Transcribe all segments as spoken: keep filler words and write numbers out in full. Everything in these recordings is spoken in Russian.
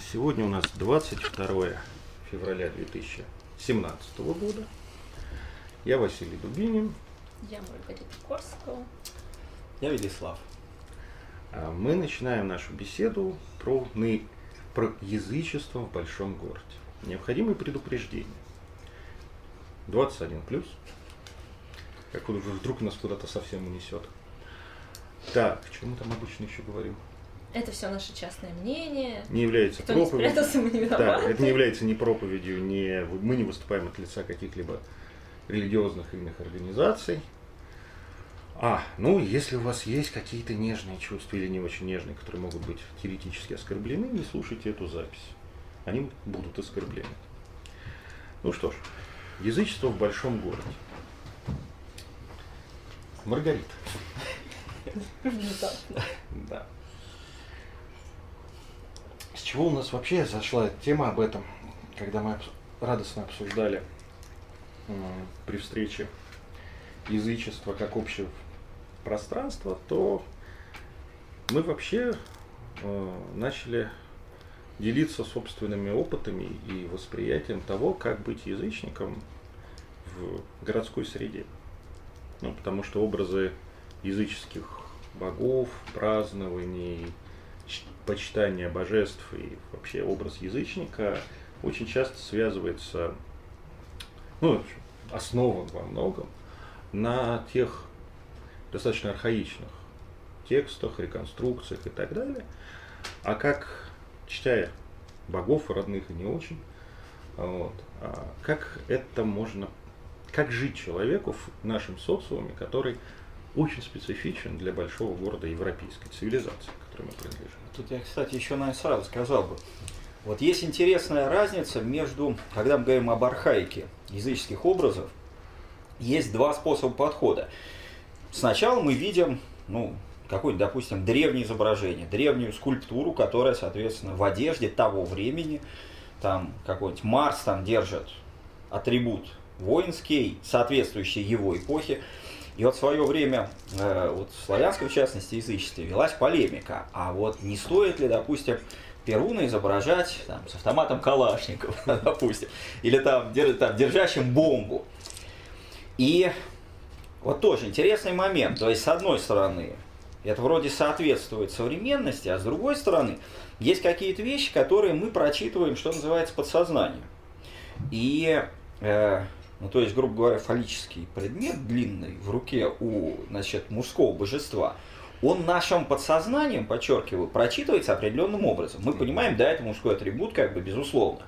Сегодня у нас двадцать второе февраля две тысячи семнадцатого года. Я Василий Дубинин. Я Маргарита Корского. Я Велислав. Мы начинаем нашу беседу про, про язычество в большом городе. Необходимые предупреждения. двадцать один плюс. Как вдруг нас куда-то совсем унесет. Так, что мы там обычно еще говорим? Это все наше частное мнение. Не является Кто проповедью. Не спрятался, мы не виноваты. Да, это не является ни проповедью, ни мы не выступаем от лица каких-либо религиозных или иных организаций. А, ну, если у вас есть какие-то нежные чувства или не очень нежные, которые могут быть теоретически оскорблены, не слушайте эту запись. Они будут оскорблены. Ну что ж, язычество в большом городе. Маргарита. Внезапно. Да. С чего у нас вообще зашла тема об этом, когда мы радостно обсуждали э, при встрече язычество как общее пространство, то мы вообще э, начали делиться собственными опытами и восприятием того, как быть язычником в городской среде. Ну, потому что образы языческих богов, празднований, почитания божеств и вообще образ язычника очень часто связывается, ну, основан во многом на тех достаточно архаичных текстах, реконструкциях и так далее. А как, читая богов, родных и не очень, вот, а как это можно, как жить человеку в нашем социуме, который очень специфичен для большого города европейской цивилизации, к которой мы принадлежим. Тут я, кстати, еще, наверное, сразу сказал бы. Вот есть интересная разница между, когда мы говорим об архаике языческих образов, есть два способа подхода. Сначала мы видим, ну, какое-нибудь, допустим, древнее изображение, древнюю скульптуру, которая, соответственно, в одежде того времени, там какой-нибудь Марс там держит атрибут воинский, соответствующий его эпохе. И вот в свое время, э, вот в славянском, в частности, язычестве велась полемика, а вот не стоит ли, допустим, Перуна изображать там, с автоматом Калашникова, допустим, или там, держ, там держащим бомбу. И вот тоже интересный момент, то есть с одной стороны, это вроде соответствует современности, а с другой стороны, есть какие-то вещи, которые мы прочитываем, что называется, подсознанием. И... Э, Ну, то есть, грубо говоря, фаллический предмет длинный в руке у, значит, мужского божества, он нашим подсознанием, подчеркиваю, прочитывается определенным образом. Мы понимаем, да, это мужской атрибут, как бы, безусловно.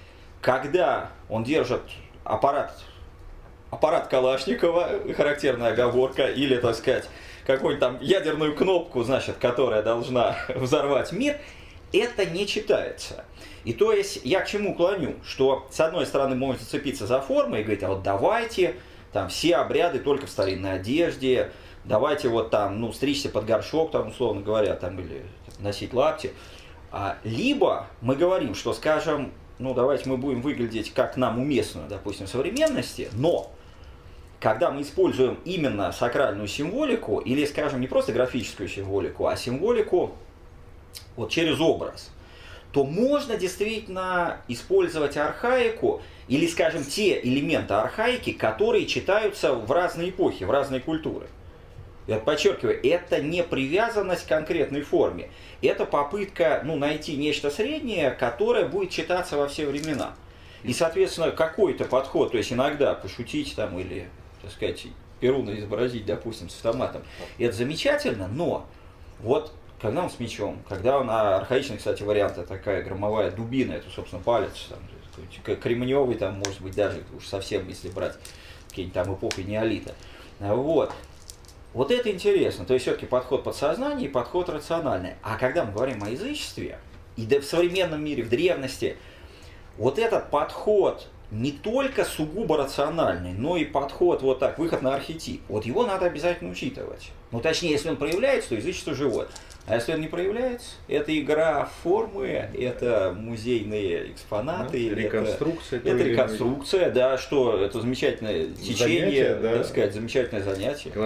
Когда он держит аппарат, аппарат Калашникова, характерная оговорка, или, так сказать, какую-нибудь там ядерную кнопку, значит, которая должна взорвать мир, это не читается. И то есть я к чему клоню, что с одной стороны можно зацепиться за форму и говорить, а вот давайте там все обряды только в старинной одежде, давайте вот там, ну, стричься под горшок, там, условно говоря, там, или носить лапти. А, либо мы говорим, что, скажем, ну, давайте мы будем выглядеть как нам уместно, допустим, в современности, но когда мы используем именно сакральную символику, или, скажем, не просто графическую символику, а символику вот через образ, то можно действительно использовать архаику или, скажем, те элементы архаики, которые читаются в разные эпохи, в разные культуры. Я подчеркиваю, это не привязанность к конкретной форме. Это попытка, ну, найти нечто среднее, которое будет читаться во все времена. И, соответственно, какой-то подход, то есть иногда пошутить там или, так сказать, Перуна изобразить, допустим, с автоматом, это замечательно, но вот когда он с мечом, когда он, а архаичный, кстати, вариант, такая громовая дубина, это, собственно, палец, там, кремневый, там, может быть, даже уж совсем, если брать какие-нибудь там эпохи неолита. Вот. Вот это интересно, то есть все-таки подход подсознания и подход рациональный. А когда мы говорим о язычестве, и да в современном мире, в древности, вот этот подход не только сугубо рациональный, но и подход, вот так, выход на архетип, вот его надо обязательно учитывать. Ну, точнее, если он проявляется, то язычество живое. А если он не проявляется, это игра в формы, это музейные экспонаты, да, реконструкция, это, это реконструкция, да, что это замечательное течение, занятие, да, так сказать, замечательное занятие. Главное,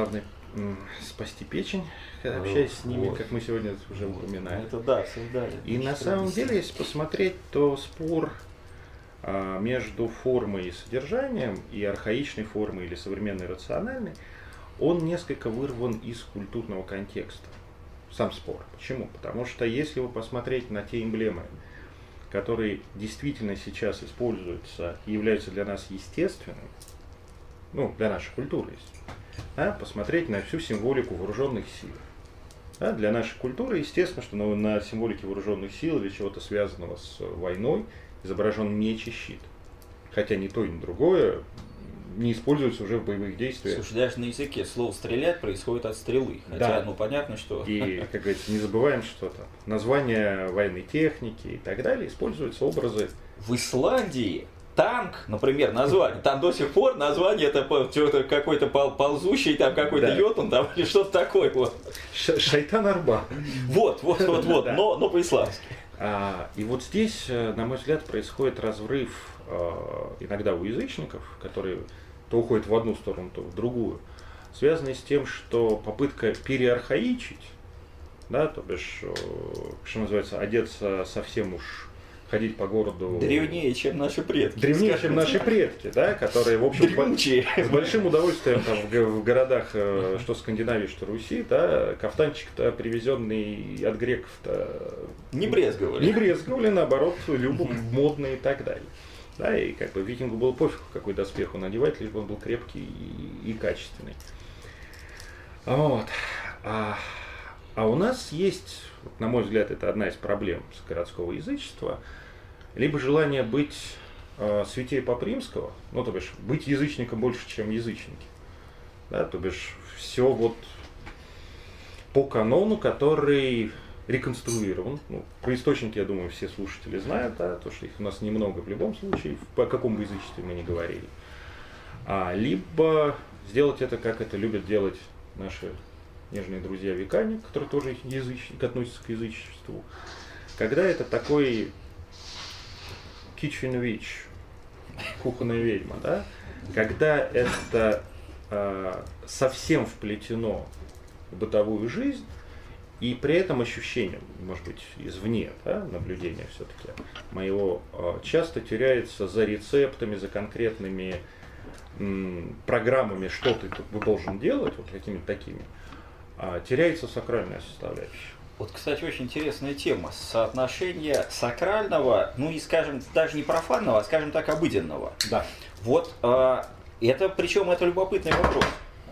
м, спасти печень, когда общаясь с ними, Вот. как мы сегодня уже Вот. упоминали. Это да, создали. И на самом деле, если посмотреть, то спор а, между формой и содержанием, и архаичной формой или современной рациональной, он несколько вырван из культурного контекста. Сам спор. Почему? Потому что если вы посмотреть на те эмблемы, которые действительно сейчас используются и являются для нас естественными, ну, для нашей культуры, да, посмотреть на всю символику вооруженных сил. Да, для нашей культуры, естественно, что на, на символике вооруженных сил или чего-то связанного с войной изображен меч и щит. Хотя ни то, ни другое не используется уже в боевых действиях. Слушай, даже на языке слово «стрелять» происходит от стрелы. Хотя, Да. ну, понятно, что... И, как говорится, не забываем, что там название военной техники и так далее используются образы. В Исландии танк, например, название, там до сих пор название это по- что-то какой-то пол- ползущий, там какой-то Да. йотун, там или что-то такое. Вот, Ш- Шайтан Арба. вот, вот, вот, вот, Да. но, но по-исламски. А, и вот здесь, э, на мой взгляд, происходит разрыв э, иногда у язычников, которые то уходят в одну сторону, то в другую, связанный с тем, что попытка переархаичить, да, то бишь, э, что называется, одеться совсем уж, ходить по городу... Древнее, чем наши предки. Древнее, скажем чем наши так. предки, да, которые, в общем, Древничие. с большим удовольствием там, в, г- в городах, э, что Скандинавии, что Руси, да, кафтанчик-то, привезенный от греков-то, Не брезговали. не брезговали, наоборот, любо модные и так далее. Да, и как бы викингу было пофиг, какой доспех он одевает, лишь бы он был крепкий и, и качественный. Вот. А, а у нас есть, на мой взгляд, это одна из проблем городского язычества, либо желание быть э, святее Папы Римского, ну, то бишь, быть язычником больше, чем язычники. Да, то бишь, все вот по канону, который реконструирован. Ну, про источники, я думаю, все слушатели знают, да, то, что их у нас немного в любом случае, по какому бы язычестве мы ни говорили. А, либо сделать это, как это любят делать наши нежные друзья векане, которые тоже язычники, относятся к язычеству. Когда это такой kitchen witch, кухонная ведьма, да, когда это э, совсем вплетено в бытовую жизнь, и при этом ощущение, может быть, извне, да, наблюдения все-таки моего, э, часто теряется за рецептами, за конкретными м, программами, что ты тут должен делать, вот какими-то такими, а теряется сакральная составляющая. Вот, кстати, очень интересная тема. Соотношение сакрального, ну и, скажем, даже не профанного, а, скажем так, обыденного. Да. Вот э, это, причем это любопытный вопрос.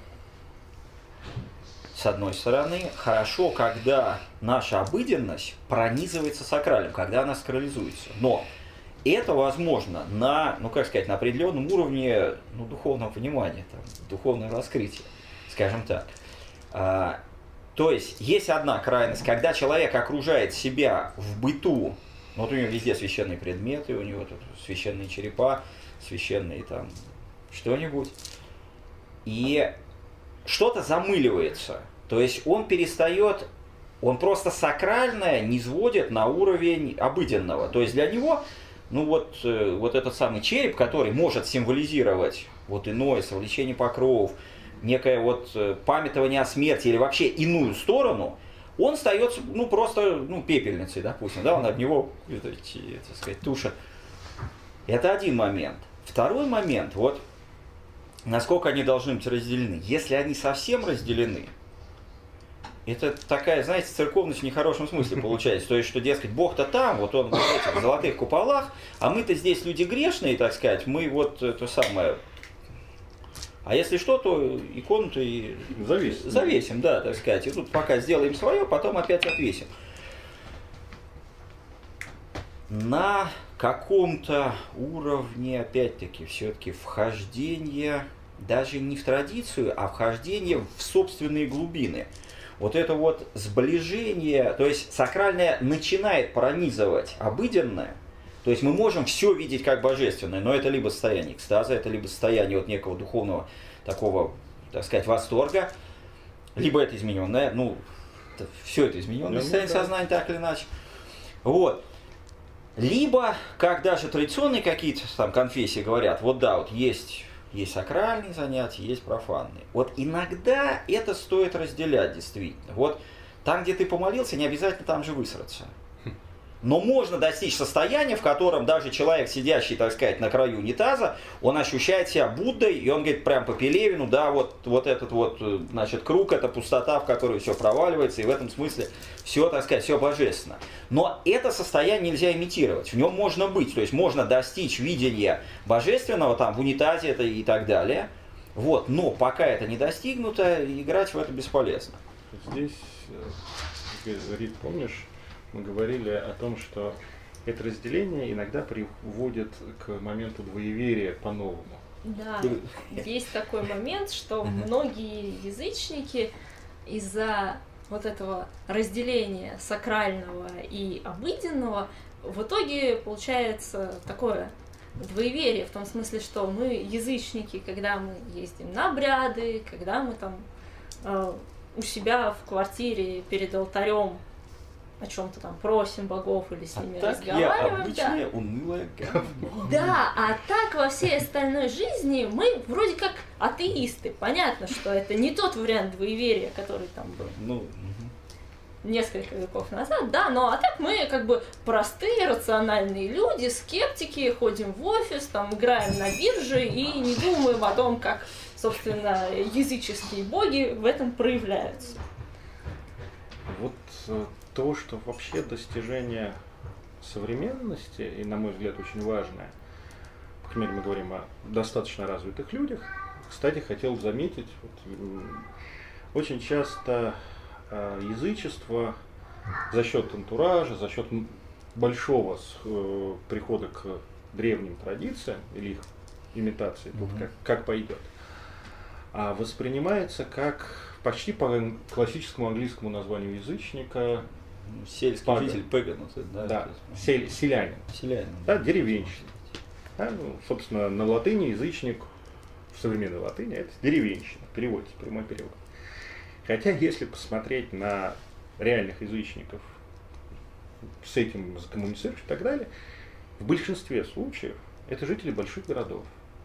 С одной стороны, хорошо, когда наша обыденность пронизывается сакральным, когда она сакрализуется. Но это возможно на, ну как сказать, на определенном уровне, ну, духовного понимания, там, духовного раскрытия, скажем так. А, то есть есть одна крайность, когда человек окружает себя в быту, ну, вот у него везде священные предметы, у него тут священные черепа, священные там что-нибудь, и что-то замыливается. То есть он перестает, он просто сакральное низводит на уровень обыденного. То есть для него, ну вот, э, вот этот самый череп, который может символизировать вот иное совлечение покровов, некое вот э, памятование о смерти или вообще иную сторону, он остается, ну, просто, ну, пепельницей, допустим, да, он об него, это, так сказать, тушит. Это один момент. Второй момент, вот, насколько они должны быть разделены. Если они совсем разделены, это такая, знаете, церковность в нехорошем смысле получается. То есть, что, дескать, Бог-то там, вот он в этих золотых куполах, а мы-то здесь люди грешные, так сказать, мы вот то самое... А если что, то икону-то и Завесим. завесим, да, так сказать. И тут пока сделаем свое, потом опять отвесим. На каком-то уровне, опять-таки, все-таки вхождение даже не в традицию, а вхождение в собственные глубины. Вот это вот сближение, то есть сакральное начинает пронизывать обыденное, то есть мы можем все видеть как божественное, но это либо состояние экстаза, это либо состояние вот некого духовного такого, так сказать, восторга, либо это измененное, ну, все это измененное Ну, состояние да. сознания, так или иначе. Вот. Либо, как даже традиционные какие-то там конфессии говорят, вот да, вот есть Есть сакральные занятия, есть профанные. Вот иногда это стоит разделять действительно. Вот там, где ты помолился, не обязательно там же высраться. Но можно достичь состояния, в котором даже человек, сидящий, так сказать, на краю унитаза, он ощущает себя Буддой, и он говорит прям по Пелевину, да, вот, вот этот вот, значит, круг, это пустота, в которую все проваливается, и в этом смысле все, так сказать, все божественно. Но это состояние нельзя имитировать, в нем можно быть, то есть можно достичь видения божественного там в унитазе это и так далее, вот, но пока это не достигнуто, играть в это бесполезно. Здесь, Рит, помнишь, мы говорили о том, что это разделение иногда приводит к моменту двоеверия по-новому. Да, есть такой момент, что многие язычники из-за вот этого разделения сакрального и обыденного в итоге получается такое двоеверие, в том смысле, что мы язычники, когда мы ездим на обряды, когда мы там э, у себя в квартире перед алтарем о чем-то там просим богов или с ними а так разговариваем. Я обычная, да. унылая говно. Да, а так во всей остальной жизни мы вроде как атеисты. Понятно, что это не тот вариант двоеверия, который там был ну, несколько веков назад, да, но а так мы как бы простые, рациональные люди, скептики, ходим в офис, там играем на бирже и не думаем о том, как, собственно, языческие боги в этом проявляются. Вот то, что вообще достижение современности, и, на мой взгляд, очень важное, по крайней мере, мы говорим о достаточно развитых людях, кстати, хотел заметить, вот, очень часто э, язычество за счет антуража, за счет большого э, прихода к древним традициям или их имитации, тут Mm-hmm. как, как пойдет, а воспринимается как почти по классическому английскому названию язычника. Сельский Пага. житель Пэган, да, Да, сель, селянин. Селянин. Да, деревенщина. Да, ну, собственно, на латыни язычник, в современной латыни, это деревенщина, переводится, прямой перевод. Хотя, если посмотреть на реальных язычников, с этим закоммуницировать и так далее, в большинстве случаев это жители больших городов.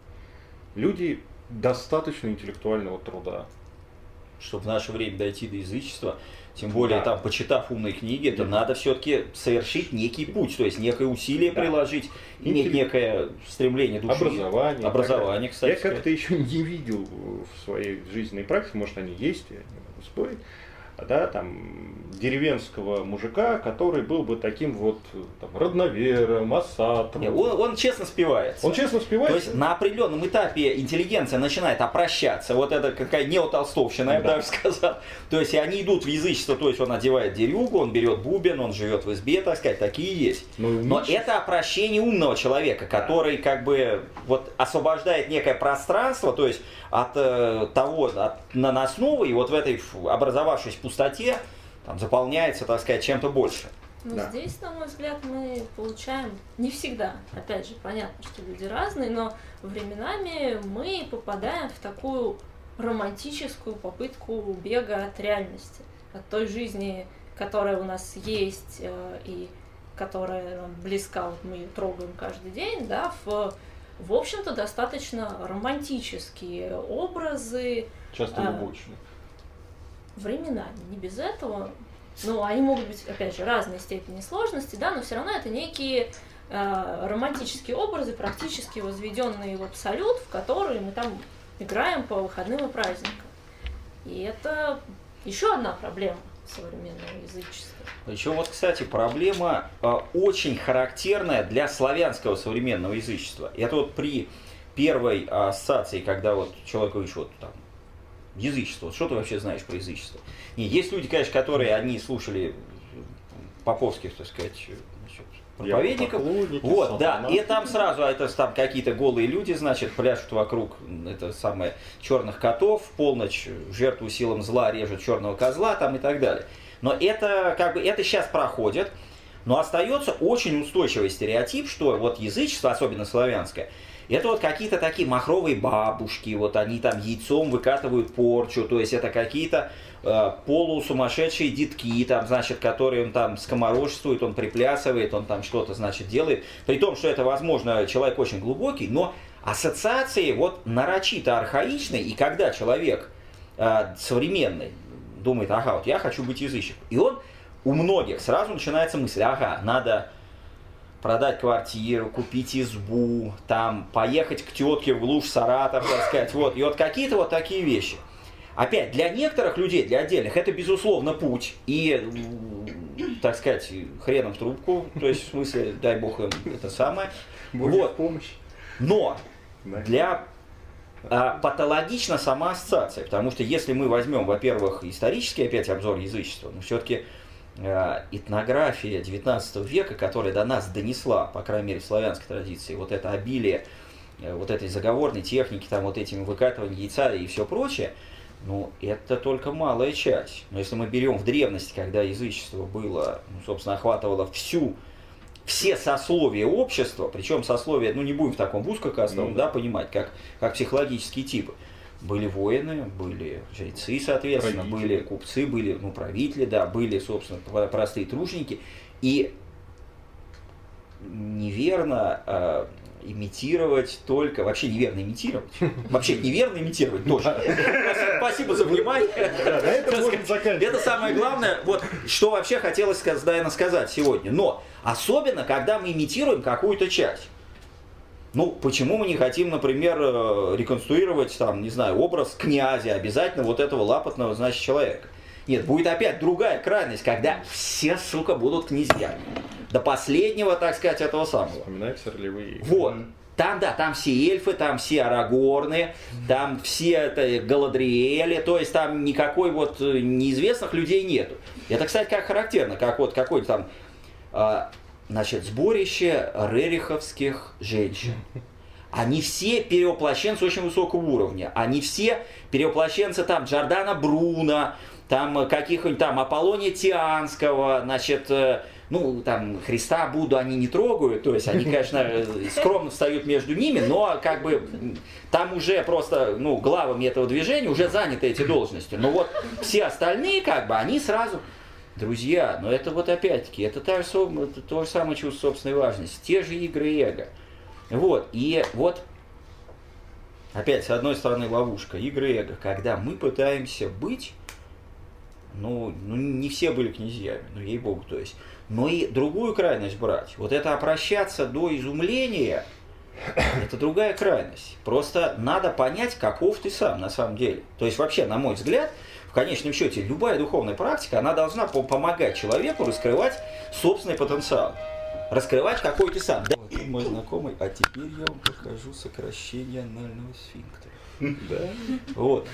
Люди достаточно интеллектуального труда. Чтобы в наше время дойти до язычества, тем более, да. там, почитав умные книги, это да. надо все-таки совершить некий путь, то есть некое усилие да. приложить, иметь некое стремление души. Образование. Образование, кстати. Я как-то еще не видел в своей жизненной практике, может, они есть, я не могу спорить, да, там, деревенского мужика, который был бы таким вот там, родновером, осатром. Нет, он, он честно спивается. Он честно спивается. То есть на определенном этапе интеллигенция начинает опрощаться. Вот это какая неотолстовщина, я бы да. даже сказал. То есть они идут в язычество, то есть он одевает дерюгу, он берет бубен, он живет в избе, так сказать, такие есть. Ну, Но меньше... это опрощение умного человека, который да. как бы вот освобождает некое пространство, то есть от э, того, от наносного, и вот в этой образовавшейся пустоте там, заполняется, так сказать, чем-то больше. Ну, да. здесь, на мой взгляд, мы получаем не всегда, опять же, понятно, что люди разные, но временами мы попадаем в такую романтическую попытку бега от реальности, от той жизни, которая у нас есть и которая нам близка, вот мы ее трогаем каждый день, да, в, в общем-то, достаточно романтические образы. Часто любочные. Временами, не без этого. Ну, они могут быть, опять же, разной степени сложности, да, но все равно это некие э, романтические образы, практически возведенные в абсолют, в которые мы там играем по выходным и праздникам. И это еще одна проблема современного язычества. Еще вот, кстати, проблема э, очень характерная для славянского современного язычества. Это вот при первой ассоциации, когда вот человек говорит, вот там, язычество. Что ты вообще знаешь про язычество? Не, есть люди, конечно, которые, они слушали поповских, так сказать, значит, проповедников. Вот, да, и там сразу это там какие-то голые люди, значит, пляшут вокруг это самое черных котов, в полночь жертву силам зла режут черного козла там и так далее. Но это как бы это сейчас проходит, но остается очень устойчивый стереотип, что вот язычество, особенно славянское, это вот какие-то такие махровые бабушки, вот они там яйцом выкатывают порчу, то есть это какие-то э, полусумасшедшие детки, там, значит, которые он там скоморошествует, он приплясывает, он там что-то, значит, делает. При том, что это, возможно, человек очень глубокий, но ассоциации вот нарочито архаичные, и когда человек э, современный думает, ага, вот я хочу быть язычником, и он у многих сразу начинается мысль, ага, надо продать квартиру, купить избу, там, поехать к тетке в глушь Саратов, так сказать, вот, и вот какие-то вот такие вещи. Опять, для некоторых людей, для отдельных, это, безусловно, путь, и, так сказать, хреном в трубку, то есть, в смысле, дай бог им это самое. Вот. Помощь. Но Да. для а, патологична сама ассоциация, потому что если мы возьмем, во-первых, исторический опять обзор язычества, но все-таки а, этнография девятнадцатого века, которая до нас донесла, по крайней мере, в славянской традиции, вот это обилие вот этой заговорной техники, там вот этими выкатыванием яйца и все прочее, ну, это только малая часть. Но если мы берем в древности, когда язычество было, ну, собственно, охватывало всю, все сословия общества, причем сословия, ну, не будем в таком узкокастовом, ну, да, понимать, как, как психологические типы. Были воины, были жрецы, соответственно, правители. Были купцы, были, ну, правители, да, были, собственно, простые труженики. И неверно э, имитировать только, вообще неверно имитировать, вообще неверно имитировать тоже. Спасибо за внимание. Это самое главное, вот что вообще хотелось, наверное, сказать сегодня. Но особенно, когда мы имитируем какую-то часть. Ну, почему мы не хотим, например, реконструировать, там, не знаю, образ князя, обязательно вот этого лапотного, значит, человека? Нет, будет опять другая крайность, когда все, сука, будут князьями. До последнего, так сказать, этого самого. Вспоминаются ролевые. Вот. Там, да, там все эльфы, там все арагорны, там все это Галадриэли, то есть там никакой вот неизвестных людей нету. Это, кстати, как характерно, как вот какой-то там, а, значит, сборище рериховских женщин. Они все перевоплощенцы очень высокого уровня. Они все перевоплощенцы там Джордана Бруно, там каких-нибудь там Аполлония Тианского, значит, ну, там, Христа, Будду они не трогают, то есть они, конечно, скромно встают между ними, но как бы там уже просто, ну, главами этого движения уже заняты эти должности. Но вот все остальные, как бы, они сразу... Друзья, но это вот опять-таки, это, та же, это то же самое чувство собственной важности, те же игры эго. Вот, и вот, опять, с одной стороны, ловушка, игры эго, когда мы пытаемся быть, ну, ну не все были князьями, ну, ей-богу, то есть, но и другую крайность брать, вот это опрощаться до изумления, это другая крайность. Просто надо понять, каков ты сам на самом деле. То есть, вообще, на мой взгляд, в конечном счете, любая духовная практика, она должна помогать человеку раскрывать собственный потенциал. Раскрывать какой ты сам. Да? Вот мой знакомый, а теперь я вам покажу сокращение анального сфинктера. Да. Вот.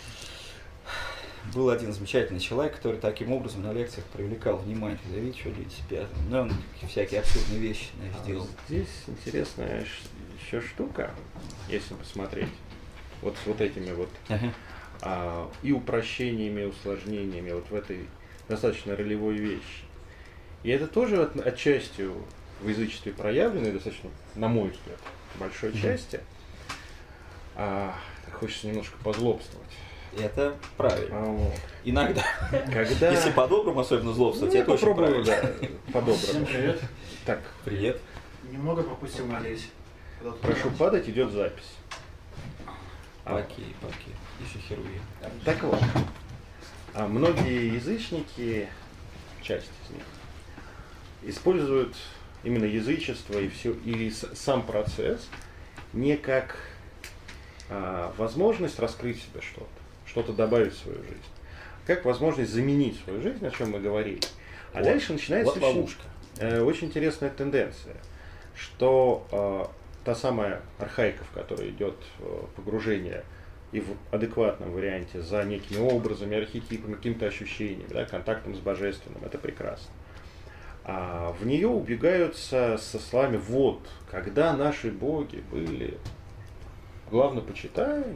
Был один замечательный человек, который таким образом на лекциях привлекал внимание. Да видите, что люди спят. Ну, он всякие абсурдные вещи наверное, сделал. А здесь интересная еще штука, если посмотреть. Вот с вот этими вот ага. а, и упрощениями, и усложнениями вот в этой достаточно ролевой вещи. И это тоже от, отчасти в язычестве проявлено, и достаточно, на мой взгляд, в большой mm-hmm. части. А, хочется немножко позлобствовать. Это правильно. А, вот. Иногда. Когда... Если по-доброму особенно злобствовать, ну, это очень правильно. Да, по-доброму. Всем привет. Так, привет. Немного пропустил, надеюсь. Прошу падать, идет запись. Окей, окей. Еще херуи. Так вот. А многие язычники, часть из них, используют именно язычество и все, и сам процесс не как а, возможность раскрыть себе что-то, что-то добавить в свою жизнь, как возможность заменить свою жизнь, о чем мы говорили. А вот. Дальше начинается вот очень, э, очень интересная тенденция, что э, та самая архаика, в которой идет э, погружение и в адекватном варианте за некими образами, архетипами, какими-то ощущениями, да, контактом с божественным, это прекрасно. А в нее убегаются со словами «вот, когда наши боги были главнопочитаемы,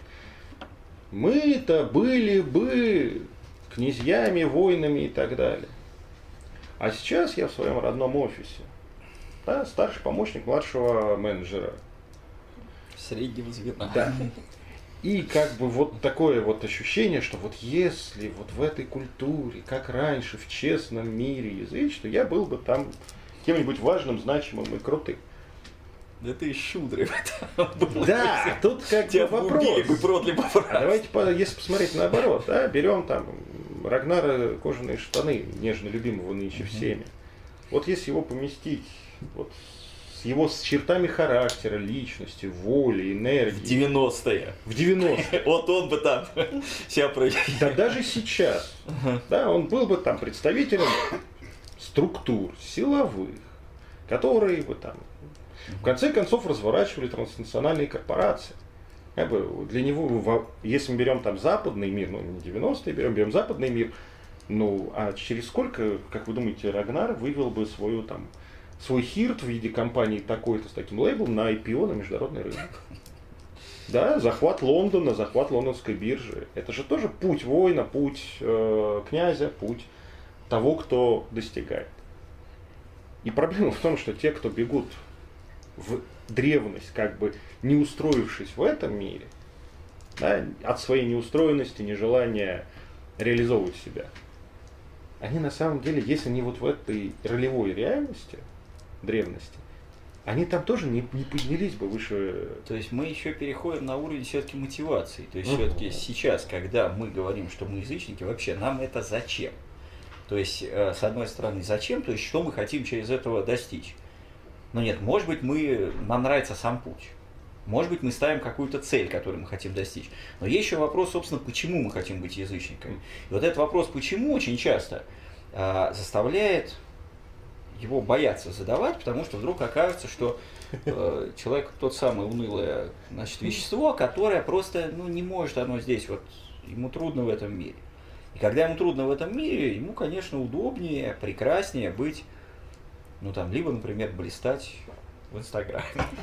мы-то были бы князьями, воинами и так далее. А сейчас я в своем родном офисе, да, старший помощник младшего менеджера. Среднего звена. Да. И как бы вот такое вот ощущение, что вот если вот в этой культуре, как раньше, в честном мире язычества, я был бы там кем-нибудь важным, значимым и крутым. Да ты щудрый. Да, тут как бы вопрос. А давайте, если посмотреть наоборот, да, берем там Рагнара кожаные штаны, нежно любимого нынче всеми. Вот если его поместить вот, с его с чертами характера, личности, воли, энергии. В девяностые. В девяностые. Вот он бы там себя проявил. Да даже сейчас. Да, он был бы там представителем структур силовых, которые бы там в конце концов разворачивали транснациональные корпорации. Как бы для него, если мы берем там западный мир, ну не девяностые, берем, берем западный мир, ну а через сколько, как вы думаете, Рагнар вывел бы свою там свой хирт в виде компании такой-то с таким лейблом на ай пи о на международный рынок? Да, захват Лондона, захват лондонской биржи. Это же тоже путь воина, путь э, князя, путь того, кто достигает. И проблема в том, что те, кто бегут в древность, как бы не устроившись в этом мире, да, от своей неустроенности, нежелания реализовывать себя, они на самом деле, если они вот в этой ролевой реальности древности, они там тоже не, не поднялись бы выше. То есть мы еще переходим на уровень все-таки мотивации. То есть uh-huh. все-таки сейчас, когда мы говорим, что мы язычники, вообще нам это зачем? То есть, э, с одной стороны, зачем? То есть, что мы хотим через этого достичь? Ну нет, может быть, мы, нам нравится сам путь. Может быть, мы ставим какую-то цель, которую мы хотим достичь. Но есть еще вопрос, собственно, почему мы хотим быть язычниками. И вот этот вопрос «почему» очень часто э, заставляет его бояться задавать, потому что вдруг окажется, что э, человек тот самый унылое, значит, вещество, которое просто ну, не может оно здесь, вот, ему трудно в этом мире. И когда ему трудно в этом мире, ему, конечно, удобнее, прекраснее быть, ну там, либо, например, блистать в Инстаграме,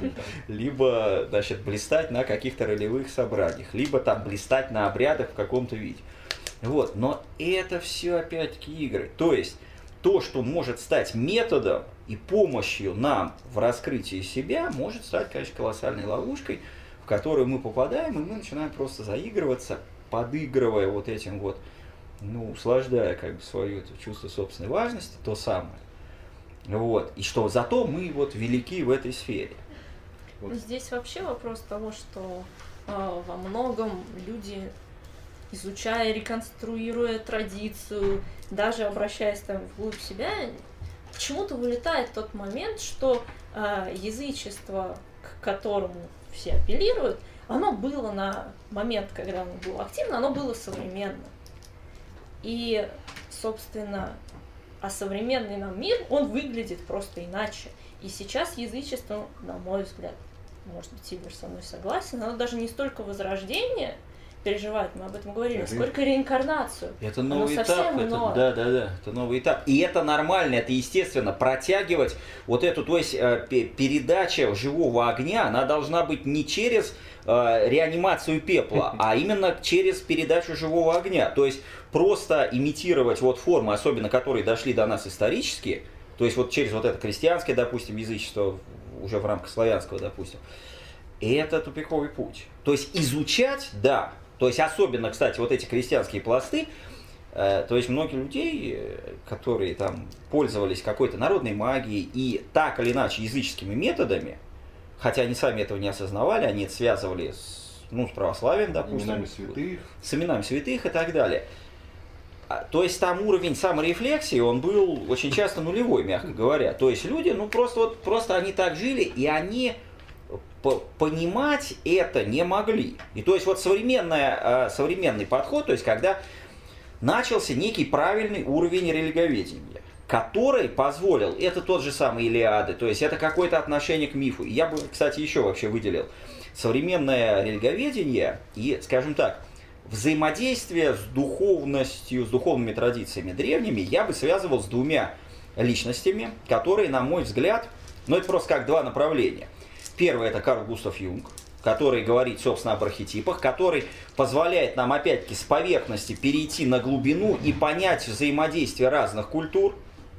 либо, значит, блистать на каких-то ролевых собраниях, либо там блистать на обрядах в каком-то виде. Вот, но это все опять-таки игры. То есть, то, что может стать методом и помощью нам в раскрытии себя, может стать, конечно, колоссальной ловушкой, в которую мы попадаем, и мы начинаем просто заигрываться, подыгрывая вот этим вот, ну, услаждая как бы свое это чувство собственной важности, то самое. Вот. И что зато мы вот велики в этой сфере. Вот. Здесь вообще вопрос того, что э, во многом люди, изучая, реконструируя традицию, даже обращаясь там вглубь себя, почему-то вылетает тот момент, что э, язычество, к которому все апеллируют, оно было на момент, когда оно было активно, оно было современным. И, собственно, а современный нам мир, он выглядит просто иначе. И сейчас язычество, на мой взгляд, может быть, Игорь со мной согласен, оно даже не столько возрождение переживает, мы об этом говорили, это сколько реинкарнацию. Это новый оно этап, это, да, да, да, это новый этап. И это нормально, это естественно, протягивать вот эту, то есть э, передача живого огня, она должна быть не через э, реанимацию пепла, а именно через передачу живого огня. То есть просто имитировать вот формы, особенно которые дошли до нас исторически, то есть вот через вот это крестьянское, допустим, язычество, уже в рамках славянского, допустим, это тупиковый путь. То есть изучать, да, то есть особенно, кстати, вот эти крестьянские пласты, э, то есть многие людей, которые там пользовались какой-то народной магией и так или иначе языческими методами, хотя они сами этого не осознавали, они это связывали с, ну, с православием, допустим, именами святых, с именами святых и так далее. То есть там уровень саморефлексии, он был очень часто нулевой, мягко говоря. То есть люди, ну просто вот, просто они так жили, и они понимать это не могли. И то есть вот современная, современный подход, то есть когда начался некий правильный уровень религоведения, который позволил, это тот же самый Илиады, то есть это какое-то отношение к мифу. И я бы, кстати, еще вообще выделил современное религоведение и, скажем так, взаимодействие с духовностью, с духовными традициями древними я бы связывал с двумя личностями, которые, на мой взгляд, ну это просто как два направления. Первое — это Карл Густав Юнг, который говорит, собственно, об архетипах, который позволяет нам, опять-таки, с поверхности перейти на глубину и понять взаимодействие разных культур.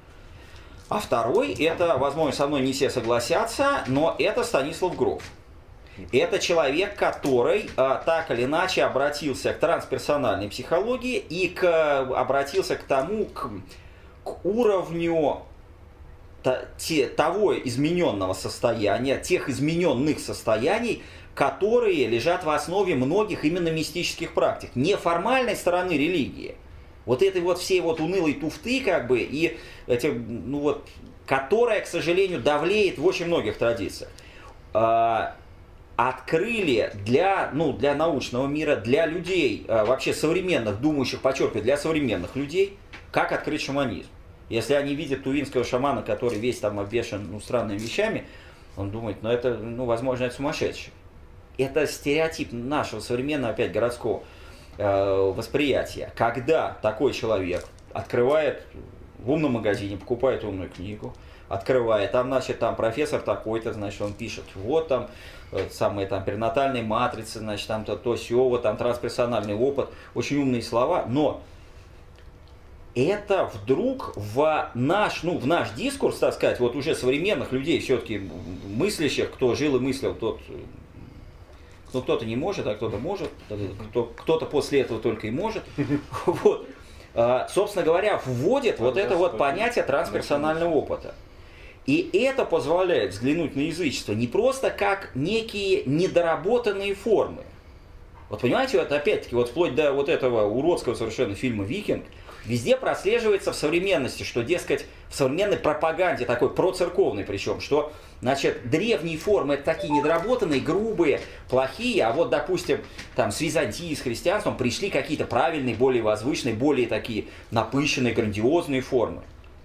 А второй — это, возможно, со мной не все согласятся, но это Станислав Гроф. Это человек, который а, так или иначе обратился к трансперсональной психологии и к, обратился к тому, к, к уровню те, того измененного состояния, тех измененных состояний, которые лежат в основе многих именно мистических практик. Не формальной стороны религии, вот этой вот всей вот унылой туфты, как бы, и эти, ну вот, которая, к сожалению, давлеет в очень многих традициях, э, открыли для, ну, для научного мира, для людей, э, вообще современных, думающих, подчеркиваю, для современных людей, как открыть шаманизм. Если они видят тувинского шамана, который весь там обвешан, ну, странными вещами, он думает, ну это, ну, возможно, это сумасшедший. Это стереотип нашего современного, опять, городского э, восприятия. Когда такой человек открывает в умном магазине, покупает умную книгу, открывает, там, значит, там профессор такой-то, значит, он пишет, вот там э, самые там перинатальные матрицы, значит, там то, то сё, вот там трансперсональный опыт, очень умные слова, но это вдруг в наш, ну, в наш дискурс, так сказать, вот уже современных людей, все-таки мыслящих, кто жил и мыслил, тот, ну, кто-то не может, а кто-то может, кто, кто-то после этого только и может, вот, собственно говоря, вводит вот это вот понятие трансперсонального опыта. И это позволяет взглянуть на язычество не просто как некие недоработанные формы. Вот понимаете, вот опять-таки, вот вплоть до вот этого уродского совершенно фильма «Викинг», везде прослеживается в современности, что, дескать, в современной пропаганде, такой процерковной причем, что, значит, древние формы это такие недоработанные, грубые, плохие, а вот, допустим, там с Византией, с христианством пришли какие-то правильные, более возвышенные, более такие напыщенные, грандиозные формы.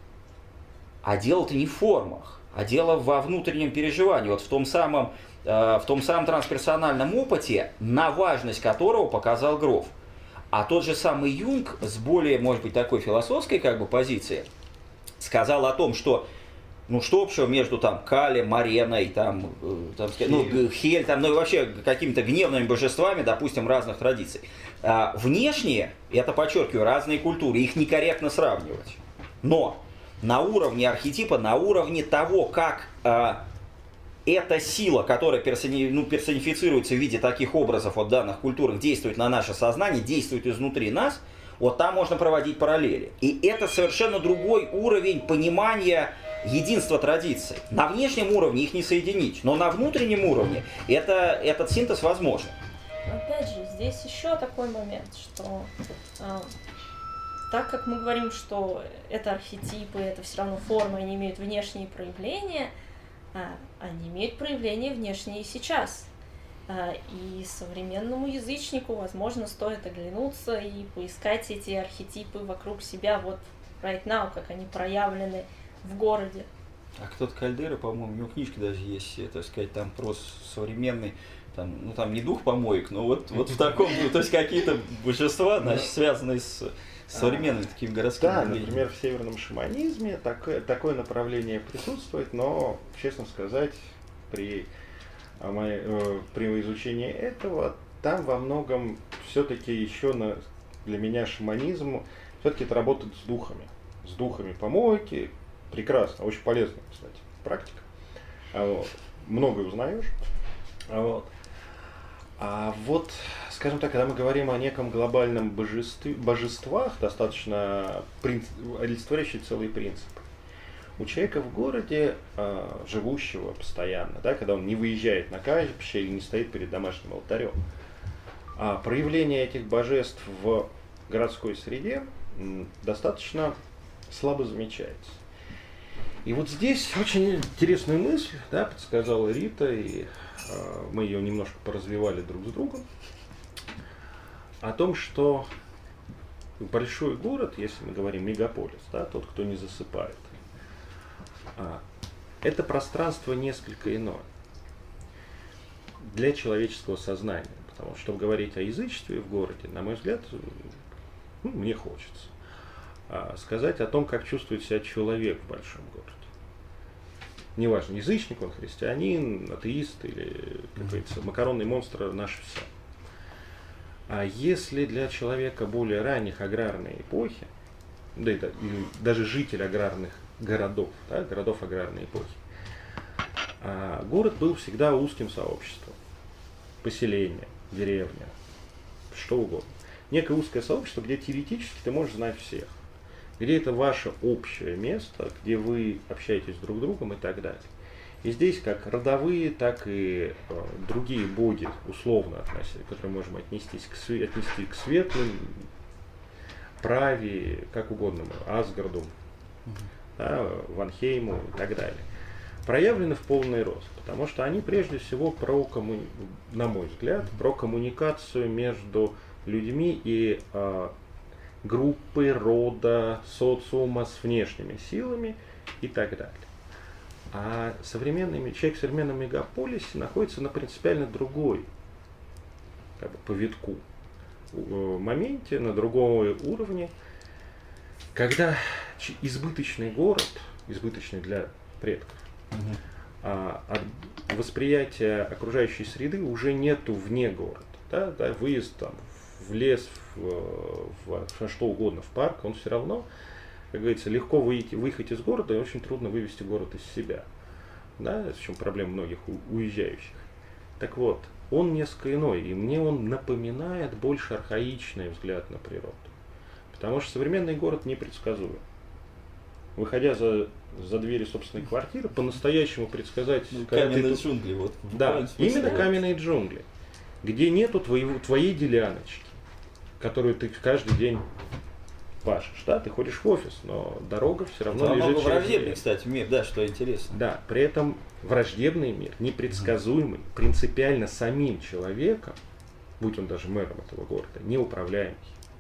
А дело-то не в формах, а дело во внутреннем переживании, вот в том самом, э, в том самом трансперсональном опыте, на важность которого показал Гроф. А тот же самый Юнг с более, может быть, такой философской как бы позиции сказал о том, что, ну, что общего между там Кали, Мареной, там, там, ну, Хель, там, ну и вообще какими-то гневными божествами, допустим, разных традиций. А, внешние, это подчеркиваю, разные культуры, их некорректно сравнивать. Но на уровне архетипа, на уровне того, как а, эта сила, которая персони, ну, персонифицируется в виде таких образов от данных культурах, действует на наше сознание, действует изнутри нас, вот там можно проводить параллели. И это совершенно другой уровень понимания единства традиций. На внешнем уровне их не соединить, но на внутреннем уровне это, этот синтез возможен. Опять же, здесь еще такой момент, что э, так как мы говорим, что это архетипы, это все равно формы, они имеют внешние проявления, А, они имеют проявление внешнее и сейчас. А, и современному язычнику, возможно, стоит оглянуться и поискать эти архетипы вокруг себя, вот right now, как они проявлены в городе. А кто-то Кальдера, по-моему, у него книжки даже есть, так сказать, там просто современный, там, ну там не дух помоек, но вот, вот в таком, ну, то есть какие-то божества, значит, связанные с современными такими городскими. Да, например, в северном шаманизме такое, такое направление присутствует, но, честно сказать, при, при изучении этого, там во многом все-таки еще на, для меня шаманизм, все-таки это работает с духами. С духами помойки, прекрасно, очень полезная, кстати, практика. Вот. Многое узнаешь. Вот. А вот, скажем так, когда мы говорим о неком глобальном божестве, божествах, достаточно принцип, олицетворяющие целые принципы, у человека в городе, э, живущего постоянно, да, когда он не выезжает на капище или не стоит перед домашним алтарем, а проявление этих божеств в городской среде м, достаточно слабо замечается. И вот здесь очень интересную мысль, да, подсказала Рита, и э, мы ее немножко поразвивали друг с другом, о том, что большой город, если мы говорим мегаполис, да, тот, кто не засыпает, э, это пространство несколько иное для человеческого сознания. Потому что, чтобы говорить о язычестве в городе, на мой взгляд, ну, мне хочется сказать о том, как чувствует себя человек в большом городе. Неважно, язычник он, христианин, атеист или, как говорится, макаронный монстр, наше все. А если для человека более ранних аграрной эпохи, да и, и даже житель аграрных городов, да, городов аграрной эпохи, а город был всегда узким сообществом, поселение, деревня, что угодно. Некое узкое сообщество, где теоретически ты можешь знать всех. где это ваше общее место, где вы общаетесь друг с другом и так далее. И здесь как родовые, так и э, другие боги, условно относятся, которые можем отнестись к, отнести к светлым, праве, как угодно, Асгарду, mm-hmm. да, Ванхейму и так далее, проявлены в полный рост, потому что они прежде всего про, комму... на мой взгляд, про коммуникацию между людьми и э, группы, рода, социума с внешними силами и так далее. А современный человек в современном мегаполисе находится на принципиально другой как бы, повитку моменте, на другом уровне, когда избыточный город, избыточный для предков, угу. а, от восприятия окружающей среды уже нету вне города. Да, да, выезд там, в лес, в, в, в что угодно, в парк, он все равно, как говорится, легко выйти, выехать из города, и очень трудно вывести город из себя. Да, в чем проблема многих у, уезжающих. Так вот, он несколько иной, и мне он напоминает больше архаичный взгляд на природу. Потому что современный город непредсказуем. Выходя за, за двери собственной квартиры, по-настоящему предсказать... Ну, каменные тут... джунгли, вот. Да, именно вот. Каменные джунгли, где нету твоего, твоей деляночки, которую ты каждый день пашешь. Да, ты ходишь в офис, но дорога все равно это лежит через враждебный, кстати, мир, да, что интересно. Да, при этом враждебный мир, непредсказуемый, mm-hmm. принципиально самим человеком, будь он даже мэром этого города, неуправляемый.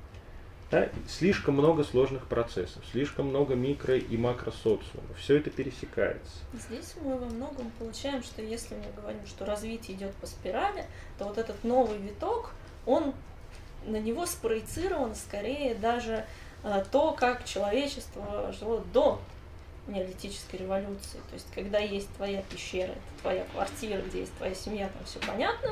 Да, слишком много сложных процессов, слишком много микро- и макросоциумов, все это пересекается. Здесь мы во многом получаем, что если мы говорим, что развитие идет по спирали, то вот этот новый виток, он на него спроецирован скорее даже э, то, как человечество жило до неолитической революции. То есть, когда есть твоя пещера, это твоя квартира, где есть твоя семья, там все понятно,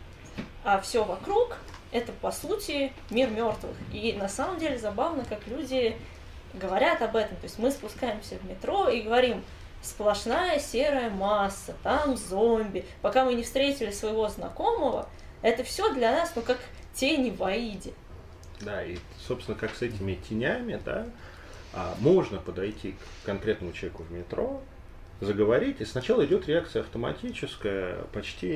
а все вокруг это, по сути, мир мертвых. И на самом деле забавно, как люди говорят об этом. То есть мы спускаемся в метро и говорим: сплошная серая масса, там зомби. Пока мы не встретили своего знакомого, это все для нас, ну, как тени в Аиде. Да, и, собственно, как с этими тенями, да, можно подойти к конкретному человеку в метро, заговорить, и сначала идет реакция автоматическая, почти...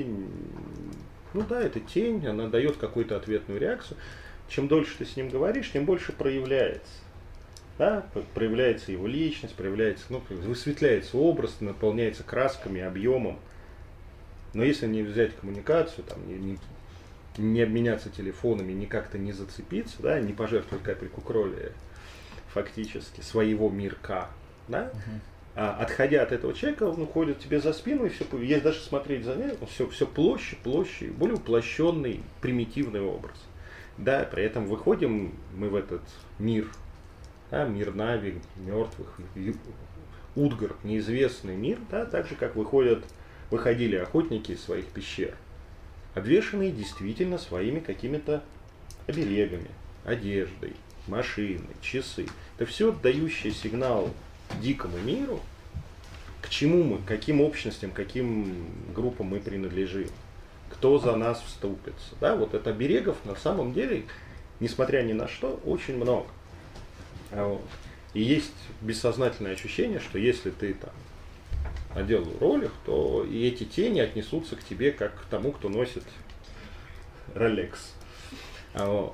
Ну да, это тень, она дает какую-то ответную реакцию. Чем дольше ты с ним говоришь, тем больше проявляется. Да? Проявляется его личность, проявляется, ну, высветляется образ, наполняется красками, объемом. Но если не взять коммуникацию, там, не, не, не обменяться телефонами, не как-то не зацепиться, да, не пожертвовать капельку крови фактически своего мирка, да, uh-huh. А отходя от этого человека, он уходит тебе за спину, и все, есть даже смотреть за ним, все, все площадь, площадь, более уплощенный, примитивный образ. Да, при этом выходим мы в этот мир, да, мир Нави, мертвых, Утгард, неизвестный мир, да, так же, как выходят, выходили охотники из своих пещер, обвешанные действительно своими какими-то оберегами, одеждой, машиной, часы. Это все дающее сигнал дикому миру, к чему мы, каким общностям, каким группам мы принадлежим, кто за нас вступится. Да, вот это оберегов на самом деле, несмотря ни на что, очень много. Вот. И есть бессознательное ощущение, что если ты там надел ролик, то и эти тени отнесутся к тебе как к тому, кто носит Rolex. Вот.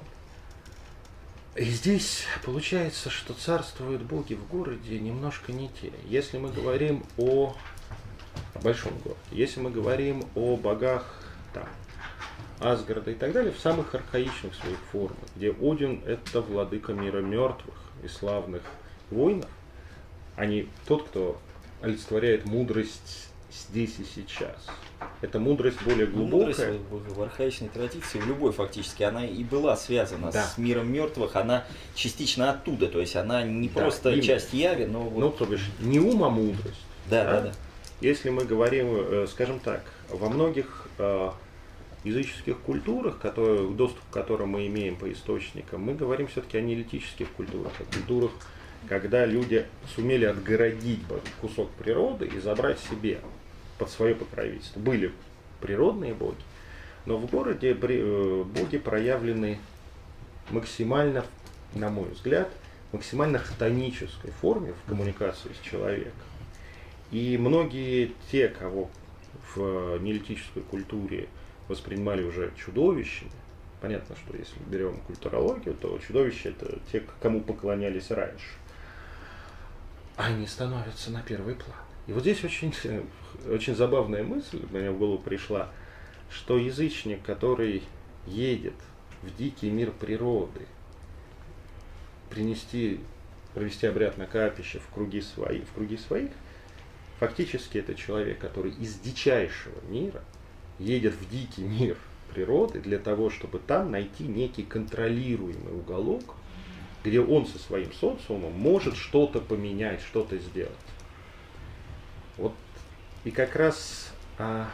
И здесь получается, что царствуют боги в городе немножко не те. Если мы говорим о большом городе, если мы говорим о богах там, Асгарда и так далее, в самых архаичных своих формах, где Один — это владыка мира мертвых и славных воинов, а не тот, кто олицетворяет мудрость здесь и сейчас. Это мудрость более глубокая. Мудрость в архаичной традиции, в любой фактически, она и была связана да. с миром мертвых, она частично оттуда, то есть она не да, просто именно. часть яви, но... Вот... Ну, то бишь, не ум, а мудрость. Да, да, да. да. Если мы говорим, скажем так, во многих э, языческих культурах, которые, доступ к которым мы имеем по источникам, мы говорим все-таки о неолитических культурах, о культурах, когда люди сумели отгородить кусок природы и забрать себе под свое покровительство. Были природные боги, но в городе боги проявлены максимально, на мой взгляд, максимально хтонической форме в коммуникации с человеком. И многие те, кого в неолитической культуре воспринимали уже чудовищами, понятно, что если берем культурологию, то чудовища это те, кому поклонялись раньше, они становятся на первый план. И вот здесь очень, очень забавная мысль мне в голову пришла, что язычник, который едет в дикий мир природы, принести, провести обряд на капище в круги свои, в круги своих, фактически это человек, который из дичайшего мира едет в дикий мир природы для того, чтобы там найти некий контролируемый уголок, где он со своим социумом может что-то поменять, что-то сделать. Вот и как раз, а,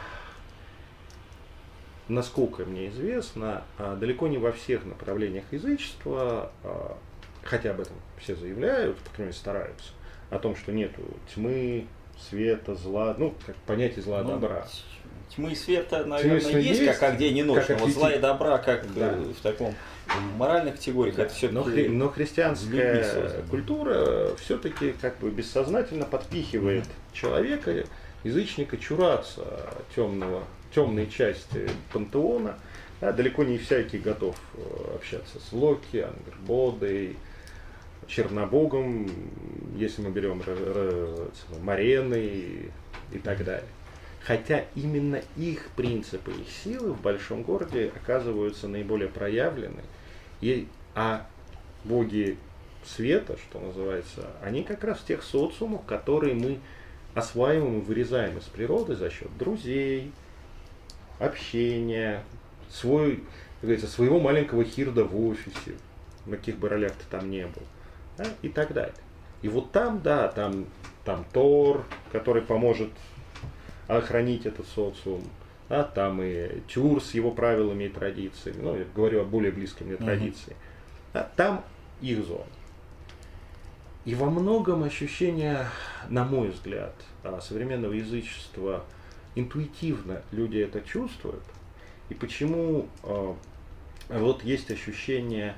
насколько мне известно, а, далеко не во всех направлениях язычества, а, хотя об этом все заявляют, по крайней мере стараются, о том, что нету тьмы, света, зла, ну, как понятие зла, ну, добра. Тьмы и света, наверное, Тьмы есть, есть, как, как день и ночь, как но вот зла и добра, как да. в таком моральных категориях, да. Это все но, хри- но христианская культура все-таки как бы бессознательно подпихивает mm-hmm. человека, язычника, чураться темного, темной части пантеона. Да, далеко не всякий готов общаться с Локи, Ангербодой, Чернобогом, если мы берем Марены и, и так далее. Хотя именно их принципы, их силы в большом городе оказываются наиболее проявлены. И, а боги света, что называется, они как раз в тех социумах, которые мы осваиваем и вырезаем из природы за счет друзей, общения, свой, как говорится, своего маленького хирда в офисе, на каких бы ролях ты там не был, да, и так далее. И вот там, да, там, там Тор, который поможет охранить этот социум, да, там и Тюр с его правилами и традициями, ну, я говорю о более близкой мне традиции, mm-hmm. да, там их зона. И во многом ощущение, на мой взгляд, современного язычества, интуитивно люди это чувствуют. И почему э, вот есть ощущение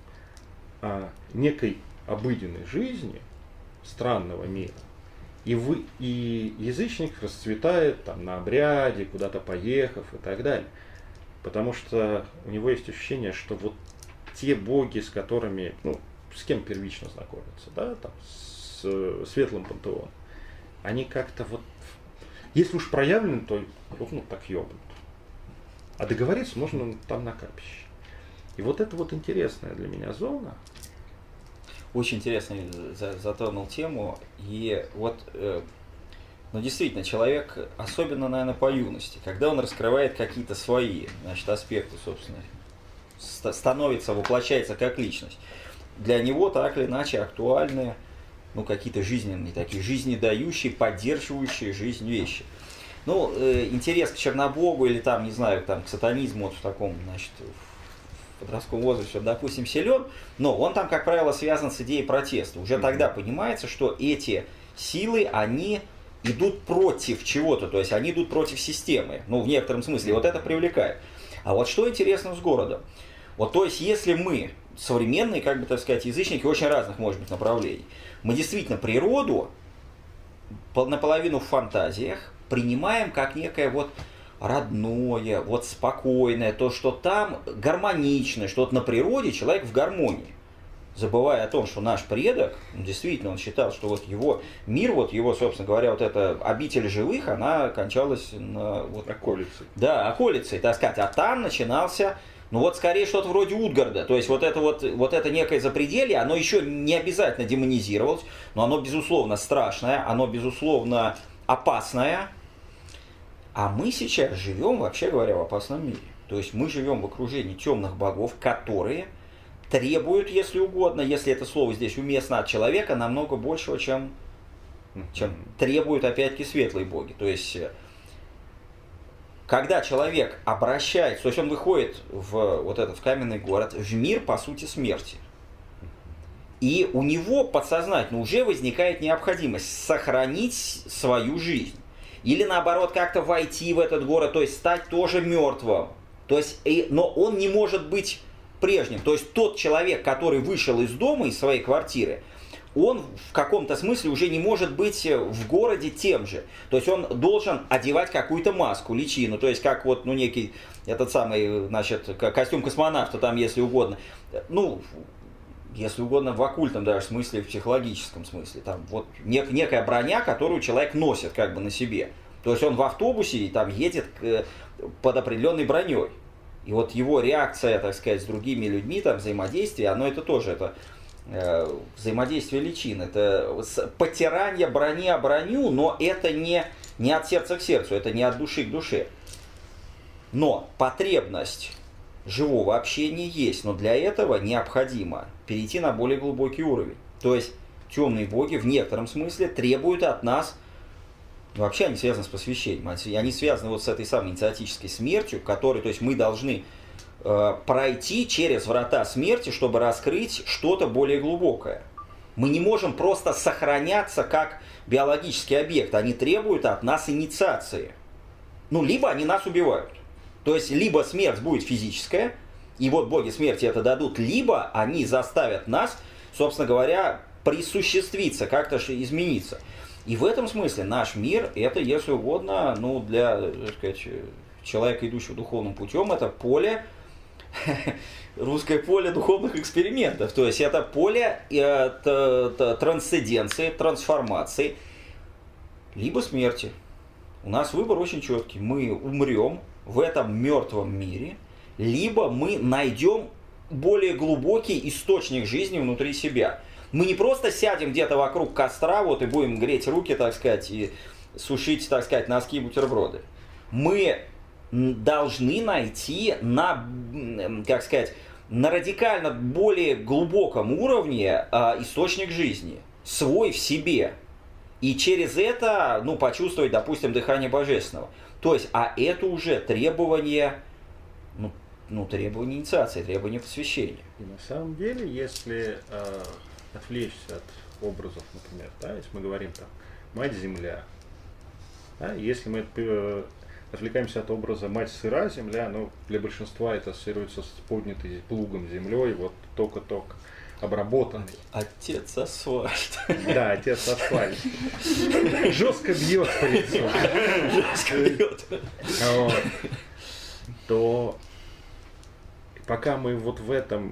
э, некой обыденной жизни, странного мира, и, вы, и язычник расцветает там, на обряде, куда-то поехав и так далее. Потому что у него есть ощущение, что вот те боги, с которыми, ну, с кем первично знакомятся, да, там, с э, светлым пантеоном, они как-то вот, если уж проявлены, то ровно так ёбнут. А договориться можно там на капище. И вот это вот интересная для меня зона. Очень интересно затронул тему. И вот, э, ну действительно, человек, особенно, наверное, по юности, когда он раскрывает какие-то свои, значит, аспекты, собственно, ст- становится, воплощается как личность, для него так или иначе актуальны, ну, какие-то жизненные, такие жизнедающие, поддерживающие жизнь вещи. Ну, э, интерес к Чернобогу или там, не знаю, там, к сатанизму вот в таком, значит, в подростковом возрасте, допустим, силен, но он там, как правило, связан с идеей протеста. Уже mm-hmm. тогда понимается, что эти силы, они идут против чего-то, то есть они идут против системы, ну, в некотором смысле, mm-hmm. вот это привлекает. А вот что интересно с городом? Вот, то есть, если мы, современные, как бы, так сказать, язычники очень разных, может быть, направлений, мы действительно природу наполовину в фантазиях принимаем как некое вот родное, вот спокойное, то, что там гармоничное, что вот на природе человек в гармонии. Забывая о том, что наш предок, действительно, он считал, что вот его мир, вот его, собственно говоря, вот эта обитель живых, она кончалась на... Вот, околицей. Да, околицей, так сказать. А там начинался, ну вот скорее что-то вроде Утгарда. То есть вот это вот, вот это некое запределье, оно еще не обязательно демонизировалось, но оно, безусловно, страшное, оно, безусловно, опасное. А мы сейчас живем, вообще говоря, в опасном мире. То есть мы живем в окружении темных богов, которые требуют, если угодно, если это слово здесь уместно, от человека намного большего, чем, чем требуют, опять-таки, светлые боги. То есть, когда человек обращается, то есть он выходит в, вот этот, в каменный город, в мир, по сути, смерти. И у него подсознательно уже возникает необходимость сохранить свою жизнь. Или наоборот как-то войти в этот город, то есть стать тоже мертвым. То есть, и, но он не может быть прежним. То есть тот человек, который вышел из дома, из своей квартиры, он в каком-то смысле уже не может быть в городе тем же. То есть он должен одевать какую-то маску, личину, то есть как вот, ну, некий этот самый, значит, костюм космонавта там, если угодно. Ну, если угодно, в оккультном даже смысле, в психологическом смысле. Там вот нек- некая броня, которую человек носит как бы на себе. То есть он в автобусе и там едет к, под определенной броней. И вот его реакция, так сказать, с другими людьми, там, взаимодействие, оно это тоже, это э, взаимодействие личин, это потирание брони о броню, но это не, не от сердца к сердцу, это не от души к душе. Но потребность живого общения есть, но для этого необходимо перейти на более глубокий уровень. То есть темные боги в некотором смысле требуют от нас, ну, вообще они связаны с посвящением, они связаны вот с этой самой инициатической смертью, которой, то есть мы должны э, пройти через врата смерти, чтобы раскрыть что-то более глубокое. Мы не можем просто сохраняться как биологический объект, они требуют от нас инициации. Ну, либо они нас убивают. То есть, либо смерть будет физическая, и вот боги смерти это дадут, либо они заставят нас, собственно говоря, присуществиться, как-то измениться. И в этом смысле наш мир, это, если угодно, ну, для, так сказать, человека, идущего духовным путем, это поле, русское поле духовных экспериментов. То есть, это поле это, трансценденции, трансформации, либо смерти. У нас выбор очень четкий. Мы умрем в этом мертвом мире, либо мы найдем более глубокий источник жизни внутри себя. Мы не просто сядем где-то вокруг костра вот, и будем греть руки, так сказать, и сушить, так сказать, носки и бутерброды. Мы должны найти на, как сказать, на радикально более глубоком уровне э, источник жизни, свой в себе. И через это, ну, почувствовать, допустим, дыхание Божественного. То есть, а это уже требование, ну, ну требование инициации, требование посвящения. И на самом деле, если э, отвлечься от образов, например, да, если мы говорим там Мать-Земля, да, если мы э, отвлекаемся от образа Мать-Сыра, Земля, ну, для большинства это ассоциируется с поднятой плугом землей, вот только-только обработанный. Отец асфальт. Да, отец асфальт. Жестко бьет по лицу. Жестко бьет. Вот. То пока мы вот в этом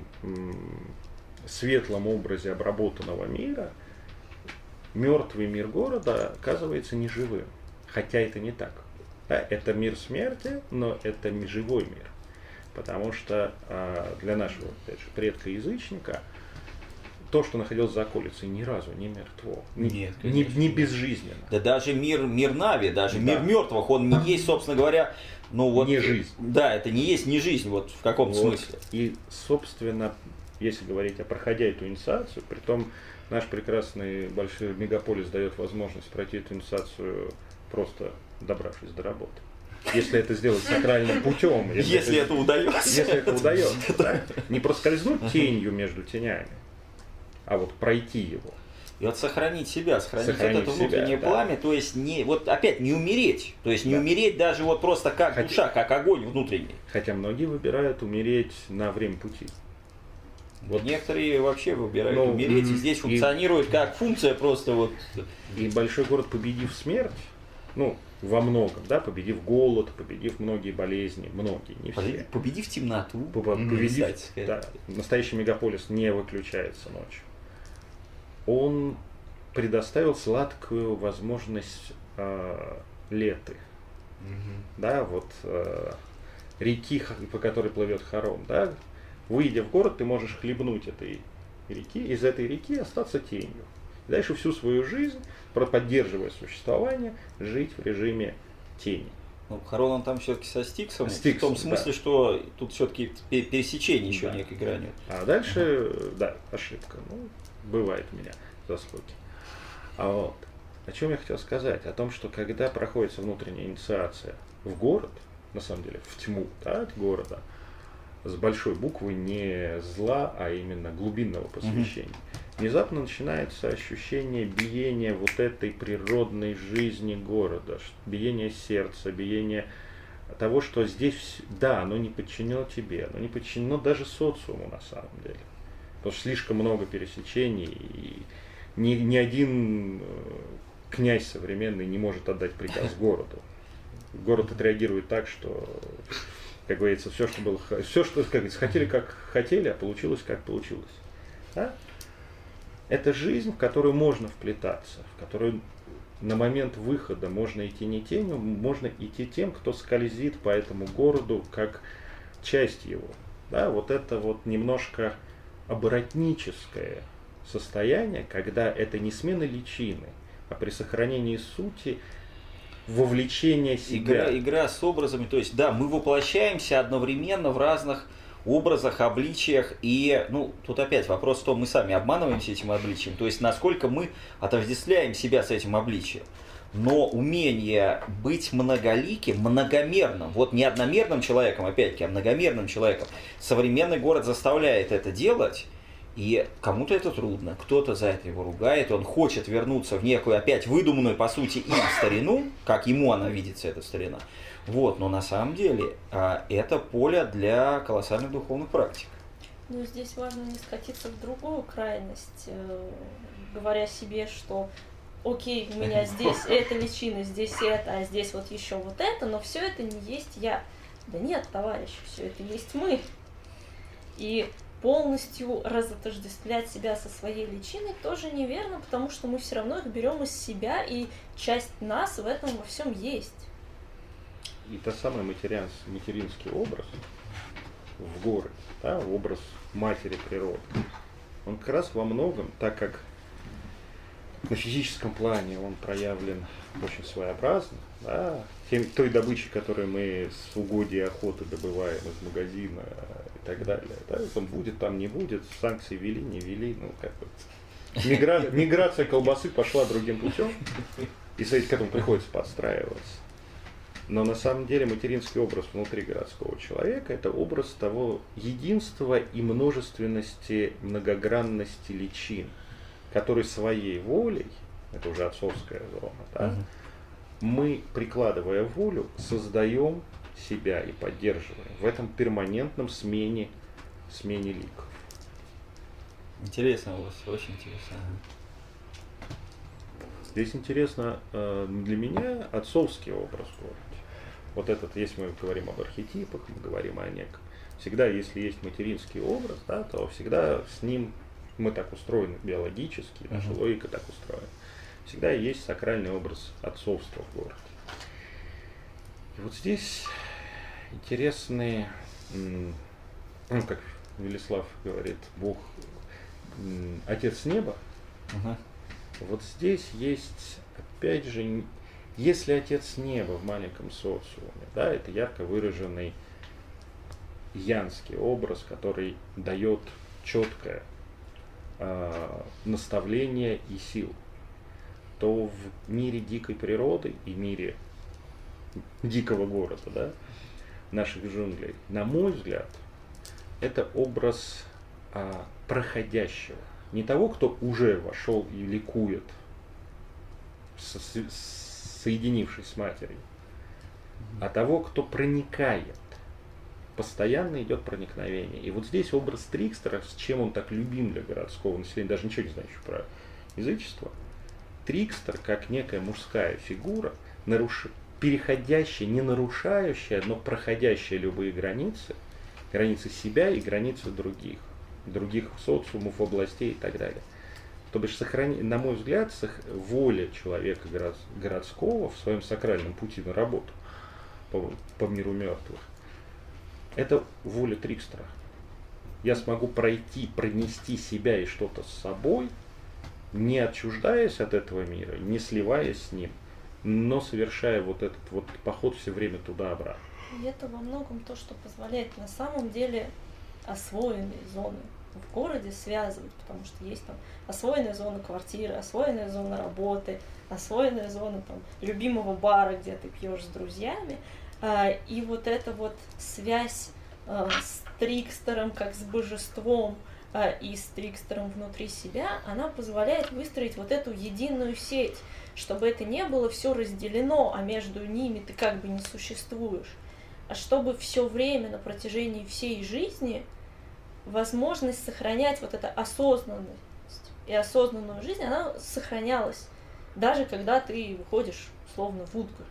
светлом образе обработанного мира, мертвый мир города оказывается неживым. Хотя это не так. Да, это мир смерти, но это не живой мир. Потому что для нашего, опять же, предка-язычника то, что находилось за околицей, ни разу не мертво, не, Нет, не, не безжизненно. Да даже мир, мир Нави, даже Да. мир мертвых, он не есть, собственно говоря, ну вот... Не жизнь. Да, это не есть не жизнь, вот в каком-то Вот. смысле. И, собственно, если говорить о проходя эту инициацию, притом наш прекрасный большой мегаполис дает возможность пройти эту инициацию, просто добравшись до работы. Если это сделать сакральным путем. Если, если это, это удается. Если это удается. Да? Не проскользнуть тенью между тенями, а вот пройти его. И вот сохранить себя, сохранить, сохранить это себя, внутреннее да. пламя, то есть не, вот опять не умереть, то есть не да. умереть даже вот просто как Хотя, душа, как огонь внутренний. Хотя многие выбирают умереть на время пути. Вот некоторые вообще выбирают ну, умереть, и здесь функционирует и, как функция просто вот. И большой город, победив смерть, ну, во многом, да, победив голод, победив многие болезни, многие, не все. Победив темноту. Победив, да, настоящий мегаполис не выключается ночью. Он предоставил сладкую возможность э, леты. Mm-hmm. Да, вот э, реки, по которой плывет Харон, да, выйдя в город, ты можешь хлебнуть этой реки, из этой реки остаться тенью. И дальше всю свою жизнь, поддерживая существование, жить в режиме тени. Ну, Харон он там все-таки со Стиксом, Стикс, в том смысле, да. что тут все-таки пересечение еще да. некой грани. А дальше, uh-huh. да, ошибка. Ну, бывает у меня заскоки. А вот, о чем я хотел сказать? О том, что когда проходит внутренняя инициация в город, на самом деле в тьму, да, от города, с большой буквы не зла, а именно глубинного посвящения, mm-hmm. внезапно начинается ощущение биения вот этой природной жизни города, биение сердца, биение того, что здесь, да, оно не подчинено тебе, оно не подчинено даже социуму на самом деле. Потому что слишком много пересечений, и ни, ни один князь современный не может отдать приказ городу. Город отреагирует так, что, как говорится, все, что было, все, что, как говорится, хотели, как хотели, а получилось, как получилось. Да? Это жизнь, в которую можно вплетаться, в которую на момент выхода можно идти не тенью, можно идти тем, кто скользит по этому городу как часть его. Да, вот это вот немножко оборотническое состояние, когда это не смена личины, а при сохранении сути вовлечение себя. Игра, игра с образами, то есть, да, мы воплощаемся одновременно в разных образах, обличиях, и, ну, тут опять вопрос в том, мы сами обманываемся этим обличием, то есть, насколько мы отождествляем себя с этим обличием. Но умение быть многоликим, многомерным, вот не одномерным человеком, опять-таки, а многомерным человеком, современный город заставляет это делать, и кому-то это трудно, кто-то за это его ругает, он хочет вернуться в некую опять выдуманную, по сути, им старину, как ему она видится, эта старина. Вот, но на самом деле это поле для колоссальных духовных практик. Ну, здесь важно не скатиться в другую крайность, говоря себе, что окей, у меня здесь эта личина, здесь это, а здесь вот еще вот это, но все это не есть я. Да нет, товарищ, все это есть мы. И полностью разотождествлять себя со своей личиной тоже неверно, потому что мы все равно их берем из себя, и часть нас в этом во всем есть. И тот самый материнс, материнский образ в городе, да, образ матери природы, он как раз во многом, так как на физическом плане он проявлен очень своеобразно, да, тем, той добычей, которую мы с угодий охоты добываем из магазина и так далее, да, он будет, там не будет, санкции ввели, не ввели, ну как бы мигра... миграция колбасы пошла другим путем, и с этим к этому приходится подстраиваться. Но на самом деле материнский образ внутри городского человека – это образ того единства и множественности, многогранности личин, который своей волей, это уже отцовская зона, да, угу. мы, прикладывая волю, создаем себя и поддерживаем в этом перманентном смене, смене ликов. Интересно у вас, очень интересно. Здесь интересно для меня отцовский образ в городе. Вот этот, если мы говорим об архетипах, мы говорим о неком. Всегда, если есть материнский образ, да, то всегда с ним мы так устроены биологически, наша uh-huh. логика так устроена. Всегда есть сакральный образ отцовства в городе. И вот здесь интересные, ну, как Велислав говорит, Бог, Отец Неба. Uh-huh. Вот здесь есть, опять же, если Отец Неба в маленьком социуме, да, это ярко выраженный янский образ, который дает четкое э, наставление и сил, то в мире дикой природы и мире дикого города, да, наших джунглей, на мой взгляд, это образ э, проходящего. Не того, кто уже вошел и ликует, со, с, соединившись с матерью, а того, кто проникает. Постоянно идет проникновение. И вот здесь образ Трикстера, с чем он так любим для городского населения, даже ничего не знающего про язычество, Трикстер, как некая мужская фигура, наруш... переходящая, не нарушающая, но проходящая любые границы, границы себя и границы других. других социумов, областей и так далее. То бишь, сохрани... на мой взгляд, воля человека город... городского в своем сакральном пути на работу по, по миру мертвых, это воля Трикстера. Я смогу пройти, пронести себя и что-то с собой, не отчуждаясь от этого мира, не сливаясь с ним, но совершая вот этот вот поход все время туда-обратно. И это во многом то, что позволяет на самом деле освоенные зоны в городе связывать, потому что есть там освоенная зона квартиры, освоенная зона работы, освоенная зона там любимого бара, где ты пьешь с друзьями, и вот эта вот связь с Трикстером как с божеством и с Трикстером внутри себя, она позволяет выстроить вот эту единую сеть, чтобы это не было все разделено, а между ними ты как бы не существуешь. а чтобы все время на протяжении всей жизни возможность сохранять вот эту осознанность и осознанную жизнь, она сохранялась, даже когда ты выходишь, условно, в Утгард.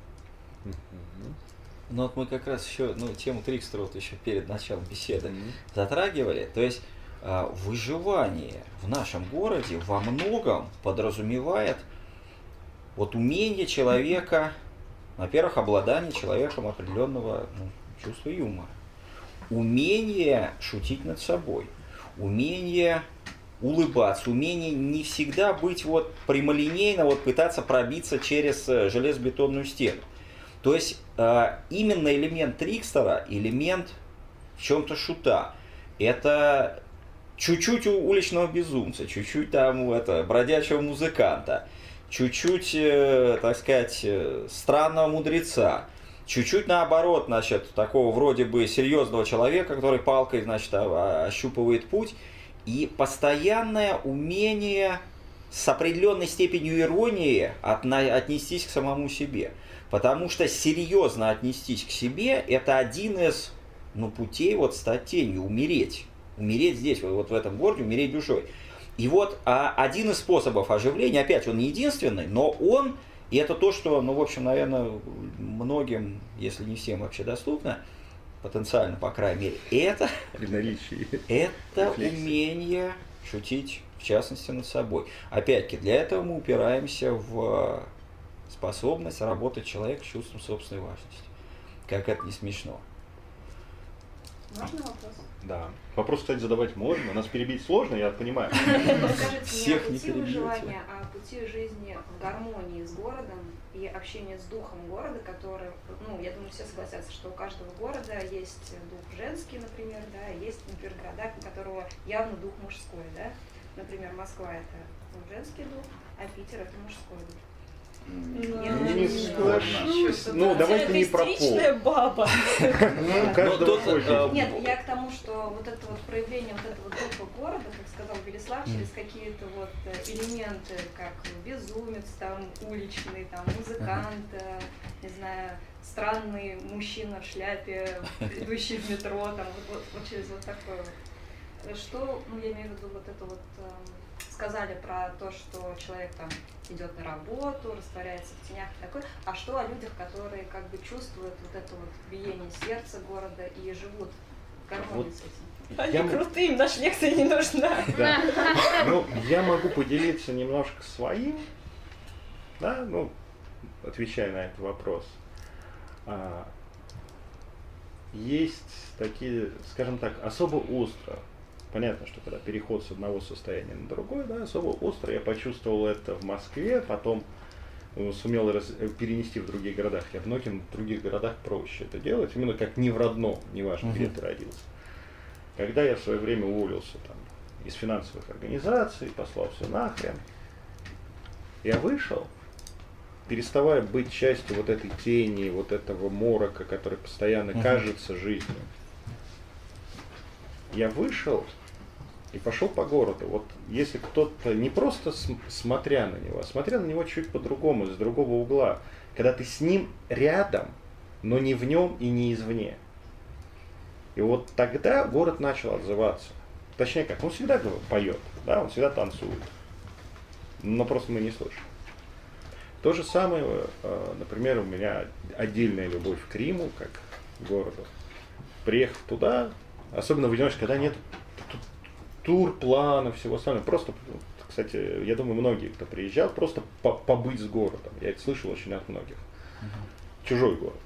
Ну вот мы как раз еще, ну, тему Трикстера вот еще перед началом беседы затрагивали. То есть э, выживание в нашем городе во многом подразумевает вот умение человека, во-первых, обладание человеком определенного, ну, чувства юмора, умение шутить над собой, умение улыбаться, умение не всегда быть вот прямолинейно, вот пытаться пробиться через железобетонную стену. То есть э, именно элемент Трикстера, элемент в чем-то шута, это чуть-чуть уличного безумца, чуть-чуть там это, бродячего музыканта, чуть-чуть, э, так сказать, э, странного мудреца, чуть-чуть наоборот, значит, такого вроде бы серьезного человека, который палкой, значит, ощупывает путь, и постоянное умение с определенной степенью иронии отна- отнестись к самому себе. Потому что серьезно отнестись к себе – это один из, ну, путей вот стать тенью, умереть. Умереть здесь, вот в этом городе, умереть душой. И вот а, один из способов оживления, опять, он не единственный, но он, и это то, что, ну, в общем, наверное, многим, если не всем вообще доступно, потенциально, по крайней мере, это, это умение шутить, в частности, над собой. Опять-таки, для этого мы упираемся в способность работать человек с чувством собственной важности. Как это не смешно. Можно вопрос? Да. Вопрос, кстати, задавать можно. Нас перебить сложно, я понимаю. Скажите, Всех не не о пути перебьете. выживания, а о пути жизни в гармонии с городом и общения с духом города, который, ну, я думаю, все согласятся, что у каждого города есть дух женский, например, да, есть, например, города, у которого явно дух мужской, да. Например, Москва – это женский дух, а Питер – это мужской дух. Не соглашусь. Ну, давайте не про пол. Баба. Ну, каждого свой. Нет, я к тому, что вот это вот проявление вот этого духа города, как сказал Велислав, через какие-то вот элементы, как безумец, там, уличный, там, музыкант, не знаю, странный мужчина в шляпе, идущий в метро, там, вот, вот, вот через вот такое вот. Что, ну, я имею в виду вот это вот, сказали про то, что человек там идет на работу, растворяется в тенях и такое, а что о людях, которые как бы чувствуют вот это вот биение сердца города и живут в гармонии Вот. с этим? Они Я- крутые, им наша лекция не нужна. Да. Ну, я могу поделиться немножко своим, да, ну, отвечая на этот вопрос. А, есть такие, скажем так, особо остро. Понятно, что когда переход с одного состояния на другое, да, особо остро я почувствовал это в Москве, потом э, сумел раз- перенести в других городах. Я в многих других городах проще это делать, именно как не в родном, неважно, где Мгм. ты родился. Когда я в свое время уволился там, из финансовых организаций, послал все нахрен, я вышел, переставая быть частью вот этой тени, вот этого морока, который постоянно Мгм. кажется жизнью. Я вышел и пошел по городу. Вот если кто-то, не просто см- смотря на него, а смотря на него чуть по-другому, с другого угла, когда ты с ним рядом, но не в нем и не извне. И вот тогда город начал отзываться. Точнее как, он всегда поет, да, он всегда танцует. Но просто мы не слышим. То же самое, э, например, у меня отдельная любовь к Риму, как к городу. Приехав туда, особенно в одиночестве, когда нет ту- тур-плана, всего остального, просто, вот, кстати, я думаю, многие, кто приезжал, просто по- побыть с городом. Я это слышал очень от многих. Чужой город.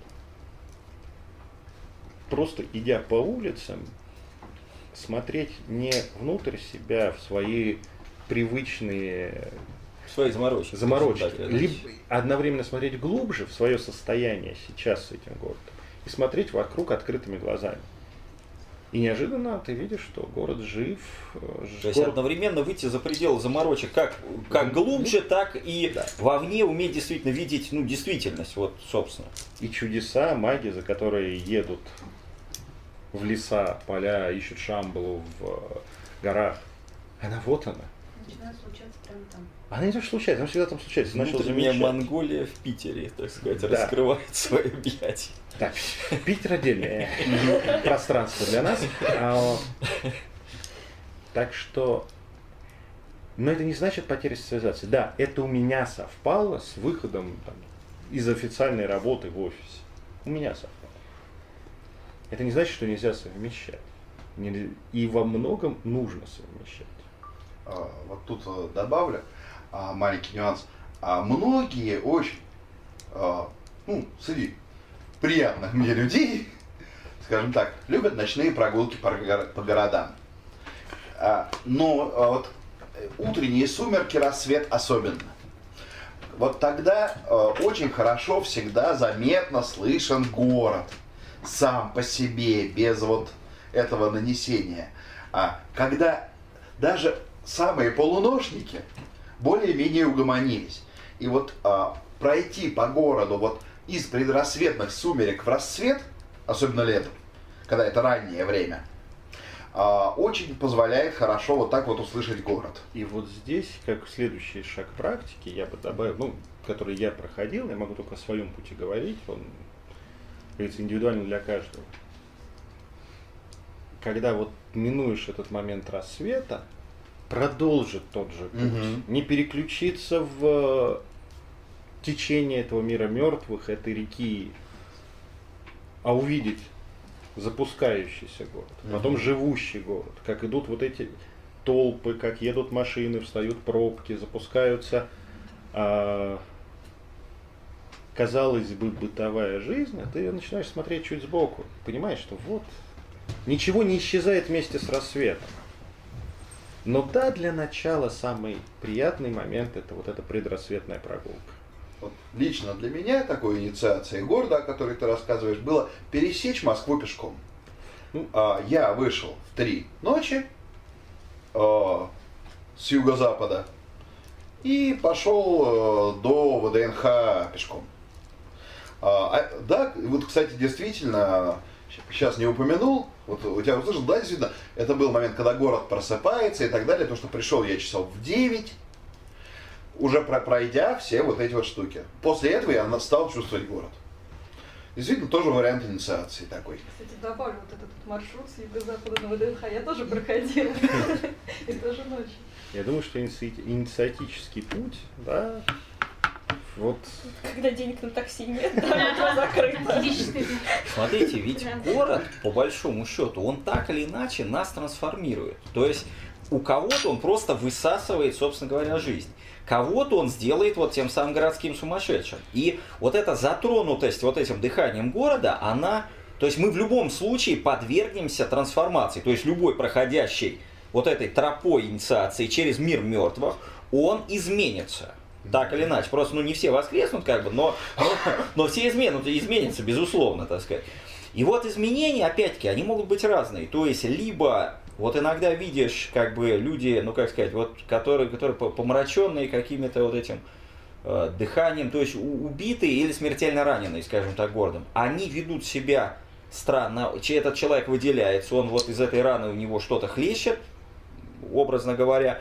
Просто идя по улицам, смотреть не внутрь себя, в свои привычные Свои заморочки. заморочки, Так, либо одновременно смотреть глубже в свое состояние сейчас с этим городом и смотреть вокруг открытыми глазами. И неожиданно ты видишь, что город жив. э, То есть город- одновременно выйти за пределы заморочек как, как глубже, так и Да. вовне уметь действительно видеть, ну, действительность, вот, собственно. И чудеса, маги, за которые едут в леса, поля, ищут Шамбалу в э, горах. Она вот она. Начинает случаться прямо там. Она не то, что случается, она всегда там случается. Ты начал Внутренняя замечать. Монголия в Питере, так сказать, Да. раскрывает свои объятия. Так, Питер отдельное пространство для нас. А, так что, но это не значит потеря социализации. Да, это у меня совпало с выходом там, из официальной работы в офисе. У меня совпало. Это не значит, что нельзя совмещать. Не- И во многом нужно совмещать. А, вот тут э, добавлю а, маленький нюанс. А, многие очень, а, ну, среди приятных мне людей, скажем так, любят ночные прогулки по, горо- по городам. А, но а, вот утренние сумерки, рассвет особенно. Вот тогда э, очень хорошо всегда заметно слышен город сам по себе, без вот этого нанесения. А когда даже самые полуношники более-менее угомонились. И вот а, пройти по городу вот из предрассветных сумерек в рассвет, особенно летом, когда это раннее время, а, очень позволяет хорошо вот так вот услышать город. И вот здесь, как следующий шаг практики, я бы добавил, ну, который я проходил, я могу только о своем пути говорить, он, как говорится, индивидуально для каждого. Когда вот минуешь этот момент рассвета, продолжить тот же путь, Мгм. не переключиться в течение этого мира мертвых, этой реки, а увидеть запускающийся город, потом Мгм. живущий город, как идут вот эти толпы, как едут машины, встают пробки, запускаются, а, казалось бы, бытовая жизнь, а ты начинаешь смотреть чуть сбоку, понимаешь, что вот ничего не исчезает вместе с рассветом. Но да, для начала самый приятный момент — это вот эта предрассветная прогулка. Вот лично для меня такой инициацией города, о которой ты рассказываешь, было пересечь Москву пешком. Ну, А, я вышел в три ночи а, с юго-запада и пошел а, до ВДНХ пешком. А, а, да, вот, кстати, действительно, сейчас не упомянул, вот у тебя услышал, да, действительно, это был момент, когда город просыпается и так далее, потому что пришел я часов в девять, уже про- пройдя все вот эти вот штуки. После этого я на- стал чувствовать город. Действительно, тоже вариант инициации такой. Кстати, добавлю вот этот вот маршрут с юго-запада на ВДНХ. Я тоже проходила. И тоже ночью. я думаю, что иници- инициатический путь, да, вот Когда денег на такси нет, да, метро закрыто. Смотрите, ведь город, по большому счету, он так или иначе нас трансформирует. То есть у кого-то он просто высасывает, собственно говоря, жизнь. Кого-то он сделает вот тем самым городским сумасшедшим. И вот эта затронутость вот этим дыханием города, она... То есть мы в любом случае подвергнемся трансформации. То есть любой проходящий вот этой тропой инициации через мир мертвых, он изменится. Так или иначе. Просто ну, не все воскреснут, как бы, но, но, но все изменят, изменятся, безусловно, так сказать. И вот изменения, опять-таки, они могут быть разные. То есть, либо вот иногда видишь, как бы, люди, ну как сказать, вот, которые, которые помраченные какими-то вот этим э, дыханием, то есть у- убитые или смертельно раненые, скажем так, городом, они ведут себя странно, че- этот человек выделяется, он вот из этой раны у него что-то хлещет, образно говоря,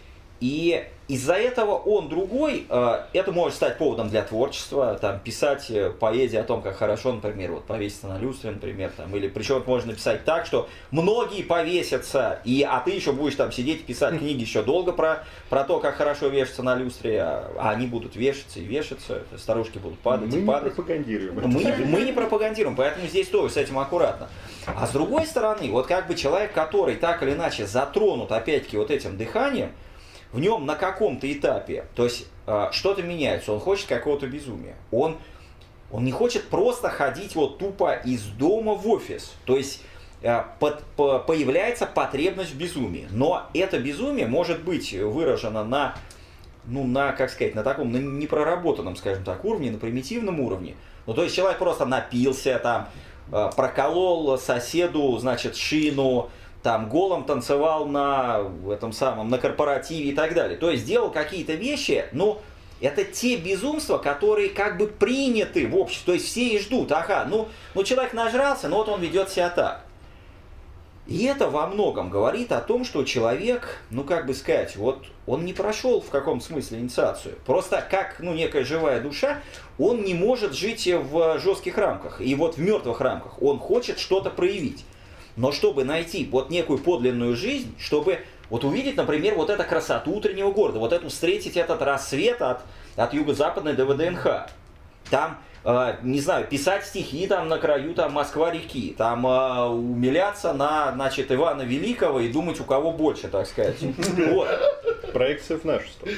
и из-за этого он другой, э, это может стать поводом для творчества, там, писать э, поэзии о том, как хорошо, например, вот повеситься на люстре, например, там, или причем это можно написать так, что многие повесятся, и, а ты еще будешь там сидеть и писать книги еще долго про, про то, как хорошо вешаться на люстре, а, а они будут вешаться и вешаться, старушки будут падать мы и не падать. пропагандируем. Мы, не- мы не пропагандируем, поэтому здесь тоже с этим аккуратно. А с другой стороны, вот как бы человек, который так или иначе затронут, опять-таки, вот этим дыханием, в нем на каком-то этапе, то есть э, что-то меняется, он хочет какого-то безумия. Он, он не хочет просто ходить вот тупо из дома в офис. То есть э, под- по- появляется потребность в безумии. Но это безумие может быть выражено на, ну, на, как сказать, на таком на непроработанном, скажем так, уровне, на примитивном уровне. Ну, то есть человек просто напился, там, э, проколол соседу, значит, шину, там голым танцевал на этом самом, на корпоративе и так далее. То есть делал какие-то вещи, но это те безумства, которые как бы приняты в обществе. То есть все и ждут, ага, ну, ну человек нажрался, но вот он ведет себя так. И это во многом говорит о том, что человек, ну как бы сказать, вот он не прошел в каком-то смысле инициацию. Просто как ну, некая живая душа, он не может жить в жестких рамках. И вот в мертвых рамках он хочет что-то проявить. Но чтобы найти вот некую подлинную жизнь, чтобы вот увидеть, например, вот эту красоту утреннего города, вот эту встретить этот рассвет от, от юго-западной до ВДНХ. Там, э, не знаю, писать стихи там на краю там, Москва-реки, там э, умиляться на, значит, Ивана Великого и думать, у кого больше, так сказать. Вот. Проекция в нашу сторону.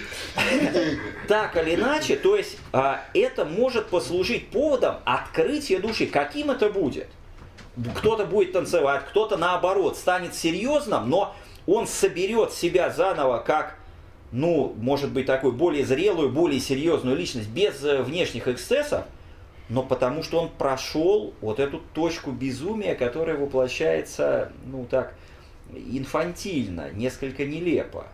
Так или иначе, то есть э, это может послужить поводом открытия души. Каким это будет? Кто-то будет танцевать, кто-то наоборот станет серьезным, но он соберет себя заново как, ну, может быть, такую более зрелую, более серьезную личность, без внешних эксцессов, но потому что он прошел вот эту точку безумия, которая воплощается, ну, так, инфантильно, несколько нелепо.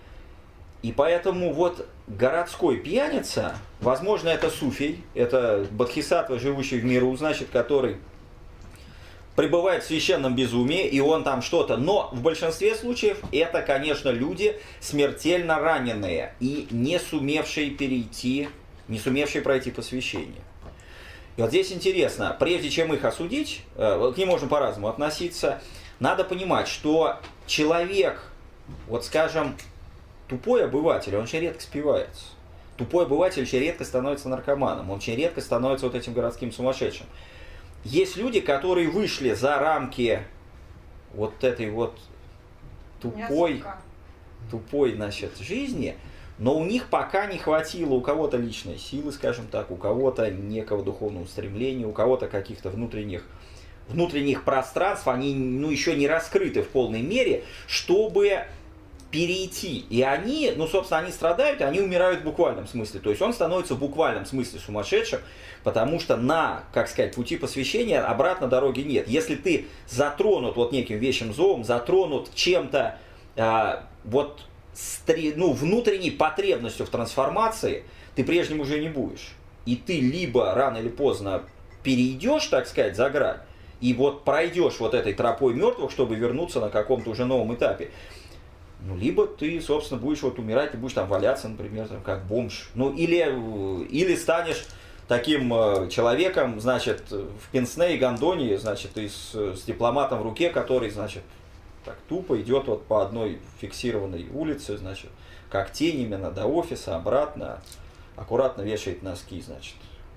И поэтому вот городской пьяница, возможно, это суфий, это бодхисаттва, живущий в миру, значит, который пребывает в священном безумии, и он там что-то. Но в большинстве случаев это, конечно, люди смертельно раненые и не сумевшие перейти, не сумевшие пройти посвящение. И вот здесь интересно, прежде чем их осудить, к ним можно по-разному относиться, надо понимать, что человек, вот скажем, тупой обыватель, он очень редко спивается. Тупой обыватель очень редко становится наркоманом, он очень редко становится вот этим городским сумасшедшим. Есть люди, которые вышли за рамки вот этой вот тупой, тупой, значит, жизни, но у них пока не хватило у кого-то личной силы, скажем так, у кого-то некого духовного стремления, у кого-то каких-то внутренних, внутренних пространств, они ну, еще не раскрыты в полной мере, чтобы перейти. И они, ну, собственно, они страдают, и они умирают в буквальном смысле. То есть он становится в буквальном смысле сумасшедшим, потому что на, как сказать, пути посвящения обратно дороги нет. Если ты затронут вот неким вещим зовом, затронут чем-то, э, вот, стри, ну, внутренней потребностью в трансформации, ты прежним уже не будешь. И ты либо рано или поздно перейдешь, так сказать, за грань, и вот пройдешь вот этой тропой мертвых, чтобы вернуться на каком-то уже новом этапе. Ну, либо ты, собственно, будешь вот умирать, ты будешь там валяться, например, там, как бомж. Ну, или, или станешь таким э, человеком, значит, в пенсне и гондоне, значит, и с, с дипломатом в руке, который, значит, так тупо идет вот по одной фиксированной улице, значит, как тень именно до офиса, обратно, аккуратно вешает носки, значит.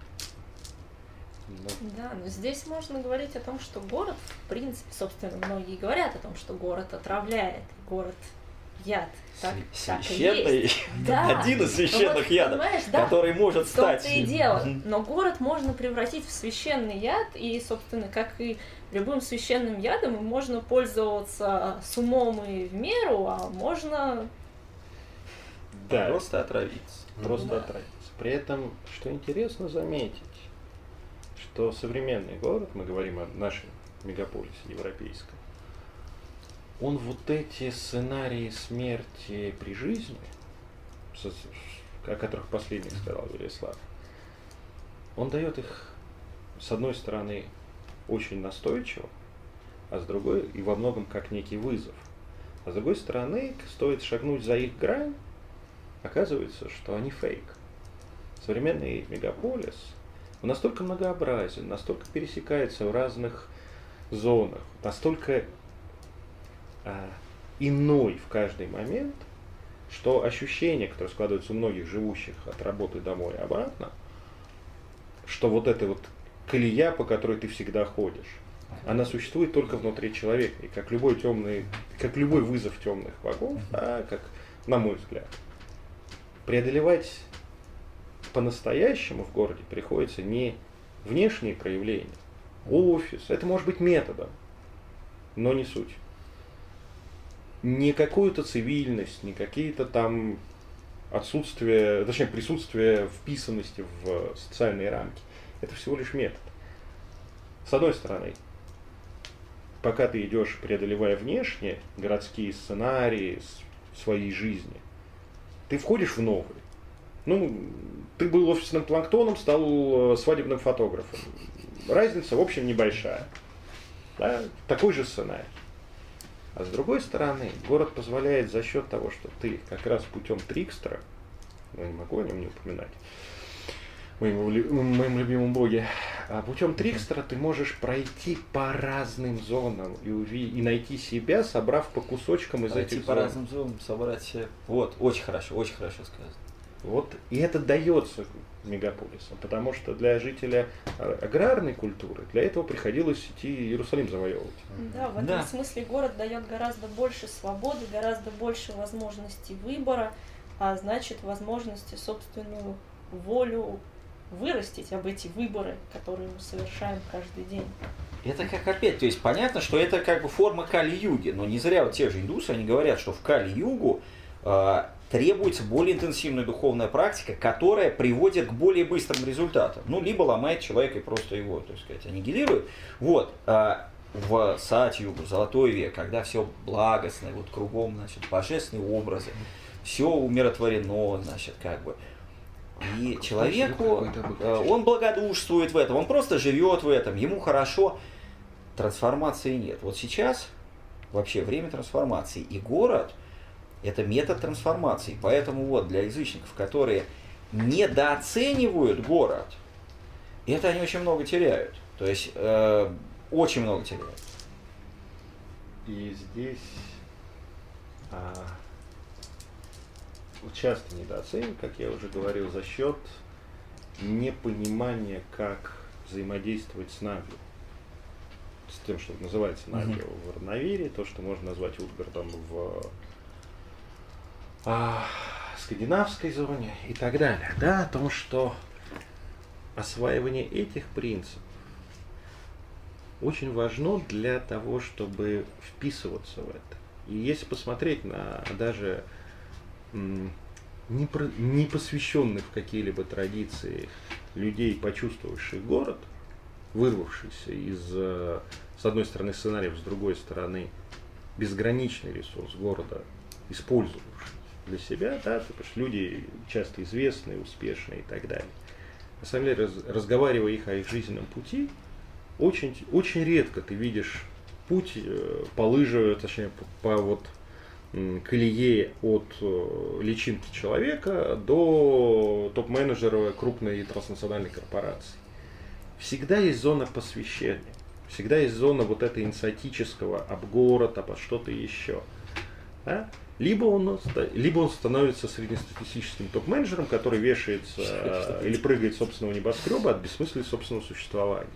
Да, но здесь можно говорить о том, что город, в принципе, собственно, многие говорят о том, что город отравляет, город яд. Так, священный, так да. Один из священных вот, ядов, да, который может стать. В том-то и дело. Но город можно превратить в священный яд, и, собственно, как и любым священным ядом, можно пользоваться с умом и в меру, а можно да. просто отравиться. Просто да. отравиться. При этом, что интересно заметить, что современный город, мы говорим о нашем мегаполисе европейском, он вот эти сценарии смерти при жизни, о которых последний сказал Велислав, он дает их, с одной стороны, очень настойчиво, а с другой и во многом как некий вызов. А с другой стороны, стоит шагнуть за их грань, оказывается, что они фейк. Современный мегаполис, он настолько многообразен, настолько пересекается в разных зонах, настолько а, иной в каждый момент, что ощущение, которое складывается у многих живущих от работы домой и обратно, что вот эта вот колея, по которой ты всегда ходишь, она существует только внутри человека. И как любой темный, как любой вызов темных богов, да, как, на мой взгляд, преодолевать по-настоящему в городе приходится не внешние проявления, офис, это может быть методом, но не суть. Не какую-то цивильность, не какие-то там отсутствие, точнее присутствие вписанности в социальные рамки. Это всего лишь метод. С одной стороны, пока ты идешь, преодолевая внешние городские сценарии своей жизни, ты входишь в новые. Ну, ты был офисным планктоном, стал свадебным фотографом. Разница, в общем, небольшая. Да? Такой же сценарий. А с другой стороны, город позволяет за счет того, что ты как раз путем трикстера, я не могу о нем не упоминать, моему, моему любимому боге, а путем трикстера ты можешь пройти по разным зонам и, уви- и найти себя, собрав по кусочкам из Пройти этих по зон. разным зонам, собрать себя. Вот, очень хорошо, очень хорошо сказано. Вот, и это дается мегаполисам, потому что для жителя аграрной культуры для этого приходилось идти Иерусалим завоевывать. Да, в этом Да. смысле город дает гораздо больше свободы, гораздо больше возможностей выбора, а значит возможности собственную волю вырастить об эти выборы, которые мы совершаем каждый день. Это как опять, то есть понятно, что это как бы форма Кали-юги, но не зря вот те же индусы, они говорят, что в Кали-югу э, требуется более интенсивная духовная практика, которая приводит к более быстрым результатам. Ну, либо ломает человека и просто его, так сказать, аннигилирует. Вот, э, в Сати-югу, Золотой век, когда все благостное, вот кругом, значит, божественные образы, все умиротворено, значит, как бы. И человеку, э, он благодушствует в этом, он просто живет в этом, ему хорошо, трансформации нет. Вот сейчас вообще время трансформации, и город – это метод трансформации. Поэтому вот для язычников, которые недооценивают город, это они очень много теряют. То есть э, очень много теряют. И здесь а, часто недооценен, как я уже говорил, за счет непонимания, как взаимодействовать с Навью. С тем, что называется Навью mm-hmm. в Арнавере, то, что можно назвать Утгардом в а, скандинавской зоне и так далее. Да, о том, что осваивание этих принципов очень важно для того, чтобы вписываться в это. И если посмотреть на даже м, не, про, не посвященных в какие-либо традиции людей, почувствовавших город, вырвавшийся из, с одной стороны, сценариев, с другой стороны, безграничный ресурс города, использовавший для себя, да, потому что люди часто известные, успешные и так далее. На самом деле, раз, разговаривая их о их жизненном пути, очень, очень редко ты видишь путь э, по лыжу, точнее, по, по вот, м, колее от э, личинки человека до топ-менеджера крупной транснациональной корпорации. Всегда есть зона посвящения, всегда есть зона вот этой инсайтического об город, об что-то еще. Да? Либо, он, либо он становится среднестатистическим топ-менеджером, который вешается или прыгает с собственного небоскреба от бессмысленности собственного существования.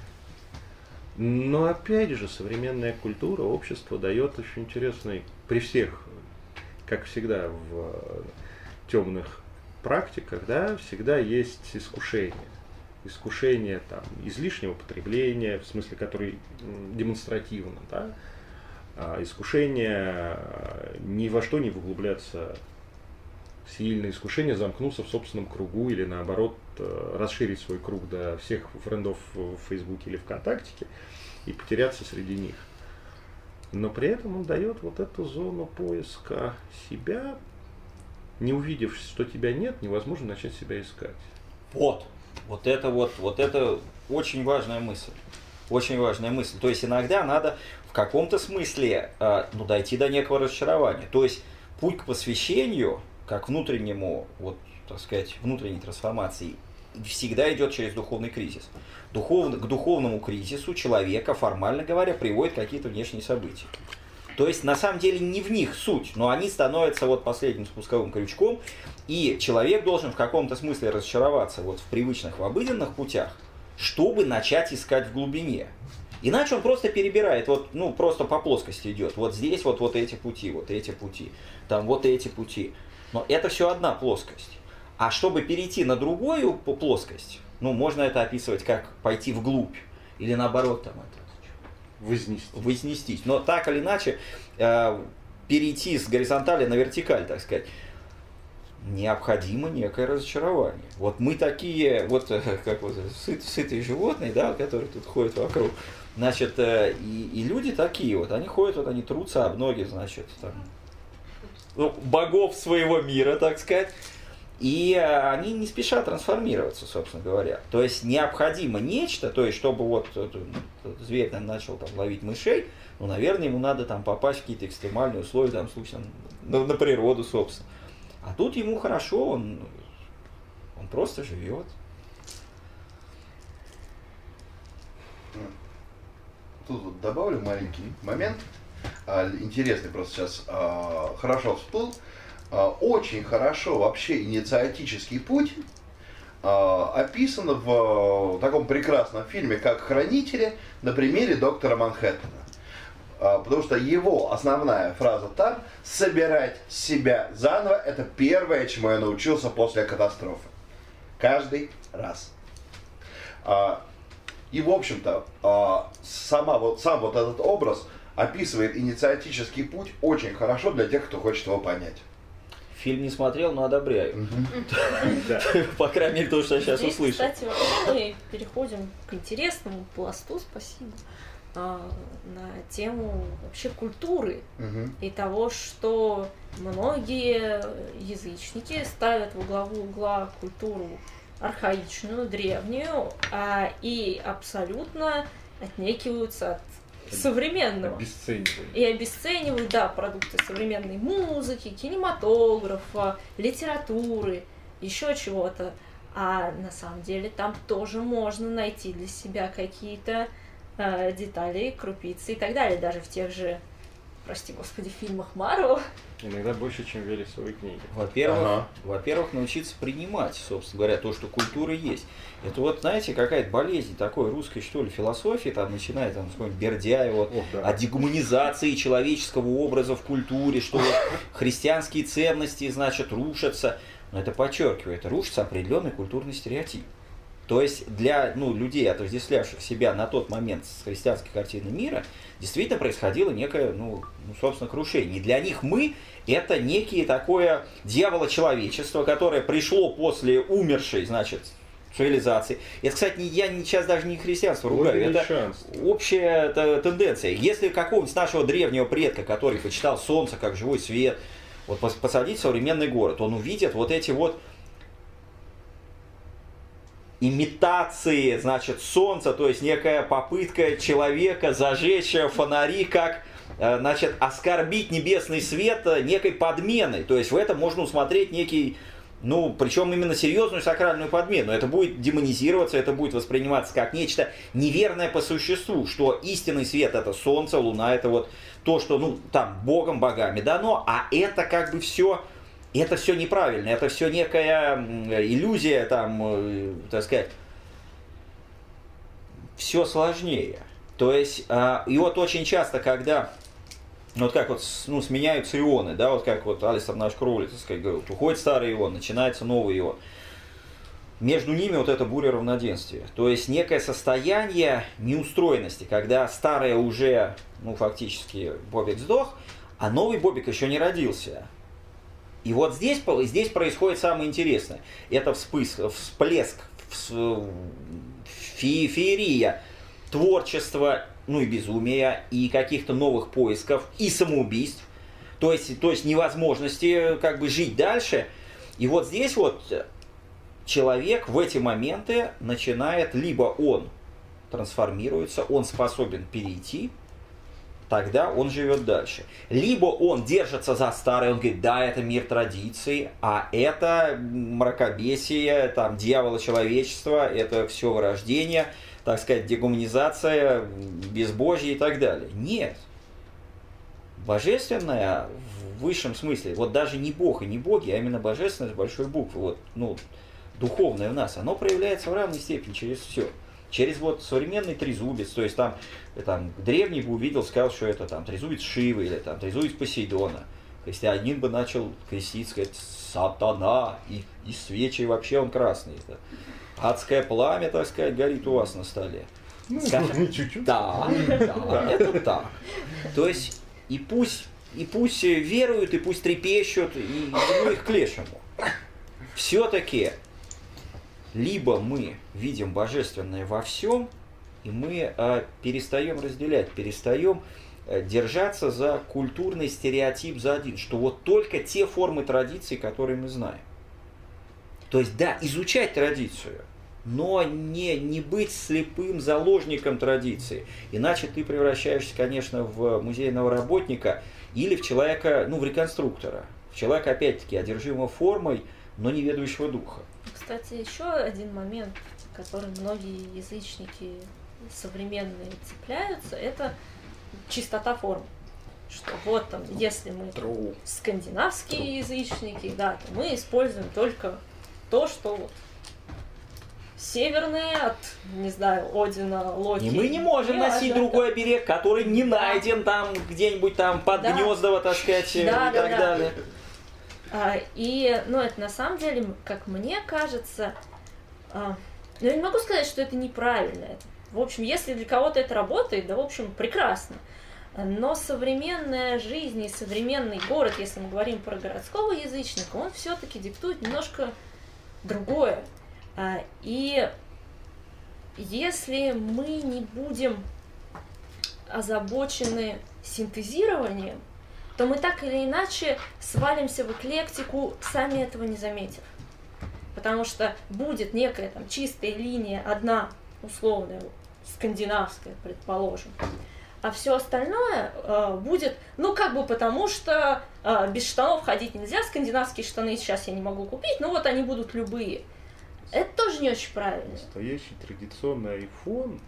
Но опять же, современная культура, общество дает очень интересный, при всех, как всегда в темных практиках, да, всегда есть искушение. Искушение там, излишнего потребления, в смысле, который демонстративно, да, а искушение ни во что не углубляться сильно, искушение замкнуться в собственном кругу или наоборот расширить свой круг до всех френдов в Фейсбуке или ВКонтакте и потеряться среди них. Но при этом он дает вот эту зону поиска себя, не увидев, что тебя нет, невозможно начать себя искать. Вот, вот это вот, вот это очень важная мысль. Очень важная мысль. То есть иногда надо в каком-то смысле э, ну, дойти до некого разочарования. То есть путь к посвящению, как внутреннему, вот, так сказать, внутренней трансформации, всегда идет через духовный кризис. Духов, к духовному кризису человека, формально говоря, приводят какие-то внешние события. То есть на самом деле не в них суть, но они становятся вот последним спусковым крючком, и человек должен в каком-то смысле разочароваться вот в привычных, в обыденных путях, чтобы начать искать в глубине. Иначе он просто перебирает, вот, ну, просто по плоскости идет. Вот здесь вот, вот эти пути, вот эти пути, там вот эти пути. Но это все одна плоскость. А чтобы перейти на другую плоскость, ну, можно это описывать как пойти вглубь. Или наоборот, там это... Вознестись. Вознестись. Но так или иначе, э, перейти с горизонтали на вертикаль, так сказать, необходимо некое разочарование. Вот мы такие, вот как вот сыт, сытые животные, да, которые тут ходят вокруг. Значит, и, и люди такие вот, они ходят, вот они трутся об ноги, значит, там, ну, богов своего мира, так сказать. И они не спешат трансформироваться, собственно говоря. То есть необходимо нечто, то есть чтобы вот этот зверь там начал там ловить мышей, ну, наверное, ему надо там попасть в какие-то экстремальные условия, там, случае, на, на природу, собственно. А тут ему хорошо, он, он просто живет. Тут вот добавлю маленький момент. Интересный просто сейчас хорошо всплыл. Очень хорошо вообще инициатический путь описан в таком прекрасном фильме, как «Хранители», на примере доктора Манхэттена. Потому что его основная фраза там — собирать себя заново — это первое, чему я научился после катастрофы. Каждый раз. И, в общем-то, сама, вот, сам вот этот образ описывает инициатический путь очень хорошо для тех, кто хочет его понять. Фильм не смотрел, но одобряю. По крайней мере, то, что я сейчас услышал. Кстати, мы переходим к интересному пласту, спасибо, на тему вообще культуры и того, что многие язычники ставят во главу угла культуру архаичную, древнюю, а и абсолютно отнекиваются от современного. Обесценивают. И обесценивают, да, продукты современной музыки, кинематографа, литературы, еще чего-то. А на самом деле там тоже можно найти для себя какие-то э, детали, крупицы и так далее. Даже в тех же, прости господи, фильмах Марвел. Иногда больше, чем в Велесовой книге. Во-первых, Ага. во-первых, научиться принимать, собственно говоря, то, что культура есть. Это вот, знаете, какая-то болезнь такой русской, что ли, философии, там, начиная там, с какого-нибудь Бердяева, Ох, да. о дегуманизации человеческого образа в культуре, что вот христианские ценности, значит, рушатся. Но это подчеркиваю, это рушится определенный культурный стереотип. То есть для ну, людей, отождествлявших себя на тот момент с христианской картиной мира, действительно происходило некое, ну, ну, собственно, крушение. И для них мы — это некие такое дьяволочеловечество, которое пришло после умершей, значит, цивилизации. Это, кстати, я сейчас даже не христианство ругаю, это общая это, тенденция. Если какого-нибудь нашего древнего предка, который почитал солнце как живой свет, вот посадить в современный город, он увидит вот эти вот имитации, значит, солнца, то есть некая попытка человека зажечь фонари, как, значит, оскорбить небесный свет некой подменой. То есть в этом можно усмотреть некий, ну, причем именно серьезную сакральную подмену. Это будет демонизироваться, это будет восприниматься как нечто неверное по существу, что истинный свет — это солнце, луна — это вот то, что, ну, там, Богом, богами дано, а это как бы все... Это все неправильно, это все некая иллюзия, там, так сказать, все сложнее. То есть, и вот очень часто, когда, вот как вот, ну, сменяются ионы, да, вот как вот Алистер наш Кроули, так сказать, говорил, уходит старый ион, начинается новый ион. Между ними вот это буря равноденствия. То есть некое состояние неустроенности, когда старое уже, ну, фактически Бобик сдох, а новый Бобик еще не родился. И вот здесь, здесь происходит самое интересное. Это всплеск, всплеск фе, феерия творчества, ну и безумия, и каких-то новых поисков, и самоубийств. То есть, то есть невозможности как бы жить дальше. И вот здесь вот человек в эти моменты начинает, либо он трансформируется, он способен перейти, тогда он живет дальше. Либо он держится за старое, он говорит, да, это мир традиций, а это мракобесие, там, дьявола человечества, это все вырождение, так сказать, дегуманизация, безбожье и так далее. Нет. Божественное в высшем смысле, вот даже не Бог и не боги, а именно божественное с большой буквы, вот, ну, духовное в нас, оно проявляется в равной степени через все. Через вот современный трезубец, то есть там, там древний бы увидел, сказал, что это там трезубец Шивы или там трезубец Посейдона. Христианин бы начал крестить, сказать, сатана, и, и свечи вообще он красный. Это адское пламя, так сказать, горит у вас на столе. Ну, Скажем, чуть-чуть. Да, да, это так. То есть и пусть, и пусть веруют, и пусть трепещут, и ну их к лешему. Все-таки либо мы видим божественное во всем, и мы э, перестаем разделять, перестаем э, держаться за культурный стереотип за один, что вот только те формы традиций, которые мы знаем. То есть, да, изучать традицию, но не, не быть слепым заложником традиции. Иначе ты превращаешься, конечно, в музейного работника или в человека, ну, в реконструктора. В человека, опять-таки, одержимого формой, но не ведущего духа. Кстати, еще один момент, который многие язычники современные цепляются, это чистота форм. Что вот там, если мы True. скандинавские True. язычники, да, то мы используем только то, что вот северные от, не знаю, Одина, Локи. И мы не можем и носить Ажа. другой оберег, который не найден там где-нибудь там под Да. Гнездово, так сказать, Да, и да, так да. далее. А, и, ну, это на самом деле, как мне кажется, а, ну, я не могу сказать, что это неправильно. Это, в общем, если для кого-то это работает, да, в общем, прекрасно. Но современная жизнь и современный город, если мы говорим про городского язычника, он все-таки диктует немножко другое. А, и если мы не будем озабочены синтезированием, то мы так или иначе свалимся в эклектику, сами этого не заметив. Потому что будет некая там чистая линия, одна условная, скандинавская, предположим, а все остальное э, будет, ну, как бы потому что э, без штанов ходить нельзя, скандинавские штаны сейчас я не могу купить, но вот они будут любые. Это тоже не очень правильно. Настоящий традиционный айфон.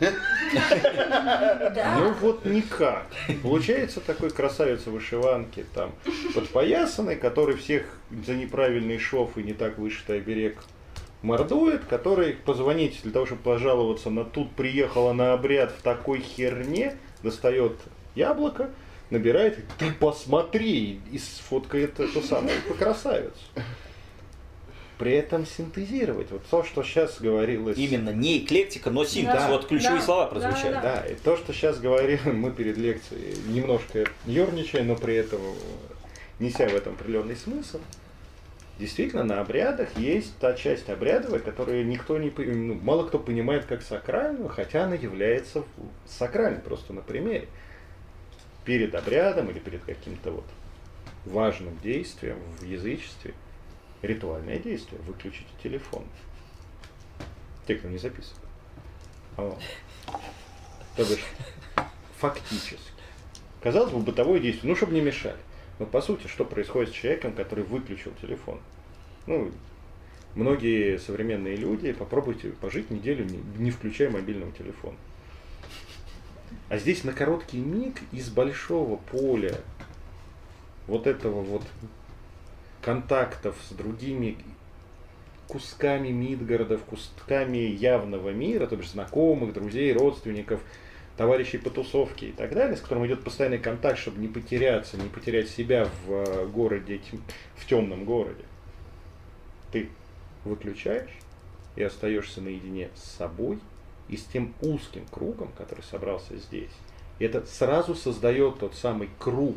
Да. Ну вот никак. Получается такой красавец в вышиванке, там, подпоясанный, который всех за неправильный шов и не так вышитый оберег мордует, который позвонить для того, чтобы пожаловаться на тут приехала на обряд в такой херне, достает яблоко, набирает, ты посмотри, и сфоткает эту самую красавицу. При этом синтезировать. Вот то, что сейчас говорилось... Именно не эклектика, но синтез. Да, Вот ключевые да, слова да, прозвучали. да. Да, и то, что сейчас говорили мы перед лекцией, немножко ерничая, но при этом неся в этом определенный смысл, действительно на обрядах есть та часть обрядовая, которую никто не, ну, мало кто понимает как сакральную, хотя она является сакральной, просто на примере. Перед обрядом или перед каким-то вот важным действием в язычестве ритуальное действие. Выключите телефон. Те, кто не записывает. О. То бишь, фактически. Казалось бы, бытовое действие, ну, чтобы не мешали. Но по сути, что происходит с человеком, который выключил телефон? Ну, многие современные люди, попробуйте пожить неделю, не, не включая мобильного телефона. А здесь на короткий миг из большого поля вот этого вот контактов с другими кусками Мидгарда, кусками явного мира, то бишь знакомых, друзей, родственников, товарищей по тусовке и так далее, с которым идет постоянный контакт, чтобы не потеряться, не потерять себя в городе, в темном городе. Ты выключаешь и остаешься наедине с собой и с тем узким кругом, который собрался здесь. И это сразу создает тот самый круг,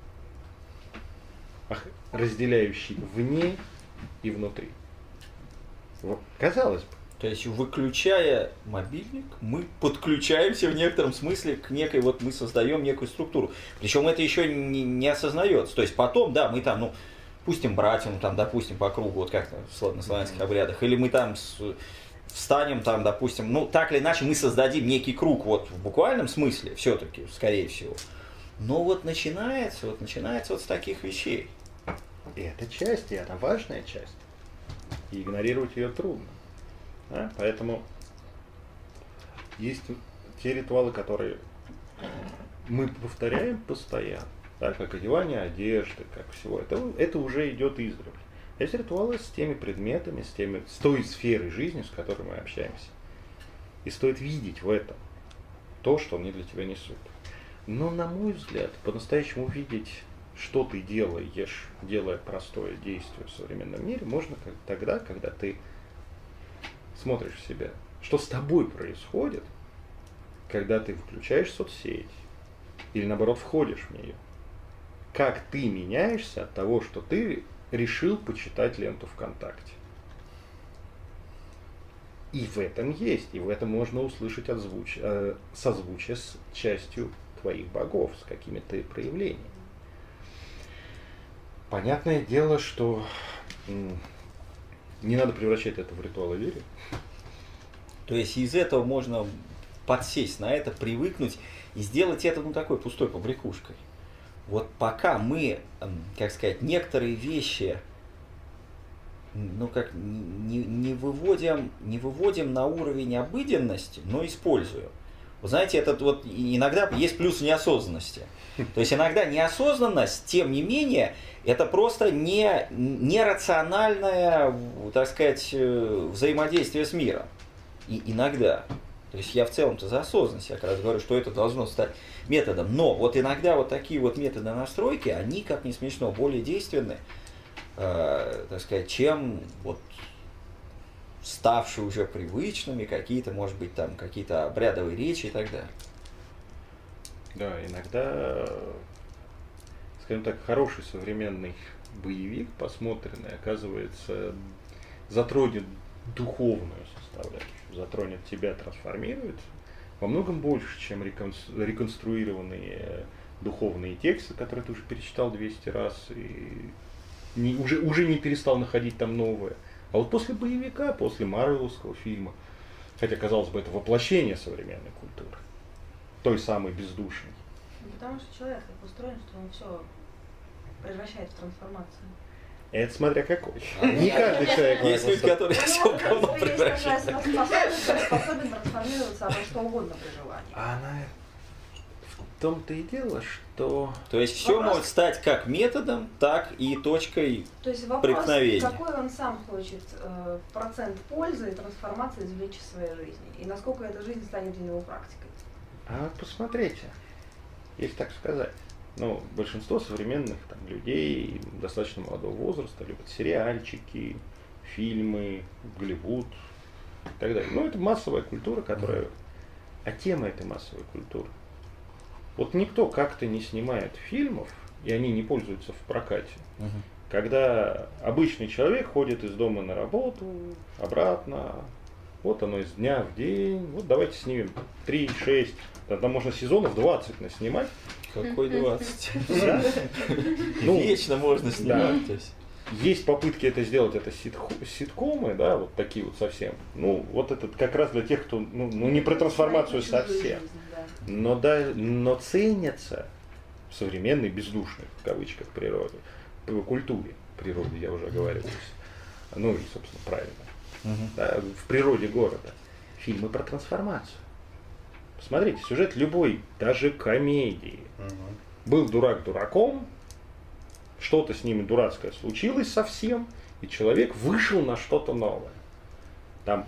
разделяющий вне и внутри. Вот, казалось бы. То есть, выключая мобильник, мы подключаемся в некотором смысле к некой, вот мы создаем некую структуру. Причем это еще не, не осознается. То есть, потом, да, мы там, ну, пустим братьям, там, допустим, по кругу, вот как на славянских обрядах, или мы там с, встанем, там, допустим, ну, так или иначе, мы создадим некий круг, вот, в буквальном смысле, все-таки, скорее всего. Но вот начинается, вот начинается вот с таких вещей. И это часть, и это важная часть. И игнорировать ее трудно. Да? Поэтому есть те ритуалы, которые мы повторяем постоянно, да, как одевание одежды, как всего. Это, это уже идет издревле. Есть ритуалы с теми предметами, с, теми, с той сферой жизни, с которой мы общаемся. И стоит видеть в этом то, что они для тебя несут. Но, на мой взгляд, по-настоящему видеть, что ты делаешь, делая простое действие в современном мире, можно тогда, когда ты смотришь в себя, что с тобой происходит, когда ты выключаешь соцсеть или, наоборот, входишь в нее. Как ты меняешься от того, что ты решил почитать ленту ВКонтакте. И в этом есть, и в этом можно услышать отзвуч... э, созвучие с частью твоих богов, с какими-то проявлениями. Понятное дело, что м- Не надо превращать это в ритуал веры. То есть из этого можно подсесть на это, привыкнуть и сделать это, ну, такой пустой побрякушкой. Вот пока мы, как сказать, некоторые вещи, ну, как не, не выводим, не выводим на уровень обыденности, но используем. Вы знаете, этот вот иногда есть плюс неосознанности. То есть иногда неосознанность, тем не менее, это просто не, нерациональное, так сказать, взаимодействие с миром. И иногда. То есть я в целом-то за осознанность, я как раз говорю, что это должно стать методом. Но вот иногда вот такие вот методы настройки, они, как ни смешно, более действенны, э, так сказать, чем вот ставшие уже привычными какие-то, может быть, там какие-то обрядовые речи и так далее. Да, иногда, скажем так, хороший современный боевик, посмотренный, оказывается, затронет духовную составляющую, затронет тебя, трансформирует во многом больше, чем реконструированные духовные тексты, которые ты уже перечитал двести раз и не, уже, уже не перестал находить там новое. А вот после боевика, после марвеловского фильма, хотя, казалось бы, это воплощение современной культуры, той самой бездушной. Потому что человек так устроен, что он все превращает в трансформацию. Это смотря какой. А не каждый человек. Есть люди, которые все равно превращают. Способен трансформироваться во что угодно при желании. А она в том-то и дело, что... То есть все вопрос... может стать как методом, так и точкой То есть вопрос, преткновения. Какой он сам хочет э, процент пользы и трансформации извлечь из своей жизни, и насколько эта жизнь станет для него практикой. А вот посмотрите, если так сказать, ну, большинство современных там, людей достаточно молодого возраста любят сериальчики, фильмы, Голливуд и так далее. Ну, это массовая культура, которая... А тема этой массовой культуры. Вот никто как-то не снимает фильмов, и они не пользуются в прокате. Uh-huh. Когда обычный человек ходит из дома на работу, обратно, вот оно из дня в день, вот давайте снимем три, шесть, тогда можно сезонов двадцать наснимать. Какой двадцать? Да? Вечно можно снимать. Да. Есть попытки это сделать, это ситкомы, да, вот такие вот совсем. Ну, вот это как раз для тех, кто, ну, ну не про трансформацию совсем. Но, да, но ценятся в современной, бездушной, в кавычках, природе, культуре природы, я уже говорил. Ну и, собственно, правильно. Uh-huh. Да, в природе города. Фильмы про трансформацию. Посмотрите, сюжет любой, даже комедии. Uh-huh. Был дурак дураком, что-то с ними дурацкое случилось совсем, и человек вышел на что-то новое. Там,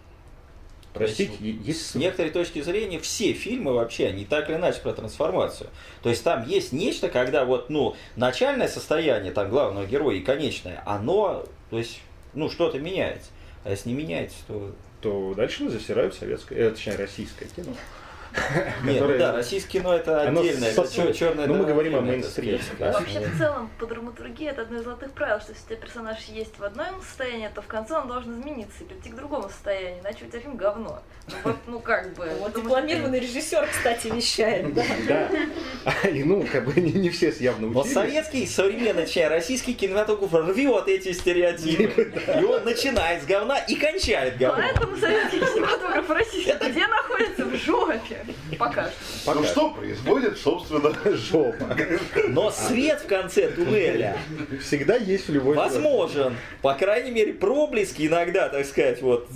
простите, есть... есть... С некоторой точки зрения все фильмы вообще, они так или иначе про трансформацию. То есть там есть нечто, когда вот, ну, начальное состояние там главного героя и конечное, оно, то есть, ну, что-то меняется. А если не меняется, то... то дальше засирают советское, э, точнее, российское кино. Нет, ну да, российское кино это отдельное, это черное. Но мы говорим о мейнстриме. Вообще, в целом, по драматургии это одно из золотых правил, что если у тебя персонаж есть в одном состоянии, то в конце он должен измениться и прийти к другому состоянию, иначе у тебя фильм говно. Ну, как бы... Вот дипломированный режиссер, кстати, вещает, да. Да. И, ну, как бы не все явно учились. Вот советский, современный, российский кинематограф рвет эти стереотипы. И он начинает с говна и кончает говно. Поэтому советский кинематограф российский где находится? В жопе. Пока что. Ну что происходит, собственно, жопа. Но свет в конце туннеля всегда есть в любой... возможен. По крайней мере, проблески иногда, так сказать, вот.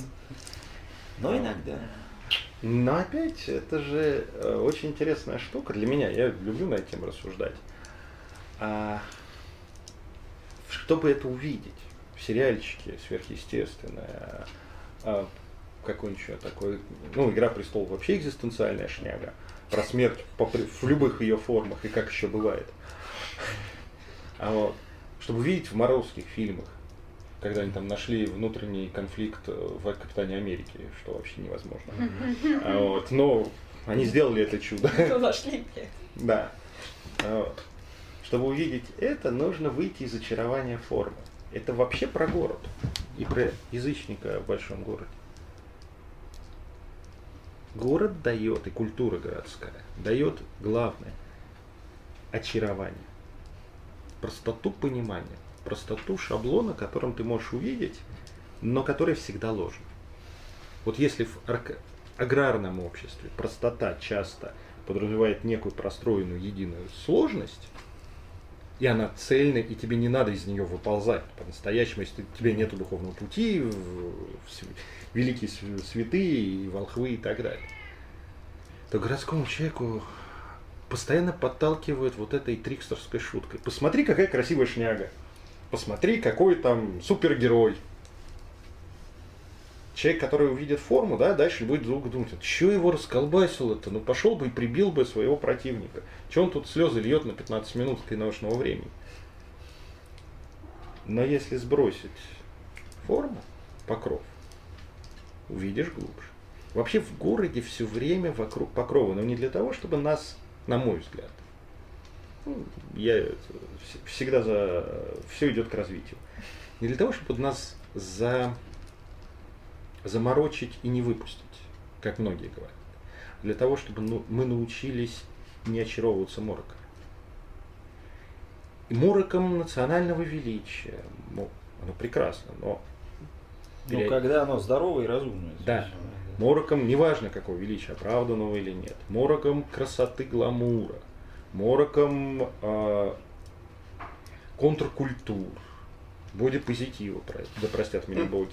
Но иногда. Но опять, это же очень интересная штука для меня. Я люблю над этим рассуждать. А чтобы это увидеть в сериальчике сверхъестественное, какой-нибудь еще такой, ну, «Игра престолов» вообще экзистенциальная шняга, про смерть по, в любых ее формах и как еще бывает. А вот, чтобы увидеть в марвеловских фильмах, когда они там нашли внутренний конфликт в «Капитане Америки», что вообще невозможно. А вот, но они сделали это чудо. Нашли. Да. А вот. Чтобы увидеть это, нужно выйти из очарования формы. Это вообще про город и про язычника в большом городе. Город дает, и культура городская, дает главное – очарование, простоту понимания, простоту шаблона, которым ты можешь увидеть но который всегда ложен. Вот если в аграрном обществе простота часто подразумевает некую простроенную единую сложность, и она цельная, и тебе не надо из нее выползать по-настоящему, если у тебя нет духовного пути, в, в, великие святые, и волхвы и так далее, то городскому человеку постоянно подталкивают вот этой трикстерской шуткой. Посмотри, какая красивая шняга. Посмотри, какой там супергерой. Человек, который увидит форму, да, дальше будет долго думать, что его расколбасил-то? Ну пошел бы и прибил бы своего противника. Че он тут слезы льет на пятнадцать минут киношного времени? Но если сбросить форму, покров, увидишь глубже. Вообще в городе все время вокруг покрова, но не для того, чтобы нас, на мой взгляд, ну, я всегда за... все идет к развитию. Не для того, чтобы нас за... заморочить и не выпустить, как многие говорят. Для того, чтобы ну, мы научились не очаровываться мороком. И мороком национального величия, ну, оно прекрасно, но... Ну, перед... когда оно здоровое и разумное. Да. Мороком, неважно какого величия, оправданного или нет. Мороком красоты, гламура. Мороком э, контркультур. Бодипозитива, да простят меня боги.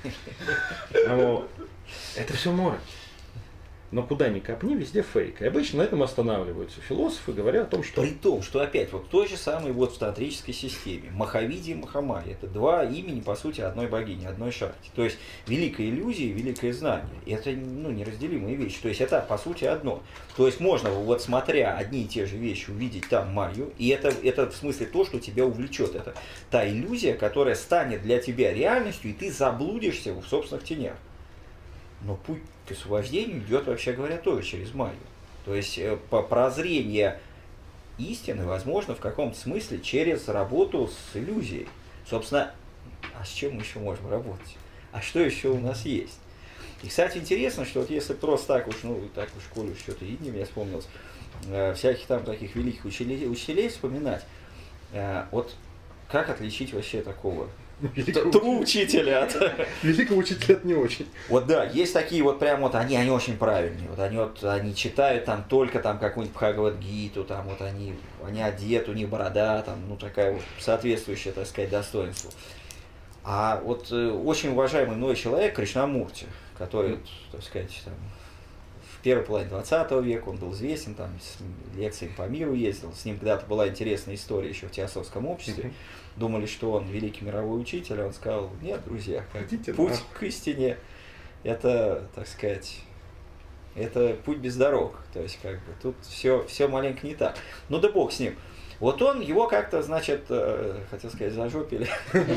Это все морок. Но куда ни копни, везде фейк. И обычно на этом останавливаются философы, говоря о том, что... При том, что опять вот в той же самой вот в тантрической системе Махавиди и Махамайя — это два имени, по сути, одной богини, одной шакти. То есть великая иллюзия и великое знание. Это ну, неразделимые вещи. То есть это, по сути, одно. То есть можно, вот смотря одни и те же вещи, увидеть там Майю, и это, это в смысле то, что тебя увлечет. Это та иллюзия, которая станет для тебя реальностью, и ты заблудишься в собственных тенях. Но путь к освобождению идет, вообще говоря, тоже через Майю. То есть по прозрение истины возможно в каком-то смысле через работу с иллюзией. Собственно, а с чем мы еще можем работать? А что еще у нас есть? И, кстати, интересно, что вот если просто так уж, ну, так уж, коли уж что-то иднем, я вспомнил, э, всяких там таких великих учителей, учителей вспоминать, э, вот как отличить вообще такого тру учителя от... Великого учителя это не очень. Вот да, есть такие вот прям вот, они, они очень правильные. Вот они вот, они читают там только там какую-нибудь Бхагавад-гиту, там вот они, они одеты, у них борода, там, ну такая вот соответствующая, так сказать, достоинству. А вот э, очень уважаемый мной человек Кришнамурти, который, так сказать, там, в первой половине двадцатого века он был известен, там, с лекциями по миру ездил, с ним когда-то была интересная история еще в теософском обществе. Думали, что он великий мировой учитель, а он сказал: нет, друзья, как путь да. к истине — это, так сказать, это путь без дорог. То есть, как бы, тут все, все маленько не так. Ну да бог с ним. Вот он, его как-то, значит, э, хотел сказать, зажопили.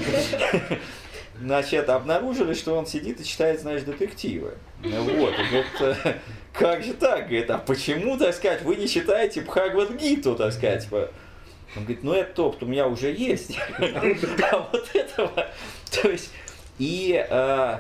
Значит, обнаружили, что он сидит и читает, знаешь, детективы. Вот, и говорит, как же так? Говорит, а почему, так сказать, вы не читаете Бхагавад-гиту, так сказать? Он говорит, ну этот опыт у меня уже есть, а вот этого, то есть, и э,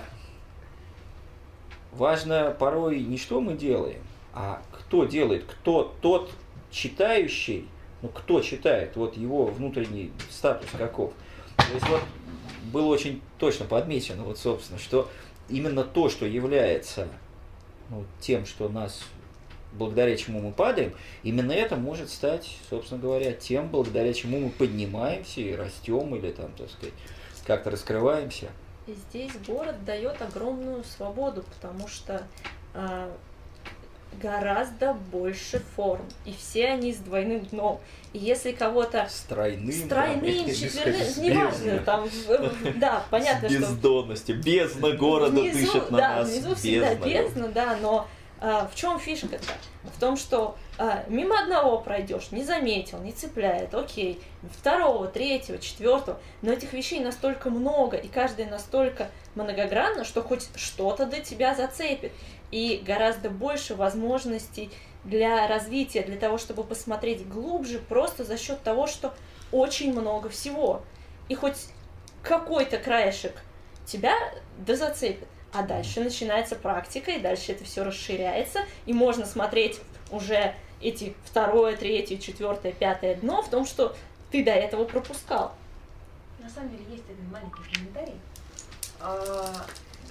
важно порой не что мы делаем, а кто делает, кто тот читающий, ну кто читает, вот его внутренний статус каков. То есть вот было очень точно подмечено, вот собственно, что именно то, что является ну, тем, что нас... благодаря чему мы падаем, именно это может стать, собственно говоря, тем, благодаря чему мы поднимаемся и растем, или там, так сказать, как-то раскрываемся. И здесь город дает огромную свободу, потому что э, гораздо больше форм, и все они с двойным дном. И если кого-то... С тройным, с тройным, четверным, неважно, там, да, понятно, что... С бездонностью, бездна города внизу, дышит на да, нас. Внизу всегда бездна, да, но а, в чем фишка-то? В том, что а, мимо одного пройдешь, не заметил, не цепляет, окей, второго, третьего, четвертого, но этих вещей настолько много, и каждая настолько многогранна, что хоть что-то до тебя зацепит, и гораздо больше возможностей для развития, для того, чтобы посмотреть глубже, просто за счет того, что очень много всего. И хоть какой-то краешек тебя да зацепит. А дальше начинается практика, и дальше это все расширяется, и можно смотреть уже эти второе, третье, четвертое, пятое дно в том, что ты до этого пропускал. На самом деле есть один маленький комментарий. А,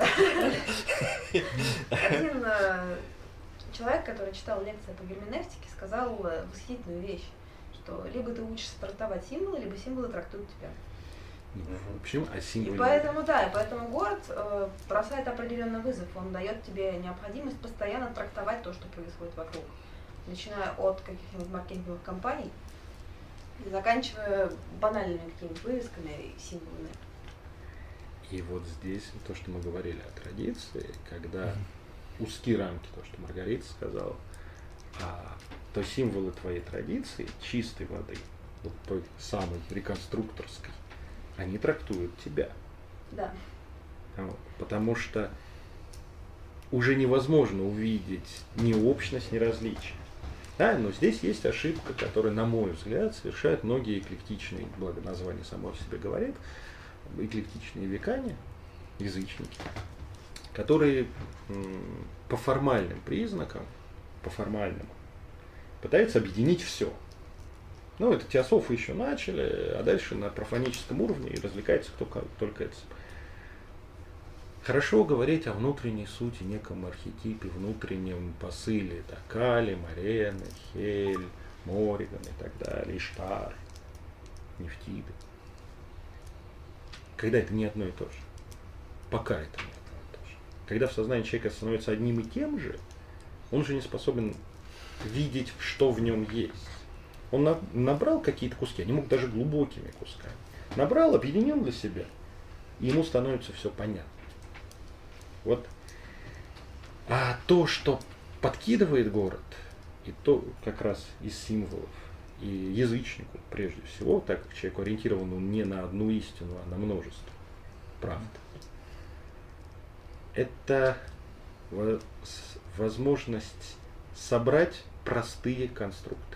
Один э, человек, который читал лекции по герменевтике, сказал э, восхитительную вещь, что либо ты учишься трактовать символы, либо символы трактуют тебя. Почему? А И символы? поэтому, да, и поэтому город э, бросает определенный вызов, он дает тебе необходимость постоянно трактовать то, что происходит вокруг, начиная от каких-нибудь маркетинговых компаний и заканчивая банальными какими-нибудь вывесками и символами. И вот здесь то, что мы говорили о традиции, когда узкие рамки, то, что Маргарита сказала, а, то символы твоей традиции, чистой воды, вот той самой реконструкторской, они трактуют тебя. Да. Вот. Потому что уже невозможно увидеть ни общность, ни различия. Да, но здесь есть ошибка, которая, на мой взгляд, совершают многие эклектичные, благо название само о себе говорит, эклектичные векане, язычники, которые м, по формальным признакам, по формальному, пытаются объединить все. Ну, это теософы еще начали, а дальше на профаническом уровне развлекается кто только это. Хорошо говорить о внутренней сути, неком архетипе, внутреннем посыле, да, Кали, Марены, Хель, Мориган и так далее, Иштар, Нефтиды. Когда это не одно и то же. Пока это не одно и то же. Когда в сознании человека становится одним и тем же, он уже не способен видеть, что в нем есть. Он на, набрал какие-то куски, они могут даже глубокими кусками. Набрал, объединил для себя, и ему становится все понятно. Вот. А то, что подкидывает город, и то как раз из символов, и язычнику прежде всего, так как человек ориентирован он не на одну истину, а на множество правд, это возможность собрать простые конструкты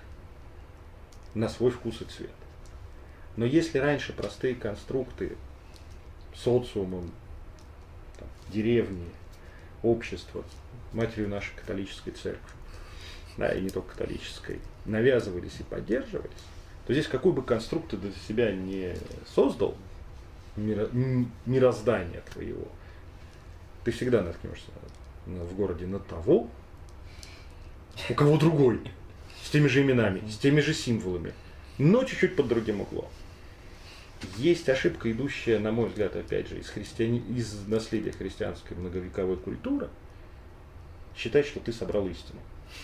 на свой вкус и цвет. Но если раньше простые конструкты социумом, там, деревни, общества, матерью нашей католической церкви, да, и не только католической, навязывались и поддерживались, то здесь какой бы конструкт ты для себя не создал, миро, мироздание твоего, ты всегда наткнешься в городе на того, у кого другой, с теми же именами, с теми же символами, но чуть-чуть под другим углом. Есть ошибка, идущая, на мой взгляд, опять же, из, христиани... из наследия христианской многовековой культуры, считать, что ты собрал истину.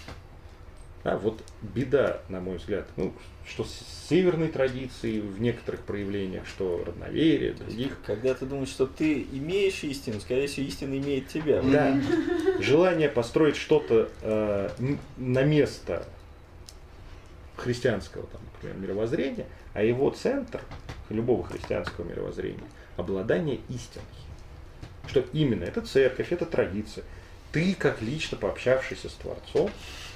А вот беда, на мой взгляд, ну, что с северной традиции в некоторых проявлениях, что родноверие, других. Когда ты думаешь, что ты имеешь истину, скорее всего, истина имеет тебя. Да. Желание построить что-то э, на место христианского, там, например, мировоззрения, а его центр любого христианского мировоззрения – обладание истиной. Что именно? Это церковь, это традиция. Ты, как лично пообщавшийся с Творцом,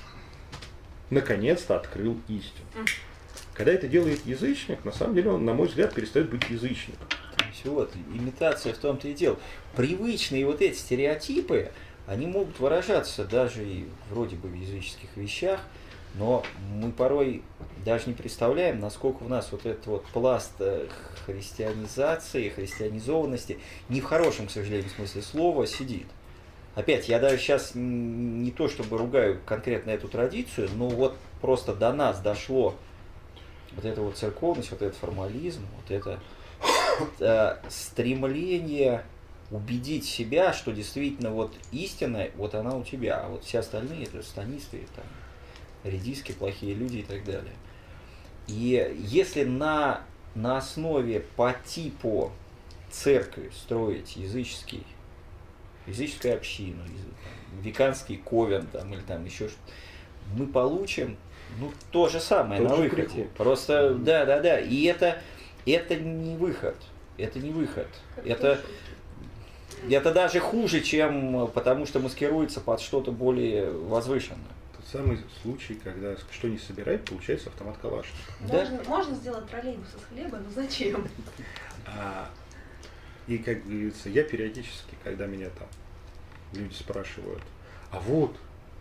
наконец-то открыл истину. Когда это делает язычник, на самом деле он, на мой взгляд, перестает быть язычником. Вот, имитация в том-то и дело. Привычные вот эти стереотипы, они могут выражаться даже и вроде бы в языческих вещах, но мы порой даже не представляем, насколько в нас вот этот вот пласт христианизации, христианизованности, не в хорошем, к сожалению, смысле слова, сидит. Опять, я даже сейчас не то чтобы ругаю конкретно эту традицию, но вот просто до нас дошло вот эта вот церковность, вот этот формализм, вот это э, стремление убедить себя, что действительно вот истина, вот она у тебя, а вот все остальные это станисты, там, редиски, плохие люди и так далее. И если на, на основе по типу церкви строить языческий, языческую общину, там, веканский ковен там, или там еще что-то, мы получим ну, то же самое Тот на же выходе. приход. Просто, mm-hmm. да, да, да. И это, это не выход. Это не выход. Это, это даже хуже, чем потому что маскируется под что-то более возвышенное. Тот самый случай, когда что не собирает, получается автомат Калашникова. Можно, Да? можно сделать троллейбус из хлеба, но зачем? А, и, как говорится, я периодически, когда меня там люди спрашивают, а вот,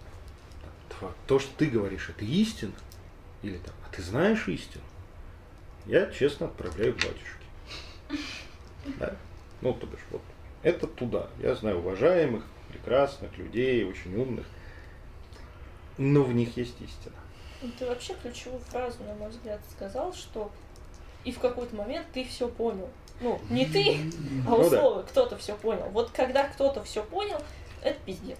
то, что ты говоришь, это истина? Или там, а ты знаешь истину? Я честно отправляю к батюшке. Да? Ну, то бишь, вот, Это туда. Я знаю уважаемых, прекрасных людей, очень умных, но в них есть истина. Ты вообще ключевую фразу, на мой взгляд, сказал, что и в какой-то момент ты все понял. Ну, не ты, а условно, ну, да. кто-то все понял. Вот когда кто-то все понял, это пиздец.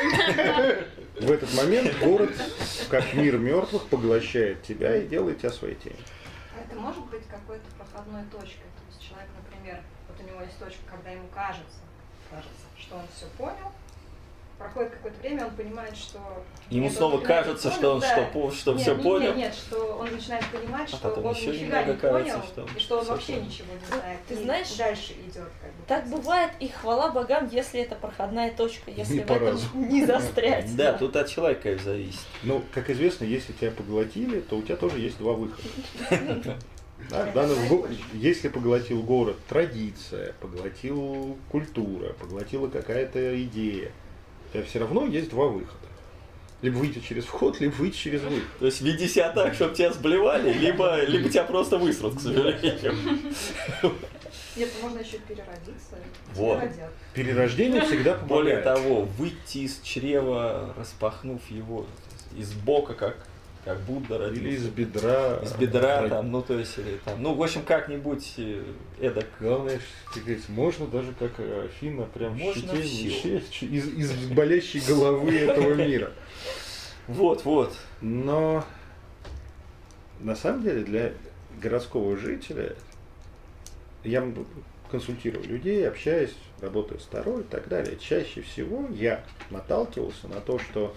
В этот момент город, как мир мертвых, поглощает тебя и делает тебя своей тенью. А это может быть какой-то проходной точкой? То есть человек, например, вот у него есть точка, когда ему кажется, кажется, что он все понял. Проходит какое-то время, он понимает, что... Ему снова кажется, понял, что он да. что, что нет, все нет, понял? Нет, нет, что он начинает понимать, а что он нифига не кажется, понял, что и что он вообще понял. ничего не знает. Ты и знаешь, дальше идет. Как бы, так бывает, и хвала богам, если это проходная точка, если не в этом не застрять. Да, тут от человека зависит. Ну, как известно, если тебя поглотили, то у тебя тоже есть два выхода. Да, в данном, если поглотил город традиция, поглотил культура, поглотила какая-то идея, у тебя все равно есть два выхода. Либо выйти через вход, либо выйти через выход. То есть веди себя так, чтобы тебя сблевали, либо, либо тебя просто высрут, к сожалению. Нет, можно еще переродиться. Вот. Перерождение всегда помогает. Более того, выйти из чрева, распахнув его из бока, как, как Будда родился. Или из бедра. Из бедра, там, ну то есть, или там, ну в общем, как-нибудь эдак. Главное, как говорится, можно даже как Афина, прям можно щетей, из, из болящей головы этого мира. Вот, вот. Но на самом деле для городского жителя я консультирую людей, общаюсь, работаю с Таро и так далее. Чаще всего я наталкивался на то, что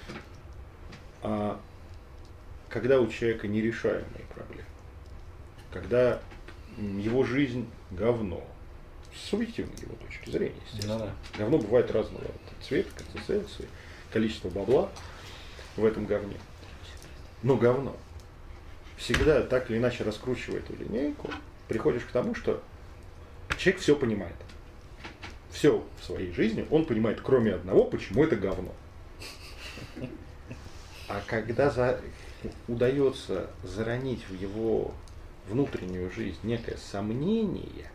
а, когда у человека нерешаемые проблемы, когда его жизнь говно, с субъективной его точки зрения, естественно. Ну, да. Говно бывает разного цвета, консистенции, количество бабла в этом говне. Но говно. Всегда так или иначе раскручивая эту линейку, приходишь к тому, что человек все понимает. Все в своей жизни он понимает, кроме одного, почему это говно. А когда за... удается заронить в его внутреннюю жизнь некое сомнение,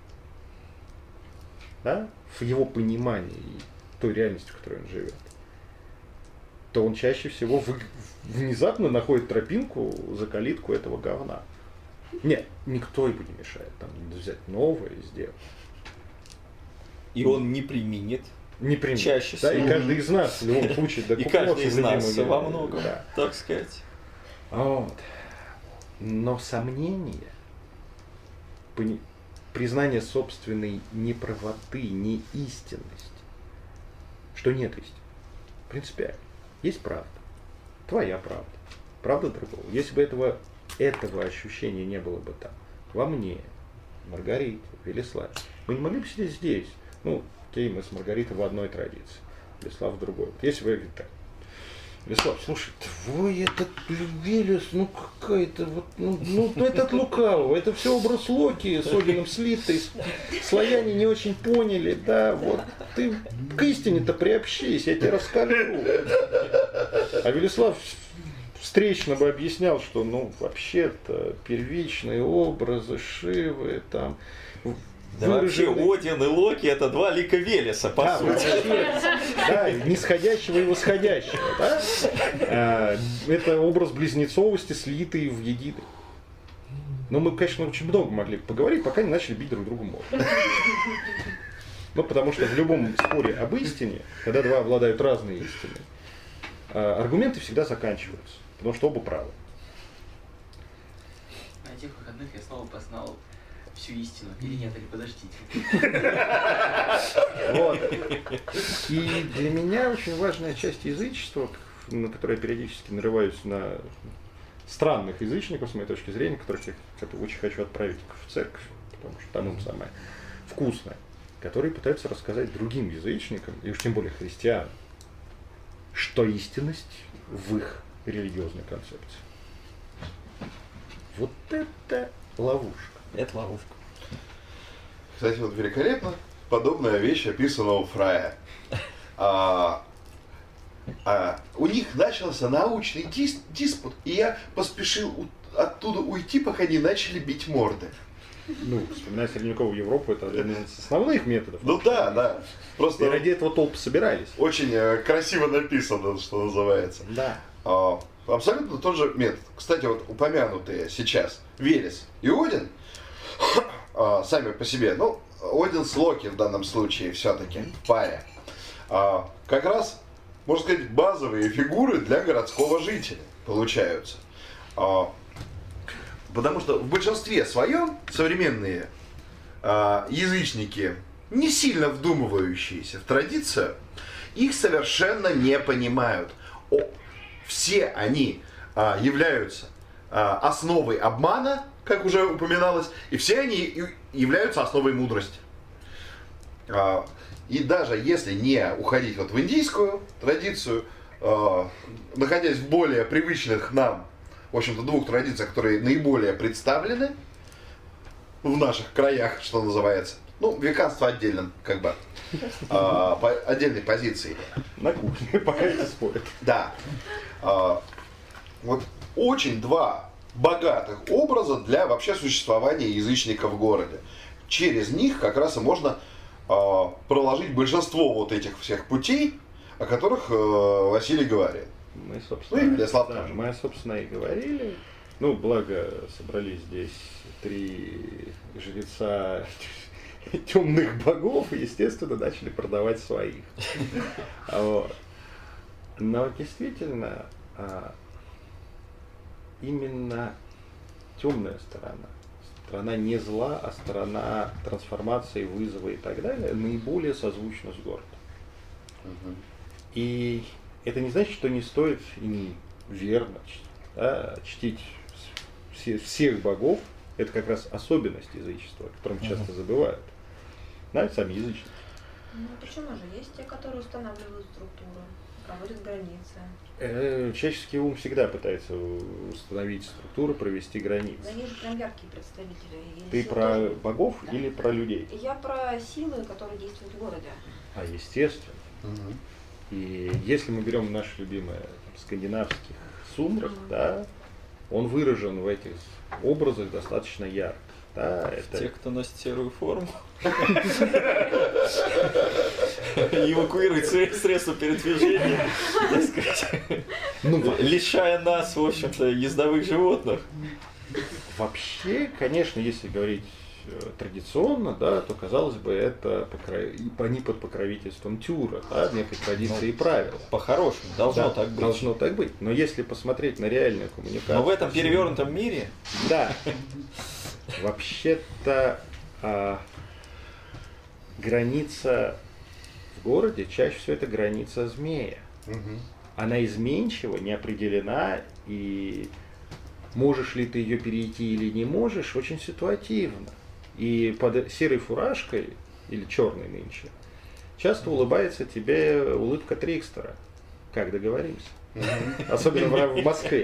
да, в его понимании той реальности, в которой он живет, то он чаще всего вы... внезапно находит тропинку за калитку этого говна. Нет, никто ему не мешает там взять новое и сделать. И он не применит. Не применит. Чаще да, всего. И каждый из нас в любом случае и каждый из нас во многом, да. так сказать. Вот. Но сомнение, признание собственной неправоты, неистинности, что нет истины, принципиально. Есть правда. Твоя правда. Правда другого. Если бы этого, этого ощущения не было бы там, во мне, Маргарите, Велиславе, мы не могли бы сидеть здесь. Ну, окей, мы с Маргаритой в одной традиции, Велислав в другой. Вот если вы говорите так, Велислав, слушай, твой этот Велес, ну какая-то вот, ну, ну, ну это от лукавого, это все образ Локи с Одином слитый, славяне не очень поняли, да, вот ты к истине-то приобщись, я тебе расскажу. А Велислав встречно бы объяснял, что, ну, вообще-то первичные образы Шивы, там, да вообще Один и Локи это два лика Велеса, по да, сути. Вообще, да, нисходящего и восходящего. Да? А, это образ близнецовости, слитый в единый. Но мы, конечно, очень много могли поговорить, пока не начали бить друг другу морду. Ну, потому что в любом споре об истине, когда два обладают разной истиной, аргументы всегда заканчиваются, потому что оба правы. На этих выходных я снова познал всю истину. Или нет, или подождите. Вот. И для меня очень важная часть язычества, на которой я периодически нарываюсь на странных язычников, с моей точки зрения, которых я очень хочу отправить в церковь, потому что там им самое вкусное, которые пытаются рассказать другим язычникам, и уж тем более христианам, что истинность в их религиозной концепции. Вот это ловушка. Это ловушка. Кстати, вот великолепно подобная вещь описана у Фрая. А, а, у них начался научный дис, диспут, и я поспешил у, оттуда уйти, пока не начали бить морды. ну, вспоминая средневековую Европу, это один из основных методов. Ну да, да. Просто и ради этого толпы собирались. Очень красиво написано, что называется. Да. А, абсолютно тот же метод. Кстати, вот упомянутые сейчас Велес и Один, а, сами по себе, ну, Один с Локи в данном случае все-таки в паре, а, как раз, можно сказать, базовые фигуры для городского жителя получаются. А, потому что в большинстве своем современные а, язычники, не сильно вдумывающиеся в традицию, их совершенно не понимают. О, все они а, являются а, основой обмана, как уже упоминалось, и все они являются основой мудрости. А, и даже если не уходить вот в индийскую традицию, а, находясь в более привычных нам, в общем-то, двух традициях, которые наиболее представлены в наших краях, что называется, ну, веганство отдельно, как бы, а, по отдельной позиции. На кухне, пока не спорят. Да. А, вот очень два богатых образа для вообще существования язычника в городе. Через них как раз и можно а, проложить большинство вот этих всех путей, о которых а, Василий говорил. Мы, собственно, ну, и Вячеслав да, тоже. мы, собственно, и говорили. Ну, благо, собрались здесь три жреца темных богов, и, естественно, начали продавать своих. Но действительно, именно темная сторона, сторона не зла, а сторона трансформации, вызова и так далее, наиболее созвучна с городом. И это не значит, что не стоит и не верно, да, чтить все, всех богов. Это как раз особенность язычества, о котором uh-huh. часто забывают. Знаете, сами язычники. Ну почему же? Есть те, которые устанавливают структуру, проводят границы. Э, человеческий ум всегда пытается установить структуру, провести границы. Да есть же прям яркие представители. Ты Есть про тоже... богов да. или про людей? Я про силы, которые действуют в городе. А естественно. Uh-huh. И если мы берем наши любимые там, скандинавских сумрак, uh-huh. да, он выражен в этих образах достаточно ярко. Да, это... Те, кто носит серую форму, эвакуирует средства передвижения, лишая нас, в общем-то, ездовых животных. Вообще, конечно, если говорить традиционно, да, то, казалось бы, это покров... они под покровительством Тюра, да, некой традиции ну, и правил. По-хорошему, должно да, так быть. Должно так быть. Но если посмотреть на реальную коммуникацию... Но в этом перевернутом мире... Да. Вообще-то а, граница в городе, чаще всего это граница змея. Угу. Она изменчива, не определена, и можешь ли ты ее перейти или не можешь, очень ситуативно. И под серой фуражкой, или черной нынче, часто улыбается тебе улыбка Трикстера. Как договоримся? Особенно в Москве.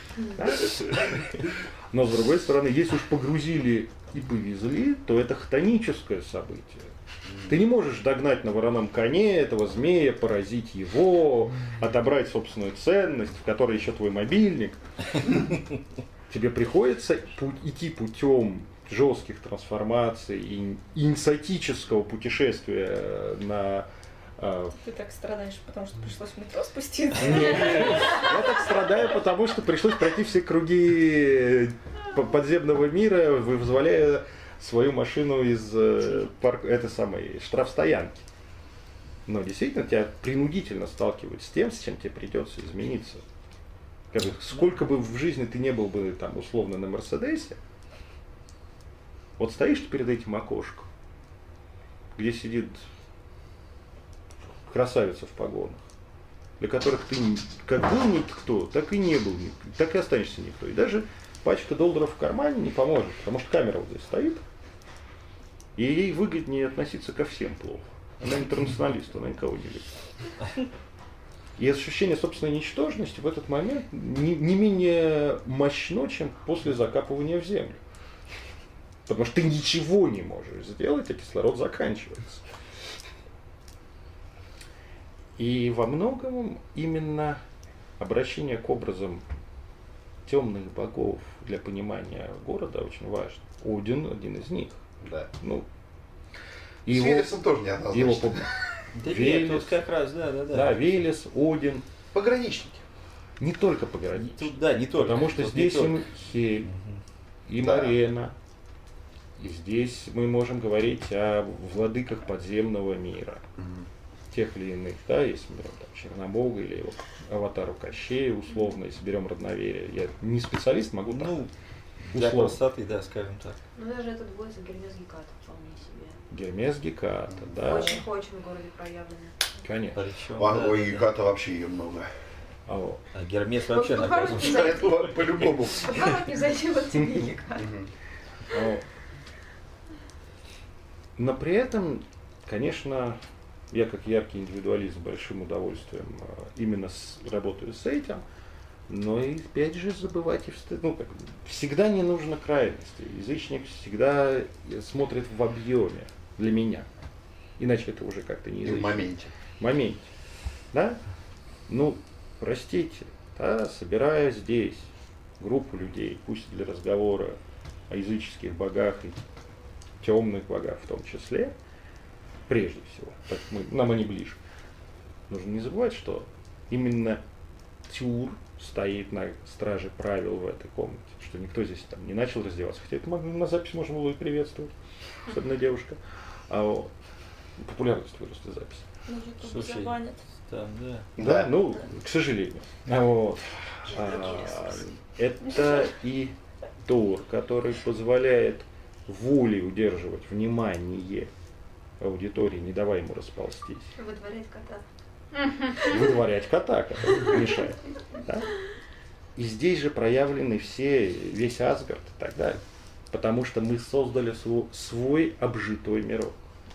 Но с другой стороны, если уж погрузили и повезли, то это хтоническое событие. Ты не можешь догнать на вороном коне этого змея, поразить его, отобрать собственную ценность, в которой еще твой мобильник. Тебе приходится идти путем жестких трансформаций и инсайтического путешествия на... Ты так страдаешь, потому что пришлось в метро спуститься? Нет, я так страдаю, потому что пришлось пройти все круги подземного мира, вызволяя свою машину из парк, этой самой штрафстоянки. Но действительно тебя принудительно сталкивают с тем, с чем тебе придется измениться. Как бы, сколько бы в жизни ты не был бы там условно на Мерседесе, вот стоишь ты перед этим окошком, где сидит красавица в погонах, для которых ты как был никто, так и не был никто, так и останешься никто. И даже пачка долларов в кармане не поможет, потому что камера вот здесь стоит, и ей выгоднее относиться ко всем плохо. Она интернационалист, она никого не любит. И ощущение собственной ничтожности в этот момент не, не менее мощно, чем после закапывания в землю. Потому что ты ничего не можешь сделать, а кислород заканчивается. И во многом именно обращение к образам темных богов для понимания города очень важен. Один один из них. Да. Ну, С Велесом тоже не однозначно. его по- Да нет, Велес. тут как раз, да, да, да. Да, Велес, Один. Пограничники. Не только Не пограничники. тут, да, не только. Потому что тут не здесь только. им Хель, и Да. Марена. И здесь мы можем говорить о владыках подземного мира. Тех или иных, да, если мы берем там Чернобога или его аватару Кощея, условно, если берем Родноверие. Я не специалист, могу так, Ну, для условно. простоты, да, скажем так. Ну даже этот двоится Гермес Геката вполне себе. Гермес Геката, да, Очень-очень в городе проявлены. конечно. Причем, А да, у да, да. Геката вообще ее много. А вот. А Гермес вообще Вот наказан. Не Да, это по-любому. Подворотни зайти вот тебе Геката. Мгм. А вот. Но при этом, конечно, я как яркий индивидуалист с большим удовольствием э, именно с- работаю с этим, но и опять же забывать и вст- ну, как, всегда не нужно крайности. Язычник всегда смотрит в объеме для меня. Иначе это уже как-то не И в язычник. моменте. моменте. Да? Ну, простите, да, собирая здесь группу людей, пусть для разговора о языческих богах и темных богах в том числе, прежде всего, так мы, нам они ближе. Нужно не забывать, что именно Тюр стоит на страже правил в этой комнате, что никто здесь там не начал раздеваться, хотя это мог- на запись можно было и приветствовать, особенно девушка. А вот, популярность выросла запись. На YouTube Слушай, забанят. Там, да. Да, Да. ну, к сожалению. А вот. А, это и Тор, который позволяет волей удерживать внимание аудитории, не давая ему расползтись. Выдворять кота. Выдворять кота, который мешает. Да? И здесь же проявлены все, весь Асгард и так далее. Потому что мы создали свой, свой обжитой мирок.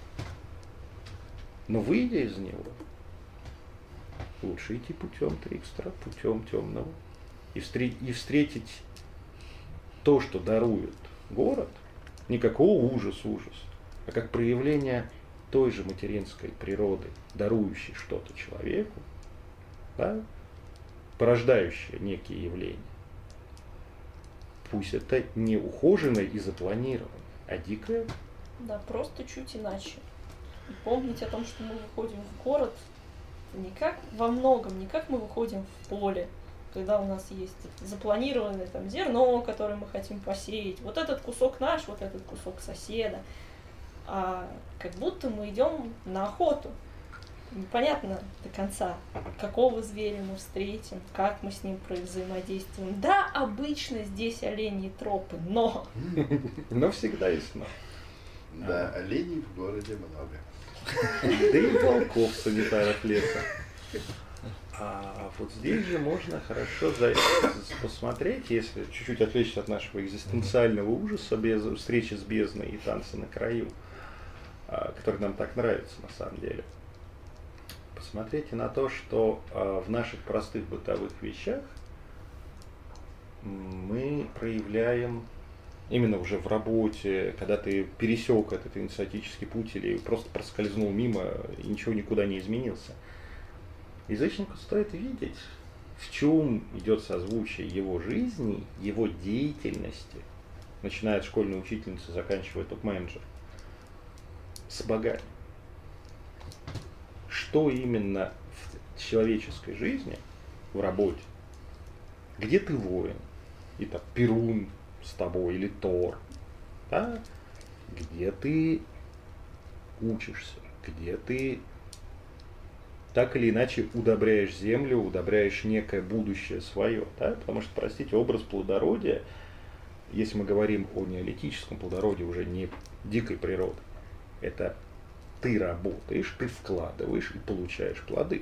Но выйдя из него, лучше идти путем Трикстера, путем темного. И, встре- и встретить то, что дарует город, не как «О, ужас, ужас», а как проявление той же материнской природы, дарующей что-то человеку, да, порождающее некие явления. Пусть это не ухоженное и запланированное, а дикое. Да, просто чуть иначе. И помнить о том, что мы выходим в город не как во многом, не как мы выходим в поле, когда у нас есть запланированное там зерно, которое мы хотим посеять, вот этот кусок наш, вот этот кусок соседа, а как будто мы идем на охоту. Непонятно до конца, какого зверя мы встретим, как мы с ним взаимодействуем. Да, обычно здесь оленьи тропы, но Но всегда есть но. Да, оленей в городе много. Да и волков, санитаров леса. А вот здесь же можно хорошо за- посмотреть, если чуть-чуть отвлечься от нашего экзистенциального ужаса, без встречи с бездной и танца на краю, а, который нам так нравится на самом деле. Посмотрите на то, что а, в наших простых бытовых вещах мы проявляем именно уже в работе, когда ты пересек этот инициатический путь или просто проскользнул мимо и ничего никуда не изменился. Язычнику стоит видеть, в чем идет созвучие его жизни, его деятельности, начиная от школьной учительницы, заканчивая топ-менеджером, с богами. Что именно в человеческой жизни, в работе, где ты воин, и так Перун с тобой или Тор, да? Где ты учишься, где ты так или иначе удобряешь землю, удобряешь некое будущее свое, да? Потому что, простите, образ плодородия, если мы говорим о неолитическом плодородии, уже не дикой природы, это ты работаешь, ты вкладываешь и получаешь плоды.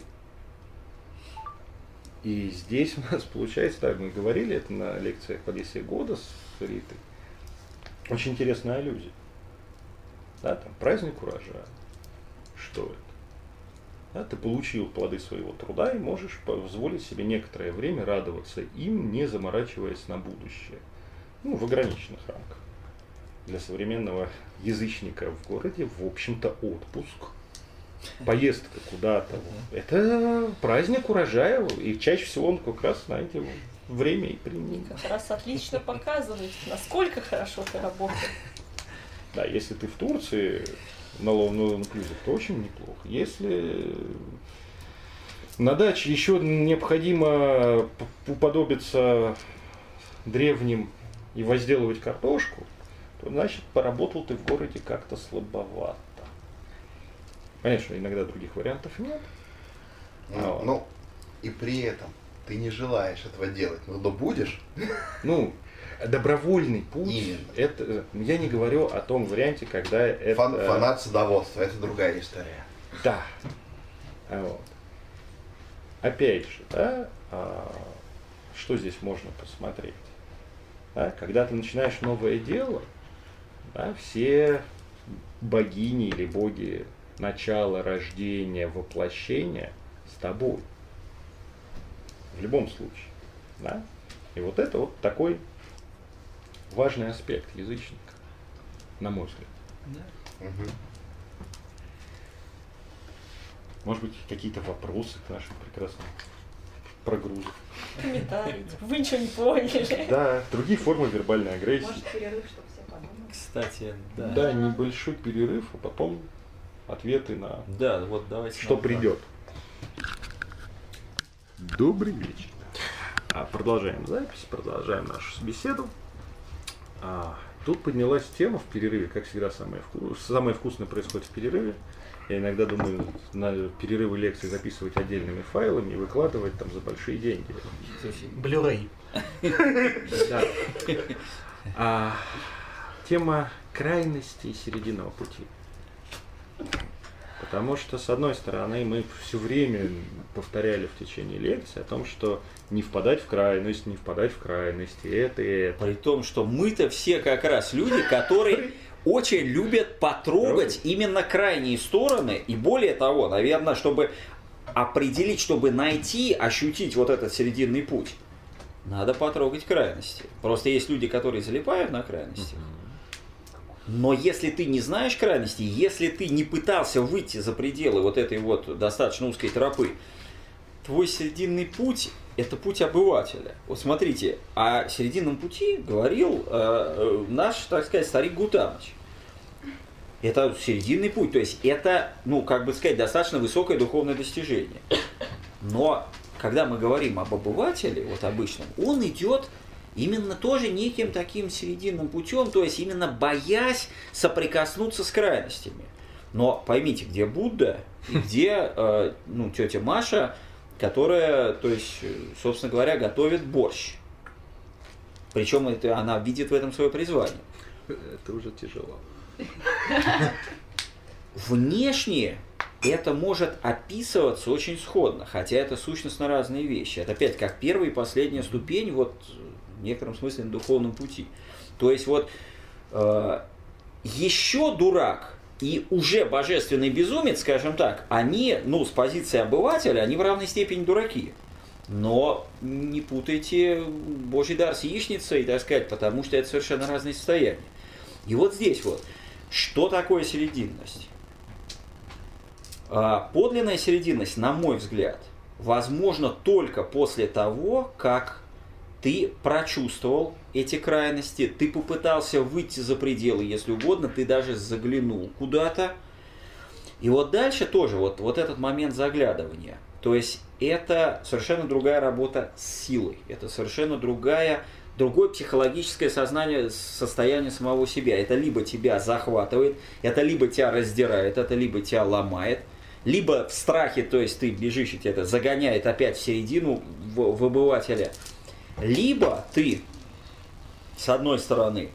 И здесь у нас получается, так мы говорили, это на лекциях по Одиссее года с Ритой, очень интересная аллюзия. Да, там праздник урожая. Что это? Да, ты получил плоды своего труда и можешь позволить себе некоторое время радоваться им, не заморачиваясь на будущее. Ну, в ограниченных рамках. Для современного язычника в городе, в общем-то, отпуск поездка куда-то. Это праздник урожая, и чаще всего он как раз на эти время и применим. Как раз отлично показывает, насколько хорошо ты работаешь. Да, если ты в Турции на ловную инклюзив, то очень неплохо. Если на даче еще необходимо уподобиться древним и возделывать картошку, то значит поработал ты в городе как-то слабовато. Конечно, иногда других вариантов нет. Ну, ну, и при этом ты не желаешь этого делать, но да будешь. Ну, добровольный путь. Именно. Это, я не говорю о том варианте, когда это... Фан, фанат садоводства, это другая история. Да. Вот. Опять же, да, а, что здесь можно посмотреть? Да, когда ты начинаешь новое дело, да, все богини или боги начала, рождения, воплощения с тобой. В любом случае. Да? И вот это вот такой важный аспект язычника, на мой взгляд. Да. Угу. Может быть, какие-то вопросы к нашим прекрасным прогрузам. Комментарии. Вы ничего не поняли. Да, другие формы вербальной агрессии. Может, перерыв, чтобы все подумали. Кстати, да. Да, небольшой перерыв, а потом ответы на Да, вот давайте. что на- придет. Добрый вечер. А, продолжаем запись, продолжаем нашу беседу. А, тут поднялась тема в перерыве, как всегда, самое, вку... самое вкусное происходит в перерыве. Я иногда думаю, на перерывы лекций записывать отдельными файлами и выкладывать там за большие деньги. Blu-ray. Да. А, тема крайности и серединного пути. Потому что, с одной стороны, мы все время повторяли в течение лекции о том, что не впадать в крайность, не впадать в крайности, это и это. При том, что мы-то все как раз люди, которые очень любят потрогать именно крайние стороны. И более того, наверное, чтобы определить, чтобы найти, ощутить вот этот серединный путь, надо потрогать крайности. Просто есть люди, которые залипают на крайности. Но если ты не знаешь крайности, если ты не пытался выйти за пределы вот этой вот достаточно узкой тропы, твой серединный путь – это путь обывателя. Вот смотрите, о серединном пути говорил э, наш, так сказать, старик Гутамыч. Это серединный путь, то есть это, ну, как бы сказать, достаточно высокое духовное достижение. Но когда мы говорим об обывателе, вот обычном, он идет именно тоже неким таким серединным путем, то есть именно боясь соприкоснуться с крайностями. Но поймите, где Будда и где э, ну, тетя Маша, которая, то есть, собственно говоря, готовит борщ. Причем это, она видит в этом свое призвание. Это уже тяжело. Внешне это может описываться очень сходно, хотя это сущностно разные вещи. Это опять как первая и последняя ступень вот, в некотором смысле на духовном пути. То есть вот э, еще дурак и уже божественный безумец, скажем так, они, ну, с позиции обывателя, они в равной степени дураки. Но не путайте Божий дар с яичницей, так сказать, потому что это совершенно разные состояния. И вот здесь вот, что такое серединность? Подлинная серединность, на мой взгляд, возможна только после того, как ты прочувствовал эти крайности, ты попытался выйти за пределы, если угодно, ты даже заглянул куда-то. И вот дальше тоже вот, вот этот момент заглядывания. То есть это совершенно другая работа с силой, это совершенно другая, другое психологическое сознание, состояние самого себя. Это либо тебя захватывает, это либо тебя раздирает, это либо тебя ломает, либо в страхе, то есть ты бежишь, и тебя это загоняет опять в середину в, в обывателя. Либо ты, с одной стороны,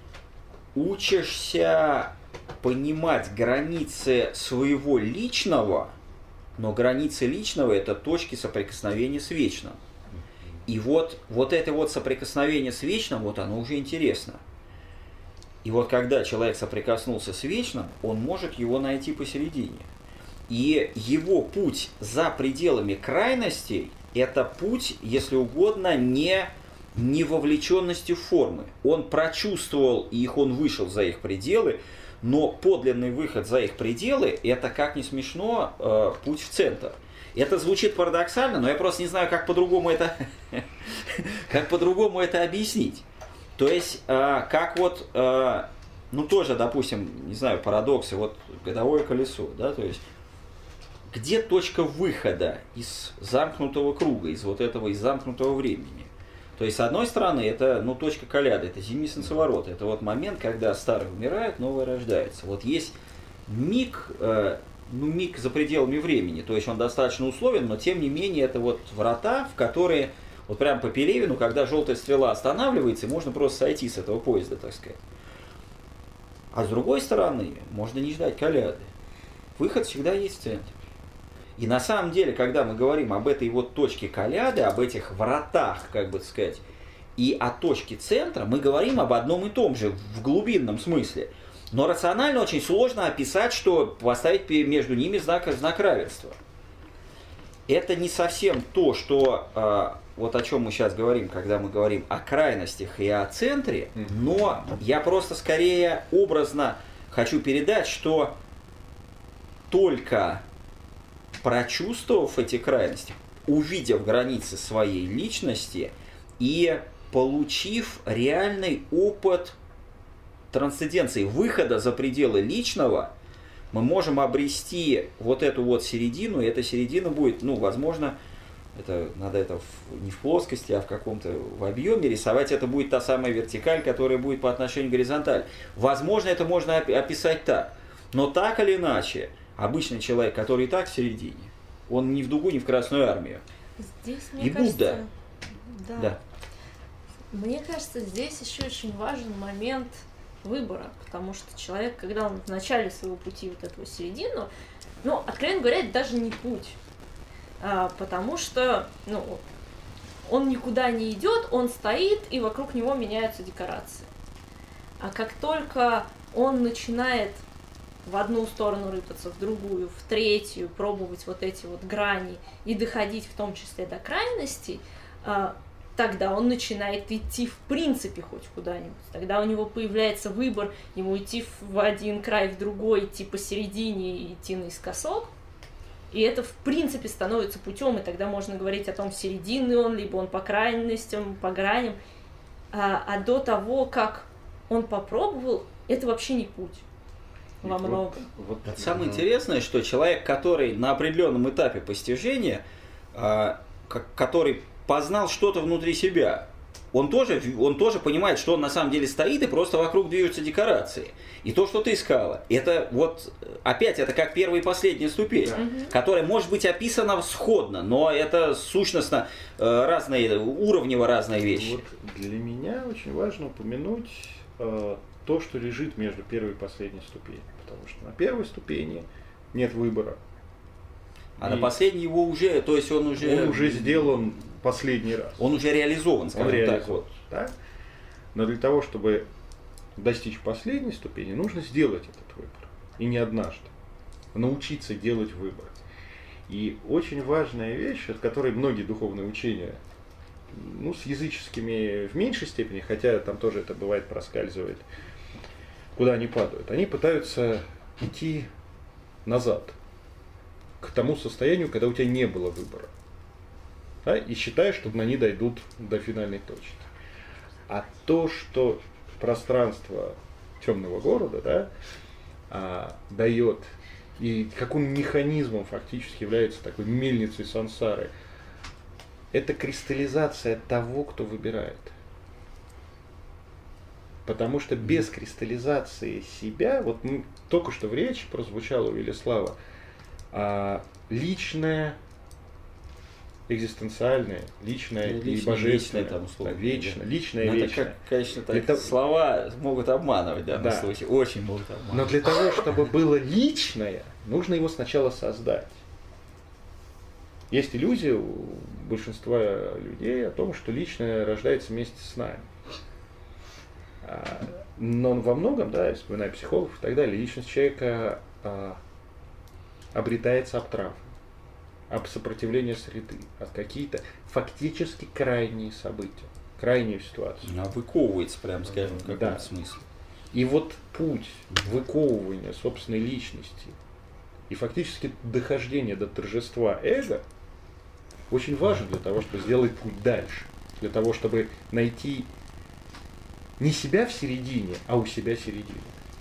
учишься понимать границы своего личного, но границы личного – это точки соприкосновения с вечным. И вот, вот это вот соприкосновение с вечным, вот оно уже интересно. И вот когда человек соприкоснулся с вечным, он может его найти посередине. И его путь за пределами крайностей – это путь, если угодно, не, не вовлеченности в формы. Он прочувствовал их, он вышел за их пределы, но подлинный выход за их пределы – это, как ни смешно, э, путь в центр. Это звучит парадоксально, но я просто не знаю, как по-другому это, как по-другому это объяснить. То есть, э, как вот, э, ну тоже, допустим, не знаю, парадоксы, вот годовое колесо, да, то есть, где точка выхода из замкнутого круга, из вот этого, из замкнутого времени? То есть, с одной стороны, это, ну, точка коляды, это зимний солнцеворот, это вот момент, когда старый умирает, новый рождается. Вот есть миг, э, ну, миг за пределами времени, то есть он достаточно условен, но тем не менее это вот врата, в которые, вот прям по Пелевину, когда желтая стрела останавливается, можно просто сойти с этого поезда, так сказать. А с другой стороны, можно не ждать коляды. Выход всегда есть в центре. И на самом деле, когда мы говорим об этой вот точке коляды, об этих вратах, как бы сказать, и о точке центра, мы говорим об одном и том же, в глубинном смысле. Но рационально очень сложно описать, что поставить между ними знак, знак равенства. Это не совсем то, что, э, вот о чем мы сейчас говорим, когда мы говорим о крайностях и о центре, но я просто скорее образно хочу передать, что только прочувствовав эти крайности, увидев границы своей личности и получив реальный опыт трансценденции, выхода за пределы личного, мы можем обрести вот эту вот середину, и эта середина будет, ну, возможно, это, надо это в, не в плоскости, а в каком-то в объеме рисовать, это будет та самая вертикаль, которая будет по отношению к горизонтали. Возможно, это можно описать так, но так или иначе, обычный человек, который и так в середине, он ни в дугу, ни в Красную Армию. Здесь, мне и кажется, Будда. Да. Да. Мне кажется, здесь еще очень важен момент выбора, потому что человек, когда он в начале своего пути вот этого середину, ну, откровенно говоря, это даже не путь, а, потому что, ну, он никуда не идет, он стоит, и вокруг него меняются декорации. А как только он начинает в одну сторону рыпаться, в другую, в третью, пробовать вот эти вот грани и доходить в том числе до крайностей, а, тогда он начинает идти в принципе хоть куда-нибудь. Тогда у него появляется выбор, ему идти в один край, в другой, идти посередине и идти наискосок. И это в принципе становится путем, и тогда можно говорить о том, серединный он, либо он по крайностям, по граням. А, а до того, как он попробовал, это вообще не путь. Во многом. Вот, вот, самое интересное, что человек, который на определенном этапе постижения, а, который познал что-то внутри себя, он тоже, он тоже понимает, что он на самом деле стоит, и просто вокруг движутся декорации. И то, что ты искала, это вот, опять, это как первая и последняя ступень, mm-hmm. которая может быть описана сходно, но это сущностно разные, уровнево разные вещи. Вот для меня очень важно упомянуть э, то, что лежит между первой и последней ступенью. Потому что на первой ступени нет выбора. А и на последней его уже, то есть он уже... Он уже сделан последний раз. Он уже реализован, скажем он реализован, так. Вот. Да? Но для того, чтобы достичь последней ступени, нужно сделать этот выбор. И не однажды. Научиться делать выбор. И очень важная вещь, от которой многие духовные учения, ну, с языческими в меньшей степени, хотя там тоже это бывает проскальзывает, куда они падают. Они пытаются идти назад, к тому состоянию, когда у тебя не было выбора. Да, и считаешь, что они дойдут до финальной точки. А то, что пространство темного города, да, а, дает, и каким механизмом фактически является такой мельницей сансары, это кристаллизация того, кто выбирает. Потому что без кристаллизации себя, вот мы, только что в речи прозвучало у Велислава, а, личное, экзистенциальное, личное ну, и божественное, там, условно, да, вечно, да. личное и вечное. Это, как, конечно, так, это... слова могут обманывать в данном да. случае, очень могут обманывать. Но для того, чтобы было личное, нужно его сначала создать. Есть иллюзия у большинства людей о том, что личное рождается вместе с нами. Но во многом, да, я вспоминаю психологов и так далее, личность человека а, обретается об травмы, об сопротивлении среды, от какие-то фактически крайние события, крайние ситуации. Она выковывается, прям скажем, в каком-то да. смысле. И вот путь выковывания собственной личности и фактически дохождения до торжества эго очень важен для того, чтобы сделать путь дальше. Для того, чтобы найти не себя в середине, а у себя середину.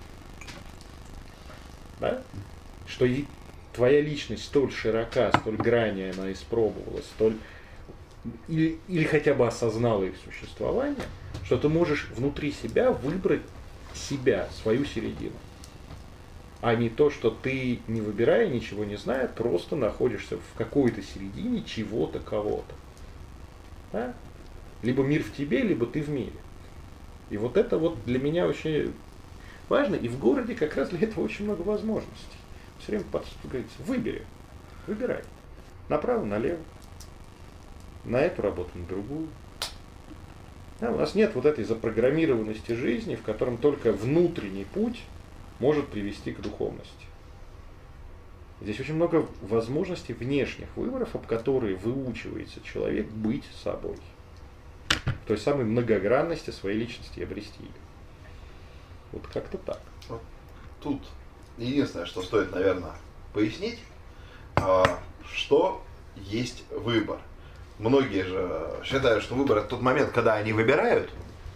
Да? Что и твоя личность столь широка, столь грани она испробовала, столь или, или хотя бы осознала их существование, что ты можешь внутри себя выбрать себя, свою середину. А не то, что ты, не выбирая, ничего не зная, просто находишься в какой-то середине чего-то, кого-то. Да? Либо мир в тебе, либо ты в мире. И вот это вот для меня очень важно. И в городе как раз для этого очень много возможностей. Все время говорится, выбери, выбирай. Направо, налево. На эту работу, на другую. Да, у нас нет вот этой запрограммированности жизни, в котором только внутренний путь может привести к духовности. Здесь очень много возможностей внешних выборов, об которые выучивается человек быть собой. В той самой многогранности своей личности и обрести ее. Вот как-то так. Вот тут единственное, что стоит, наверное, пояснить, что есть выбор. Многие же считают, что выбор — это тот момент, когда они выбирают,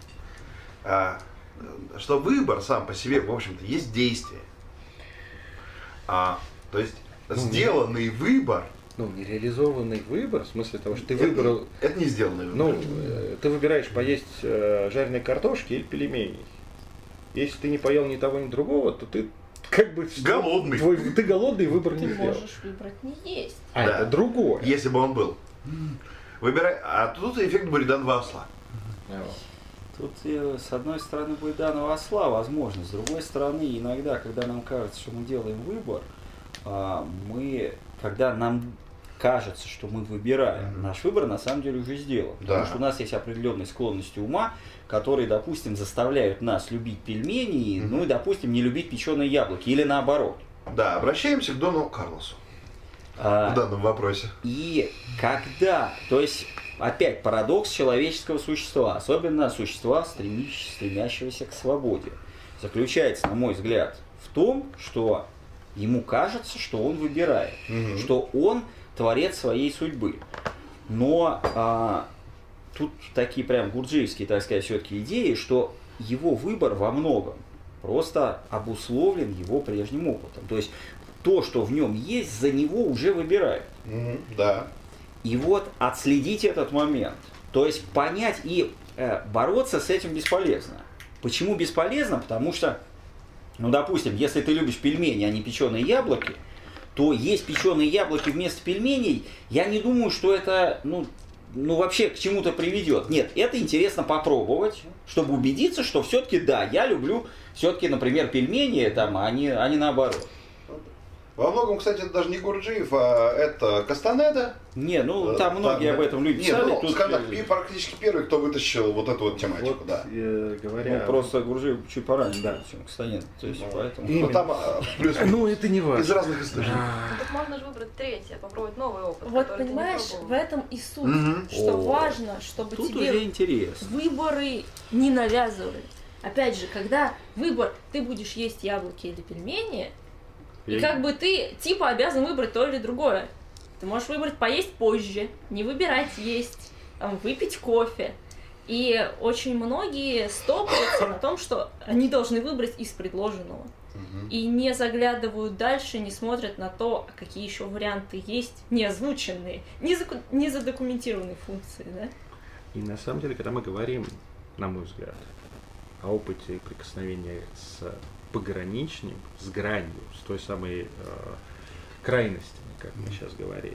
что выбор сам по себе, в общем-то, есть действие. А, то есть ну, сделанный не, выбор. Ну, нереализованный выбор, в смысле того, что ты это, выбрал. Это не сделанный выбор. Ну, ты выбираешь поесть э, жареной картошки или пельменей. Если ты не поел ни того, ни другого, то ты как бы голодный. Твой, ты голодный, выбор ты не сделал. Ты можешь выбрать не есть. А да. Это другое. Если бы он был. Выбирай. А тут эффект Буриданова осла. Тут, с одной стороны, Буриданова осла возможно, с другой стороны, иногда, когда нам кажется, что мы делаем выбор, мы, когда нам кажется, что мы выбираем, mm-hmm. наш выбор на самом деле уже сделан. Да. Потому что у нас есть определенные склонности ума, которые, допустим, заставляют нас любить пельмени, mm-hmm. ну и, допустим, не любить печеные яблоки, или наоборот. Да, обращаемся к Дону Карлосу а, в данном вопросе. И когда, то есть, опять парадокс человеческого существа, особенно существа, стремящегося к свободе, заключается, на мой взгляд, в том, что ему кажется, что он выбирает, mm-hmm. что он творец своей судьбы. Но а, тут такие прям гурджиевские, так сказать, все-таки идеи, что его выбор во многом просто обусловлен его прежним опытом. То есть то, что в нем есть, за него уже выбирает. Mm-hmm. Да. И вот отследить этот момент, то есть понять и э, бороться с этим бесполезно. Почему бесполезно? Потому что, ну, допустим, если ты любишь пельмени, а не печеные яблоки, то есть печеные яблоки вместо пельменей, я не думаю, что это, ну, ну вообще к чему-то приведет. Нет, это интересно попробовать, чтобы убедиться, что все-таки да, я люблю все-таки, например, пельмени, там, а не, а не наоборот. Во многом, кстати, это даже не Гурджиев, а это Кастанеда. Не, ну там а, многие там, об этом люди писали. Ну, тут... скажем так, практически первый, кто вытащил вот эту вот тематику, вот, да. Э, говоря... Ну, просто Гурджиев чуть пораньше, да, чем Кастанеда. То есть, ну, поэтому... Ну, там плюс ну, это не важно. Из разных источников. Ну, так можно же выбрать третье, попробовать новый опыт. Вот понимаешь, в этом и суть, mm-hmm. что О, важно, чтобы тут тебе уже интересно. выборы не навязывали. Опять же, когда выбор, ты будешь есть яблоки или пельмени, и как бы ты типа обязан выбрать то или другое. Ты можешь выбрать поесть позже, не выбирать есть, там, выпить кофе. И очень многие стопаются на том, что они должны выбрать из предложенного. Угу. И не заглядывают дальше, не смотрят на то, какие еще варианты есть, не озвученные, не, заку- не задокументированные функции. Да? И на самом деле, когда мы говорим, на мой взгляд, о опыте прикосновения с пограничным, с гранью, с той самой э, крайностями, как мы сейчас говорили.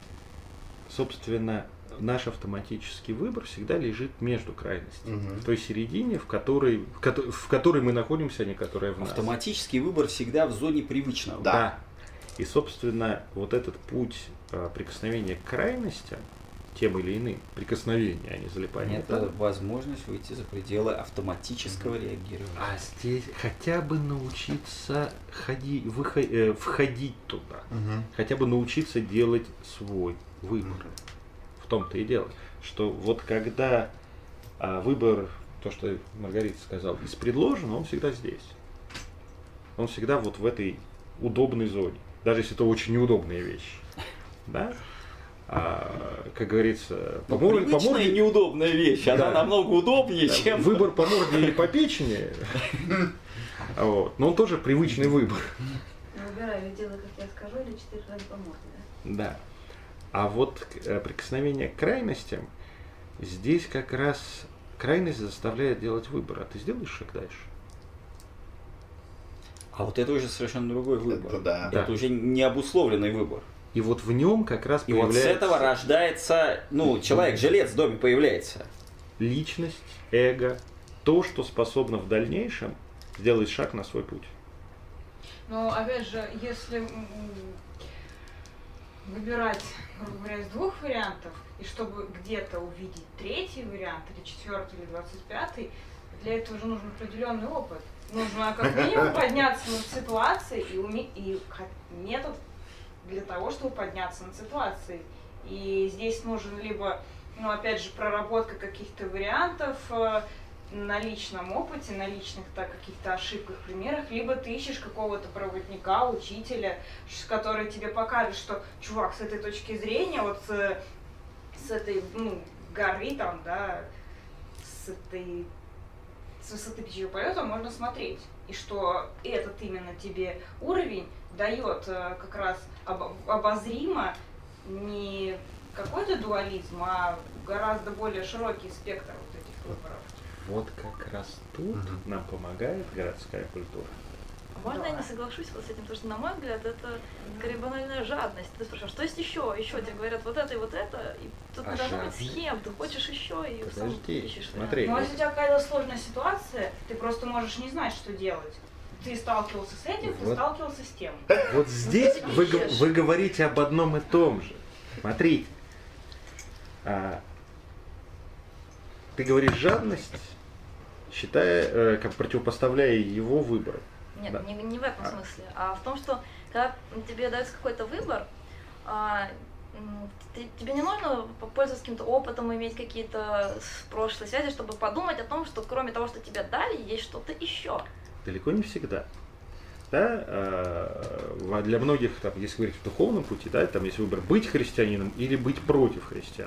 Собственно, наш автоматический выбор всегда лежит между крайностями, угу. в той середине, в которой, в, ко- в которой мы находимся, а не которая в нас. Автоматический выбор всегда в зоне привычного. Да. да. И, собственно, вот этот путь э, прикосновения к крайностям, тем или иным, прикосновения, а не залипания. Это возможность выйти за пределы автоматического mm-hmm. реагирования. А здесь хотя бы научиться ходи, выход, э, входить туда, mm-hmm. хотя бы научиться делать свой выбор. Mm-hmm. В том-то и дело, что вот когда а, выбор то, что Маргарита сказала, из предложенного, он всегда здесь. Он всегда вот в этой удобной зоне. Даже если это очень неудобные вещи. Да? А, как говорится, по морде... Привычная по морде... неудобная вещь, она Да. намного удобнее, Да, чем... Выбор по морде или по печени. Вот. Но он тоже привычный выбор. Выбирай, или делай, как я скажу, или четыре раза по морде, да? Да. А вот э, прикосновение к крайностям, здесь как раз крайность заставляет делать выбор. А ты сделаешь шаг дальше? А вот это уже совершенно другой выбор. Это да. Это Да. уже не обусловленный выбор. И вот в нем как раз И вот появляется с этого рождается, ну, человек-жилец в доме появляется. личность, эго, то, что способно в дальнейшем сделать шаг на свой путь. Но опять же, если м, выбирать, грубо говоря, из двух вариантов, и чтобы где-то увидеть третий вариант, или четвертый, или двадцать пятый, для этого уже нужен определенный опыт. Нужно как минимум подняться над ситуацией и, уме... и метод для того, чтобы подняться над ситуацией. И здесь нужен либо, ну опять же, проработка каких-то вариантов э, на личном опыте, на личных так, каких-то ошибках, примерах, либо ты ищешь какого-то проводника, учителя, ш- который тебе покажет, что, чувак, с этой точки зрения, вот с, с этой, ну, горы там, да, с этой, с высоты птичьего полета можно смотреть. И что этот именно тебе уровень дает э, как раз об- обозримо не какой-то дуализм, а гораздо более широкий спектр вот этих выборов. Вот как раз тут нам помогает городская культура. Можно Да. я не соглашусь вот с этим, потому что, на мой взгляд, это скорее банальная жадность. Ты спрашиваешь, что есть еще? Еще тебе говорят вот это и вот это, и тут А не должно быть жадность? схем, ты хочешь еще и сам Подожди, ищешь. смотри. Но если у тебя какая-то сложная ситуация, ты просто можешь не знать, что делать. Ты сталкивался с этим, ты Вот. сталкивался с тем. Вот здесь ты вы, г- ищешь. вы говорите об одном и том же. Смотрите. А, ты говоришь жадность, считая, э, как противопоставляя его выбору. Нет, Да. не, не в этом А. смысле, а в том, что когда тебе дается какой-то выбор, а, м, ты- тебе не нужно попользоваться каким-то опытом, иметь какие-то с- прошлые связи, чтобы подумать о том, что кроме того, что тебе дали, есть что-то еще. Далеко не всегда. Да, а, во- для многих, там, если говорить в духовном пути, да, там есть выбор быть христианином или быть против христиан.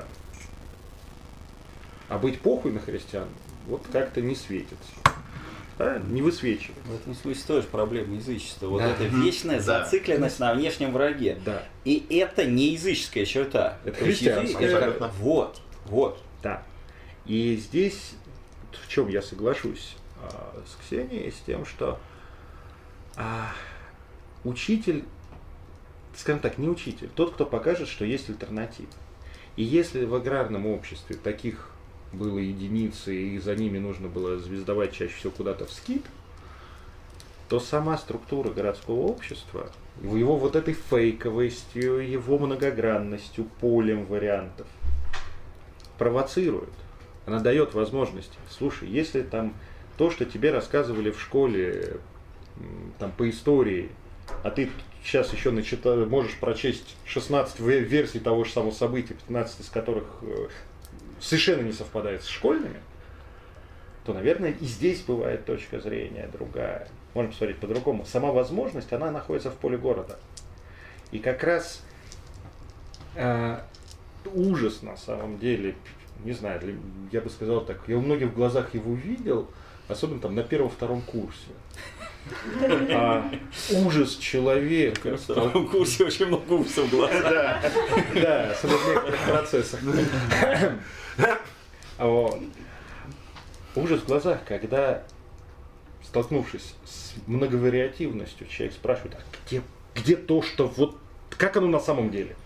А быть похуй на христиан вот как-то не светится. Да, не высвечивает. В этом смысле тоже проблема язычества. Вот Да. эта вечная Да. зацикленность на внешнем враге. Да, И это не языческая черта. Это То есть христианская. язык- Абсолютно. Вот, вот. да. И здесь, в чем я соглашусь а, с Ксенией, с тем, что а, учитель, скажем так, не учитель, тот, кто покажет, что есть альтернатива. И если в аграрном обществе таких было единицы, и за ними нужно было звездовать чаще всего куда-то в скит, то сама структура городского общества, его вот этой фейковостью, его многогранностью, полем вариантов провоцирует. Она дает возможности. Слушай, если там то, что тебе рассказывали в школе, м, там по истории, а ты сейчас еще начита- можешь прочесть шестнадцать ве- версий того же самого события, пятнадцать из которых э, совершенно не совпадает с школьными, то, наверное, и здесь бывает точка зрения другая. Можно посмотреть по-другому. Сама возможность, она находится в поле города. И как раз э, ужас на самом деле, не знаю, для- я бы сказал так, я у многих в глазах его видел, особенно там на первом-втором курсе. А, ужас человека. На втором курсе очень много ужасов в глазах. Да. Да, особенно в некоторых процессах. Вот. Ужас в глазах, когда, столкнувшись с многовариативностью, человек спрашивает, а где, где то, что вот, как оно на самом деле?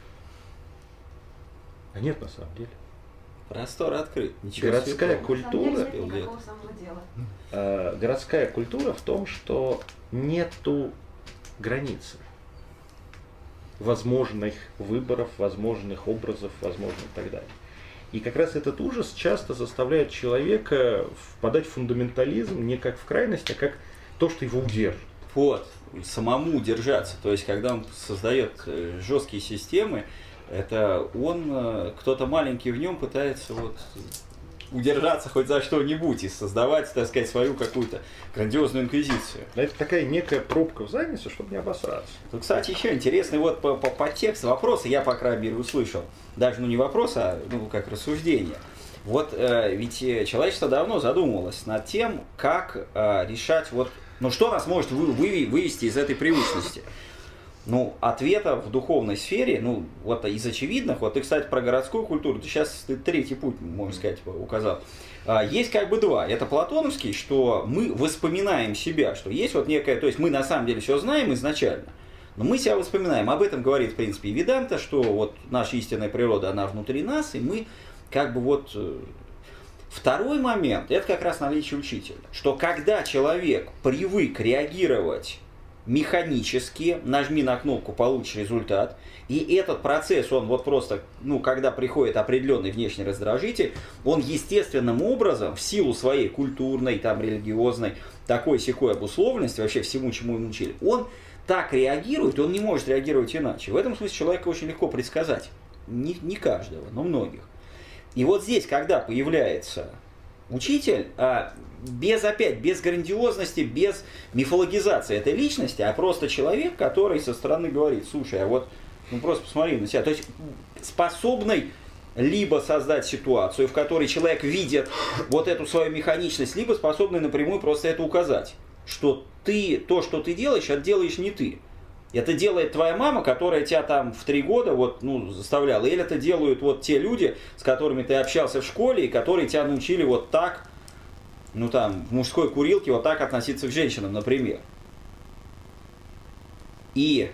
А нет на самом деле. Простор открыт. Ничего Городская святого. культура, Нет никакого самого дела. э, городская культура в том, что нету границы возможных выборов, возможных образов, возможных и так далее. И как раз этот ужас часто заставляет человека впадать в фундаментализм не как в крайность, а как то, что его удержит. Вот, самому держаться. То есть, когда он создает э, жесткие системы, это он, э, кто-то маленький в нем пытается вот удержаться хоть за что-нибудь и создавать, так сказать, свою какую-то грандиозную инквизицию. Это такая некая пробка в задницу, чтобы не обосраться. Ну, кстати, еще интересный вот по, по, по тексту вопросы я, по крайней мере, услышал. Даже, ну, не вопрос, а, ну, как рассуждение. Вот э, ведь человечество давно задумывалось над тем, как э, решать, вот, ну, что нас может вы, вы, вывести из этой привычности. Ну, ответа в духовной сфере, ну, вот из очевидных, вот ты, кстати, про городскую культуру, ты сейчас ты третий путь, можно сказать, указал. А, есть как бы два. Это платоновский, что мы воспоминаем себя, что есть вот некая, то есть мы на самом деле все знаем изначально, но мы себя воспоминаем. Об этом говорит, в принципе, и Веданта, что вот наша истинная природа, она внутри нас, и мы как бы вот... Второй момент, это как раз наличие учителя, что когда человек привык реагировать механически, нажми на кнопку, получишь результат. И этот процесс, он вот просто, ну, когда приходит определенный внешний раздражитель, он естественным образом, в силу своей культурной, там, религиозной, такой-сякой обусловленности, вообще всему, чему ему учили, он так реагирует, он не может реагировать иначе. В этом смысле человека очень легко предсказать. Не, не каждого, но многих. И вот здесь, когда появляется учитель, а, без опять, без грандиозности, без мифологизации этой личности, а просто человек, который со стороны говорит: слушай, а вот, ну просто посмотри на себя. То есть способный либо создать ситуацию, в которой человек видит вот эту свою механичность, либо способный напрямую просто это указать, что ты, то, что ты делаешь, это делаешь не ты. Это делает твоя мама, которая тебя там в три года вот, ну, заставляла. Или это делают вот те люди, с которыми ты общался в школе, и которые тебя научили вот так, ну там, в мужской курилке вот так относиться к женщинам, например. И,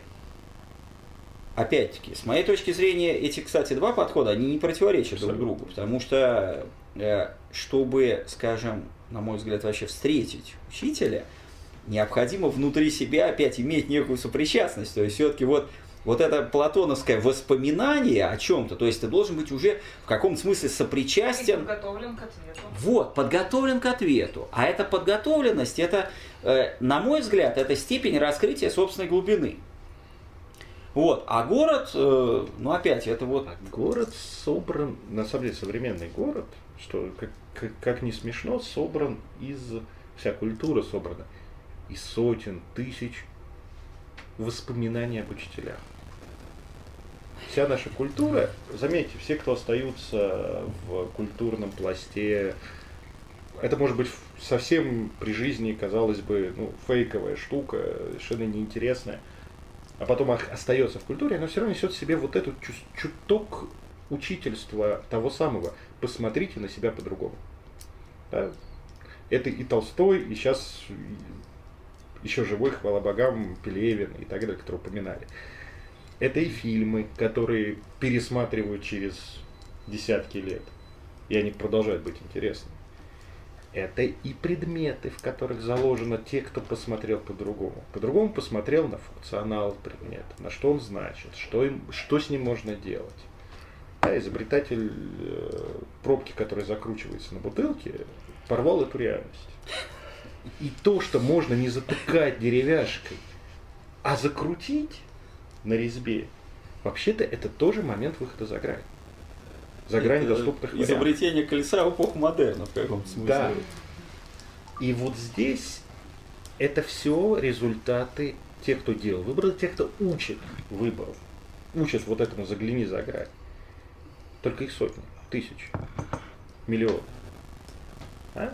опять-таки, с моей точки зрения, эти, кстати, два подхода, они не противоречат друг другу. Потому что, чтобы, скажем, на мой взгляд, вообще встретить учителя, необходимо внутри себя опять иметь некую сопричастность. То есть все-таки вот, вот это платоновское воспоминание о чем-то, то есть ты должен быть уже в каком-то смысле сопричастен. И подготовлен к ответу. Вот, подготовлен к ответу. А эта подготовленность, это, э, на мой взгляд, это степень раскрытия собственной глубины. Вот, а город, э, ну опять, это вот... Город собран, на самом деле современный город, что как, как, как ни смешно, собран из, вся культура собрана из сотен, тысяч воспоминаний об учителях. Вся наша культура, заметьте, все, кто остаются в культурном пласте, это может быть совсем при жизни, казалось бы, ну, фейковая штука, совершенно неинтересная, а потом остается в культуре, оно все равно несет в себе вот этот чуток учительства того самого. Посмотрите на себя по-другому. Да? Это и Толстой, и сейчас еще живой, хвала богам, Пелевин и так далее, которые упоминали. Это и фильмы, которые пересматривают через десятки лет, и они продолжают быть интересными. Это и предметы, в которых заложено те, кто посмотрел по-другому. По-другому посмотрел на функционал предмета, на что он значит, что, им, что с ним можно делать. Да, изобретатель э, пробки, которая закручивается на бутылке, порвал эту реальность. И то, что можно не затыкать деревяшкой, а закрутить на резьбе, вообще-то это тоже момент выхода за грань. За грань доступных вариантов. Изобретение колеса в эпоху модерна в каком-то смысле. Да. И вот здесь это все результаты тех, кто делал выбор, тех, кто учит выбору. Учат вот этому загляни за грань. Только их сотни, тысячи, миллионы. А?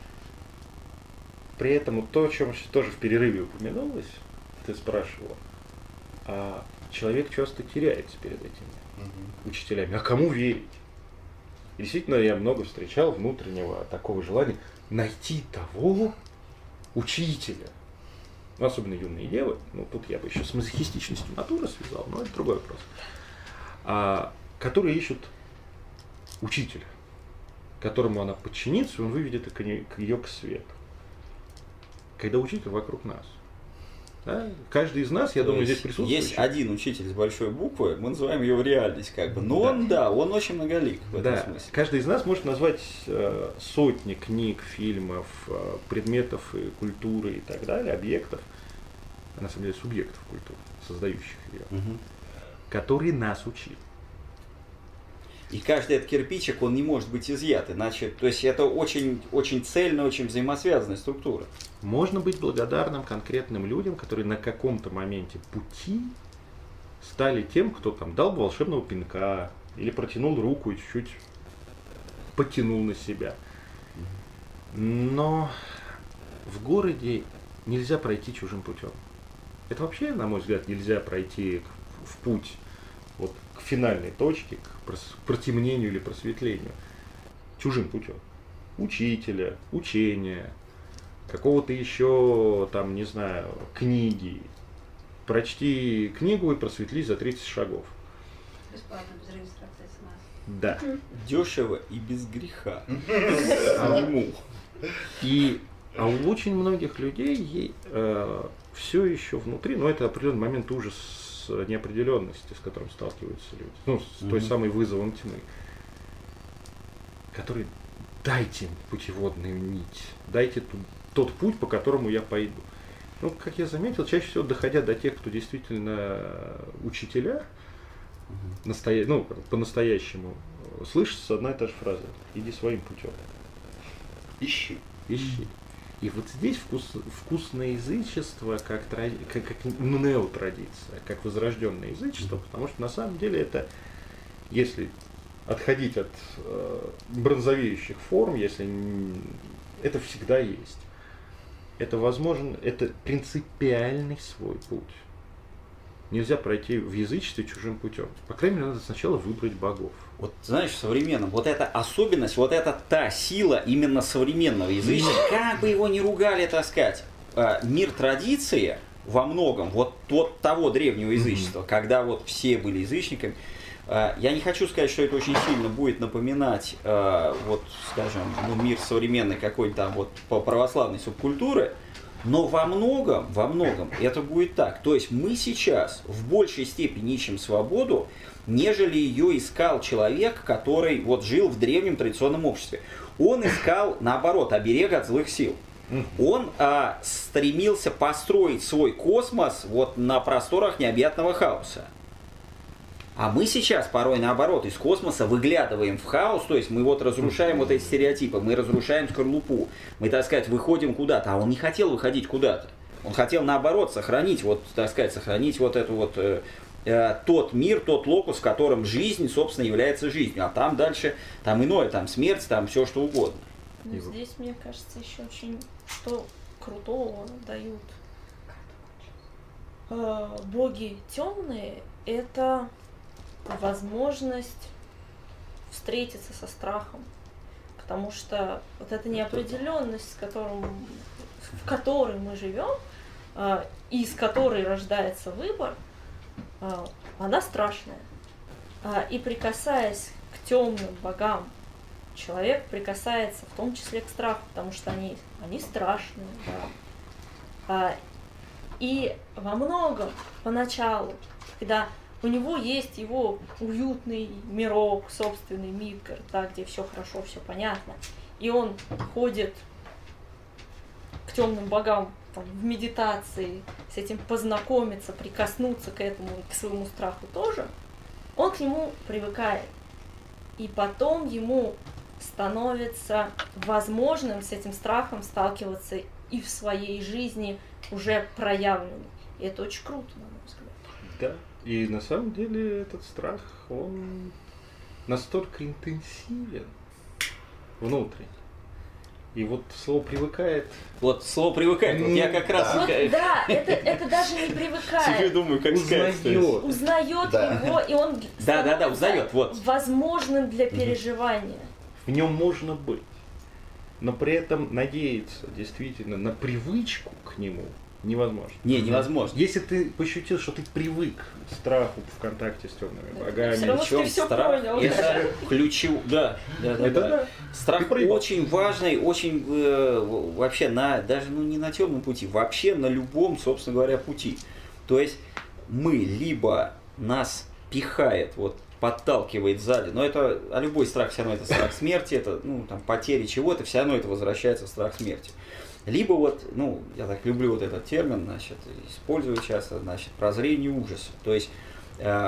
При этом то, о чем тоже в перерыве упомянулось, ты спрашивала, а человек часто теряется перед этими угу. учителями. А кому верить? И действительно, я много встречал внутреннего такого желания найти того учителя. Ну, особенно юные девы. Ну, тут я бы еще с мазохистичностью натуры связал, но это другой вопрос. А, которые ищут учителя, которому она подчинится, и он выведет ее к свету. Когда учитель вокруг нас. Да? Каждый из нас, я То думаю, здесь присутствует. Есть один учитель с большой буквы, мы называем его реальность, как бы. Но да. он, да, он очень многолик в этом да. смысле. Каждый из нас может назвать э, сотни книг, фильмов, э, предметов, и культуры и так далее, объектов, а на самом деле субъектов культуры, создающих ее, угу. которые нас учили. И каждый этот кирпичик, он не может быть изъят, иначе, то есть это очень, очень цельная, очень взаимосвязанная структура. Можно быть благодарным конкретным людям, которые на каком-то моменте пути стали тем, кто там дал волшебного пинка или протянул руку и чуть-чуть потянул на себя. Но в городе нельзя пройти чужим путем. Это вообще, на мой взгляд, нельзя пройти в путь вот, к финальной точке, к протемнению или просветлению чужим путем. Учителя, учения, какого-то еще, там, не знаю, книги. Прочти книгу и просветлись за тридцать шагов. Бесплатно, без регистрации СМС. Да. Дешево и без греха. И а у очень многих людей э, все еще внутри, но это определенный момент ужас неопределенности, с которым сталкиваются люди. Ну, с той mm-hmm. самой вызовом тьмы. Который дайте путеводную нить, дайте ту, тот путь, по которому я пойду. Ну, как я заметил, чаще всего доходя до тех, кто действительно учителя, mm-hmm. настоя... ну, по-настоящему, слышится одна и та же фраза: иди своим путем. Ищи. Ищи. И вот здесь вкус, вкусное язычество, как, тради, как, как неотрадиция, как возрожденное язычество, потому что на самом деле это, если отходить от э, бронзовеющих форм, если это всегда есть. Это возможно, это принципиальный свой путь. Нельзя пройти в язычестве чужим путем. По крайней мере, надо сначала выбрать богов. Вот знаешь, в современном, вот эта особенность, вот это та сила именно современного язычества, как бы его ни ругали, так сказать, мир традиции во многом, вот от того древнего язычества, mm-hmm. когда вот все были язычниками, я не хочу сказать, что это очень сильно будет напоминать, вот, скажем, ну, мир современной какой-то там вот православной субкультуры, но во многом, во многом это будет так. То есть мы сейчас в большей степени ищем свободу, нежели ее искал человек, который вот жил в древнем традиционном обществе. Он искал, наоборот, оберег от злых сил. Он а, стремился построить свой космос вот на просторах необъятного хаоса. А мы сейчас порой наоборот из космоса выглядываем в хаос, то есть мы вот разрушаем вот эти стереотипы, мы разрушаем скорлупу, мы, так сказать, выходим куда-то, а он не хотел выходить куда-то. Он хотел наоборот сохранить, вот, так сказать, сохранить вот эту вот э, э, тот мир, тот локус, в котором жизнь, собственно, является жизнью, а там дальше, там иное, там смерть, там все что угодно. Ну, здесь, мне кажется, еще очень что крутого дают э, боги темные, это возможность встретиться со страхом, потому что вот эта неопределенность, с которым, в которой мы живем, э, и из которой рождается выбор, э, она страшная. Э, и прикасаясь к темным богам, человек прикасается в том числе к страху, потому что они, они страшные. Да. Э, и во многом поначалу, когда у него есть его уютный мирок, собственный Мидгард, да, где все хорошо, все понятно. И он ходит к темным богам там, в медитации, с этим познакомиться, прикоснуться к этому и к своему страху тоже. Он к нему привыкает. И потом ему становится возможным с этим страхом сталкиваться и в своей жизни уже проявленным. И это очень круто, на мой взгляд. Да. И на самом деле этот страх, он настолько интенсивен внутренне. И вот слово привыкает. Вот слово привыкает, вот я как раз. Вот, да, это, это даже не привыкает. Теперь думаю, как сказать. Узнает. Узнает да. его, и он да, да, да, узнает, вот. возможным для переживания. В нем можно быть. Но при этом надеяться действительно на привычку к нему невозможно. Не, невозможно. Если ты пощутил, что ты привык к страху в контакте с темными богами, все равно ты все страх, понял. это ключу, да, да, да, это да. да. Страх очень важный, очень э, вообще на даже ну не на темном пути, вообще на любом, собственно говоря, пути. То есть мы либо нас пихает, вот подталкивает сзади, но это, а любой страх все равно это страх смерти, это ну там потери чего-то, все равно это возвращается в страх смерти. Либо вот, ну, я так люблю вот этот термин, значит, использую часто, значит, прозрение ужаса. То есть э,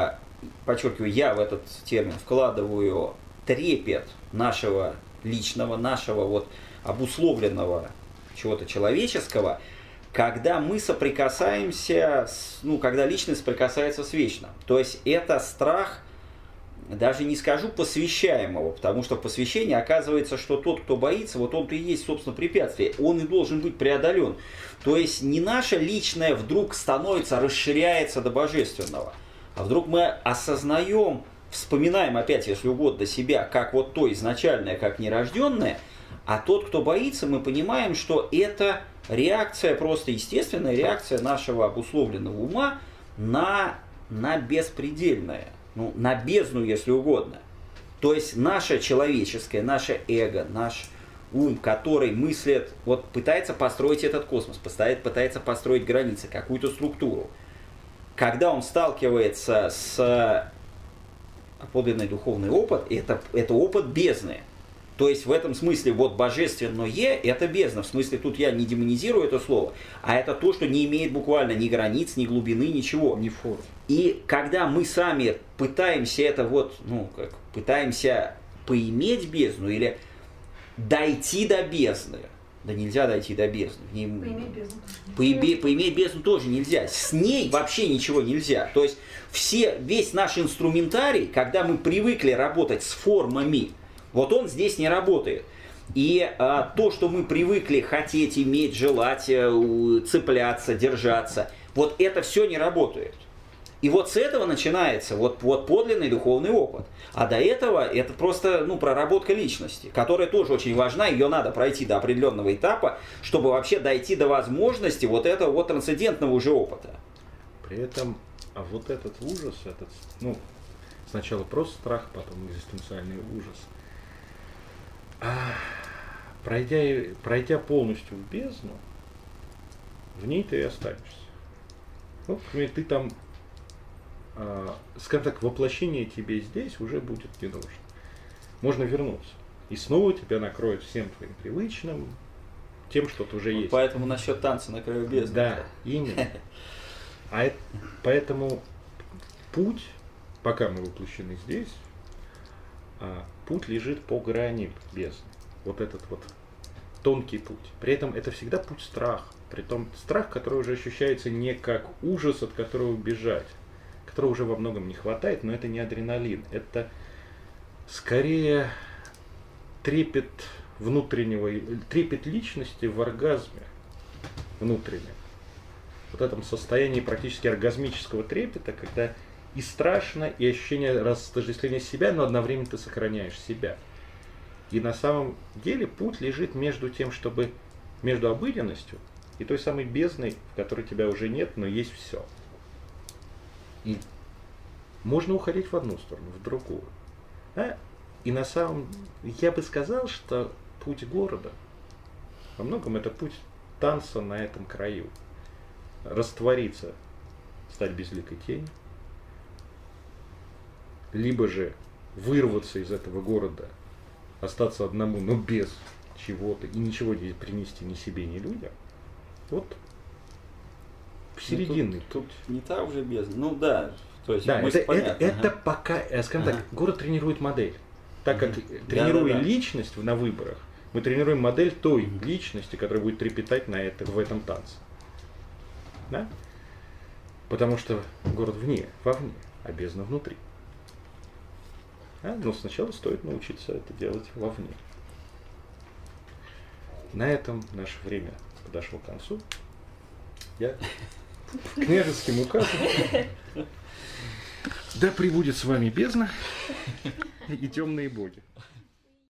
подчеркиваю, я в этот термин вкладываю трепет нашего личного, нашего вот обусловленного чего-то человеческого, когда мы соприкасаемся, с, ну, когда личность соприкасается с вечным. То есть это страх, даже не скажу посвящаемого, потому что в посвящении оказывается, что тот, кто боится, вот он-то и есть, собственно, препятствие, он и должен быть преодолен. То есть не наше личное вдруг становится, расширяется до божественного, а вдруг мы осознаем, вспоминаем опять, если угодно, себя, как вот то изначальное, как нерожденное, а тот, кто боится, мы понимаем, что это реакция, просто естественная реакция нашего обусловленного ума на, на беспредельное, ну, на бездну, если угодно. То есть наше человеческое, наше эго, наш ум, который мыслит, вот пытается построить этот космос, пытается построить границы, какую-то структуру. Когда он сталкивается с подлинный духовный опыт, это, это опыт бездны. То есть в этом смысле вот божественное – это бездна. В смысле тут я не демонизирую это слово, а это то, что не имеет буквально ни границ, ни глубины, ничего. Ни форм. И когда мы сами пытаемся это вот, ну, как, пытаемся поиметь бездну или дойти до бездны, да нельзя дойти до бездны. Не, Поиметь бездну. Поиме, поиметь бездну тоже нельзя. С ней вообще ничего нельзя. То есть все, весь наш инструментарий, когда мы привыкли работать с формами, вот он здесь не работает. И а, то, что мы привыкли хотеть, иметь, желать, цепляться, держаться, вот это все не работает. И вот с этого начинается вот, вот подлинный духовный опыт. А до этого это просто ну, проработка личности, которая тоже очень важна, ее надо пройти до определенного этапа, чтобы вообще дойти до возможности вот этого вот трансцендентного уже опыта. При этом, а вот этот ужас, этот, ну, сначала просто страх, потом экзистенциальный ужас, а, пройдя, пройдя полностью в бездну, в ней ты и останешься. Вот, например, ты там, а, скажем так, воплощение тебе здесь уже будет не нужно. Можно вернуться. И снова тебя накроет всем твоим привычным, тем, что ты уже вот есть. Поэтому насчет танца на краю бездны. Да, именно. А это, поэтому путь, пока мы воплощены здесь, а, путь лежит по грани бездны. Вот этот вот тонкий путь. При этом это всегда путь страха. Притом страх, который уже ощущается не как ужас, от которого бежать, которого уже во многом не хватает, но это не адреналин. Это скорее трепет внутреннего, трепет личности в оргазме внутреннем. Вот в этом состоянии практически оргазмического трепета, когда и страшно, и ощущение растождествления себя, но одновременно ты сохраняешь себя. И на самом деле путь лежит между тем, чтобы между обыденностью и той самой бездной, в которой тебя уже нет, но есть все. И можно уходить в одну сторону, в другую. Да? И на самом я бы сказал, что путь города во многом это путь танца на этом краю. Раствориться, стать безликой тенью, либо же вырваться из этого города, остаться одному, но без чего-то, и ничего не принести ни себе, ни людям. Вот в серединный тут, путь. Тут не та уже бездна. Ну да, то есть да, это, это, ага. это пока, скажем ага. так, город тренирует модель. Так как ага. тренируя да, да, да. личность на выборах, мы тренируем модель той ага. личности, которая будет трепетать на это, в этом танце. Да? Потому что город вне, вовне, а бездна внутри. А, но сначала стоит научиться это делать вовне. На этом наше время подошло к концу. Я княжеским указом. Да пребудет с вами бездна и темные боги.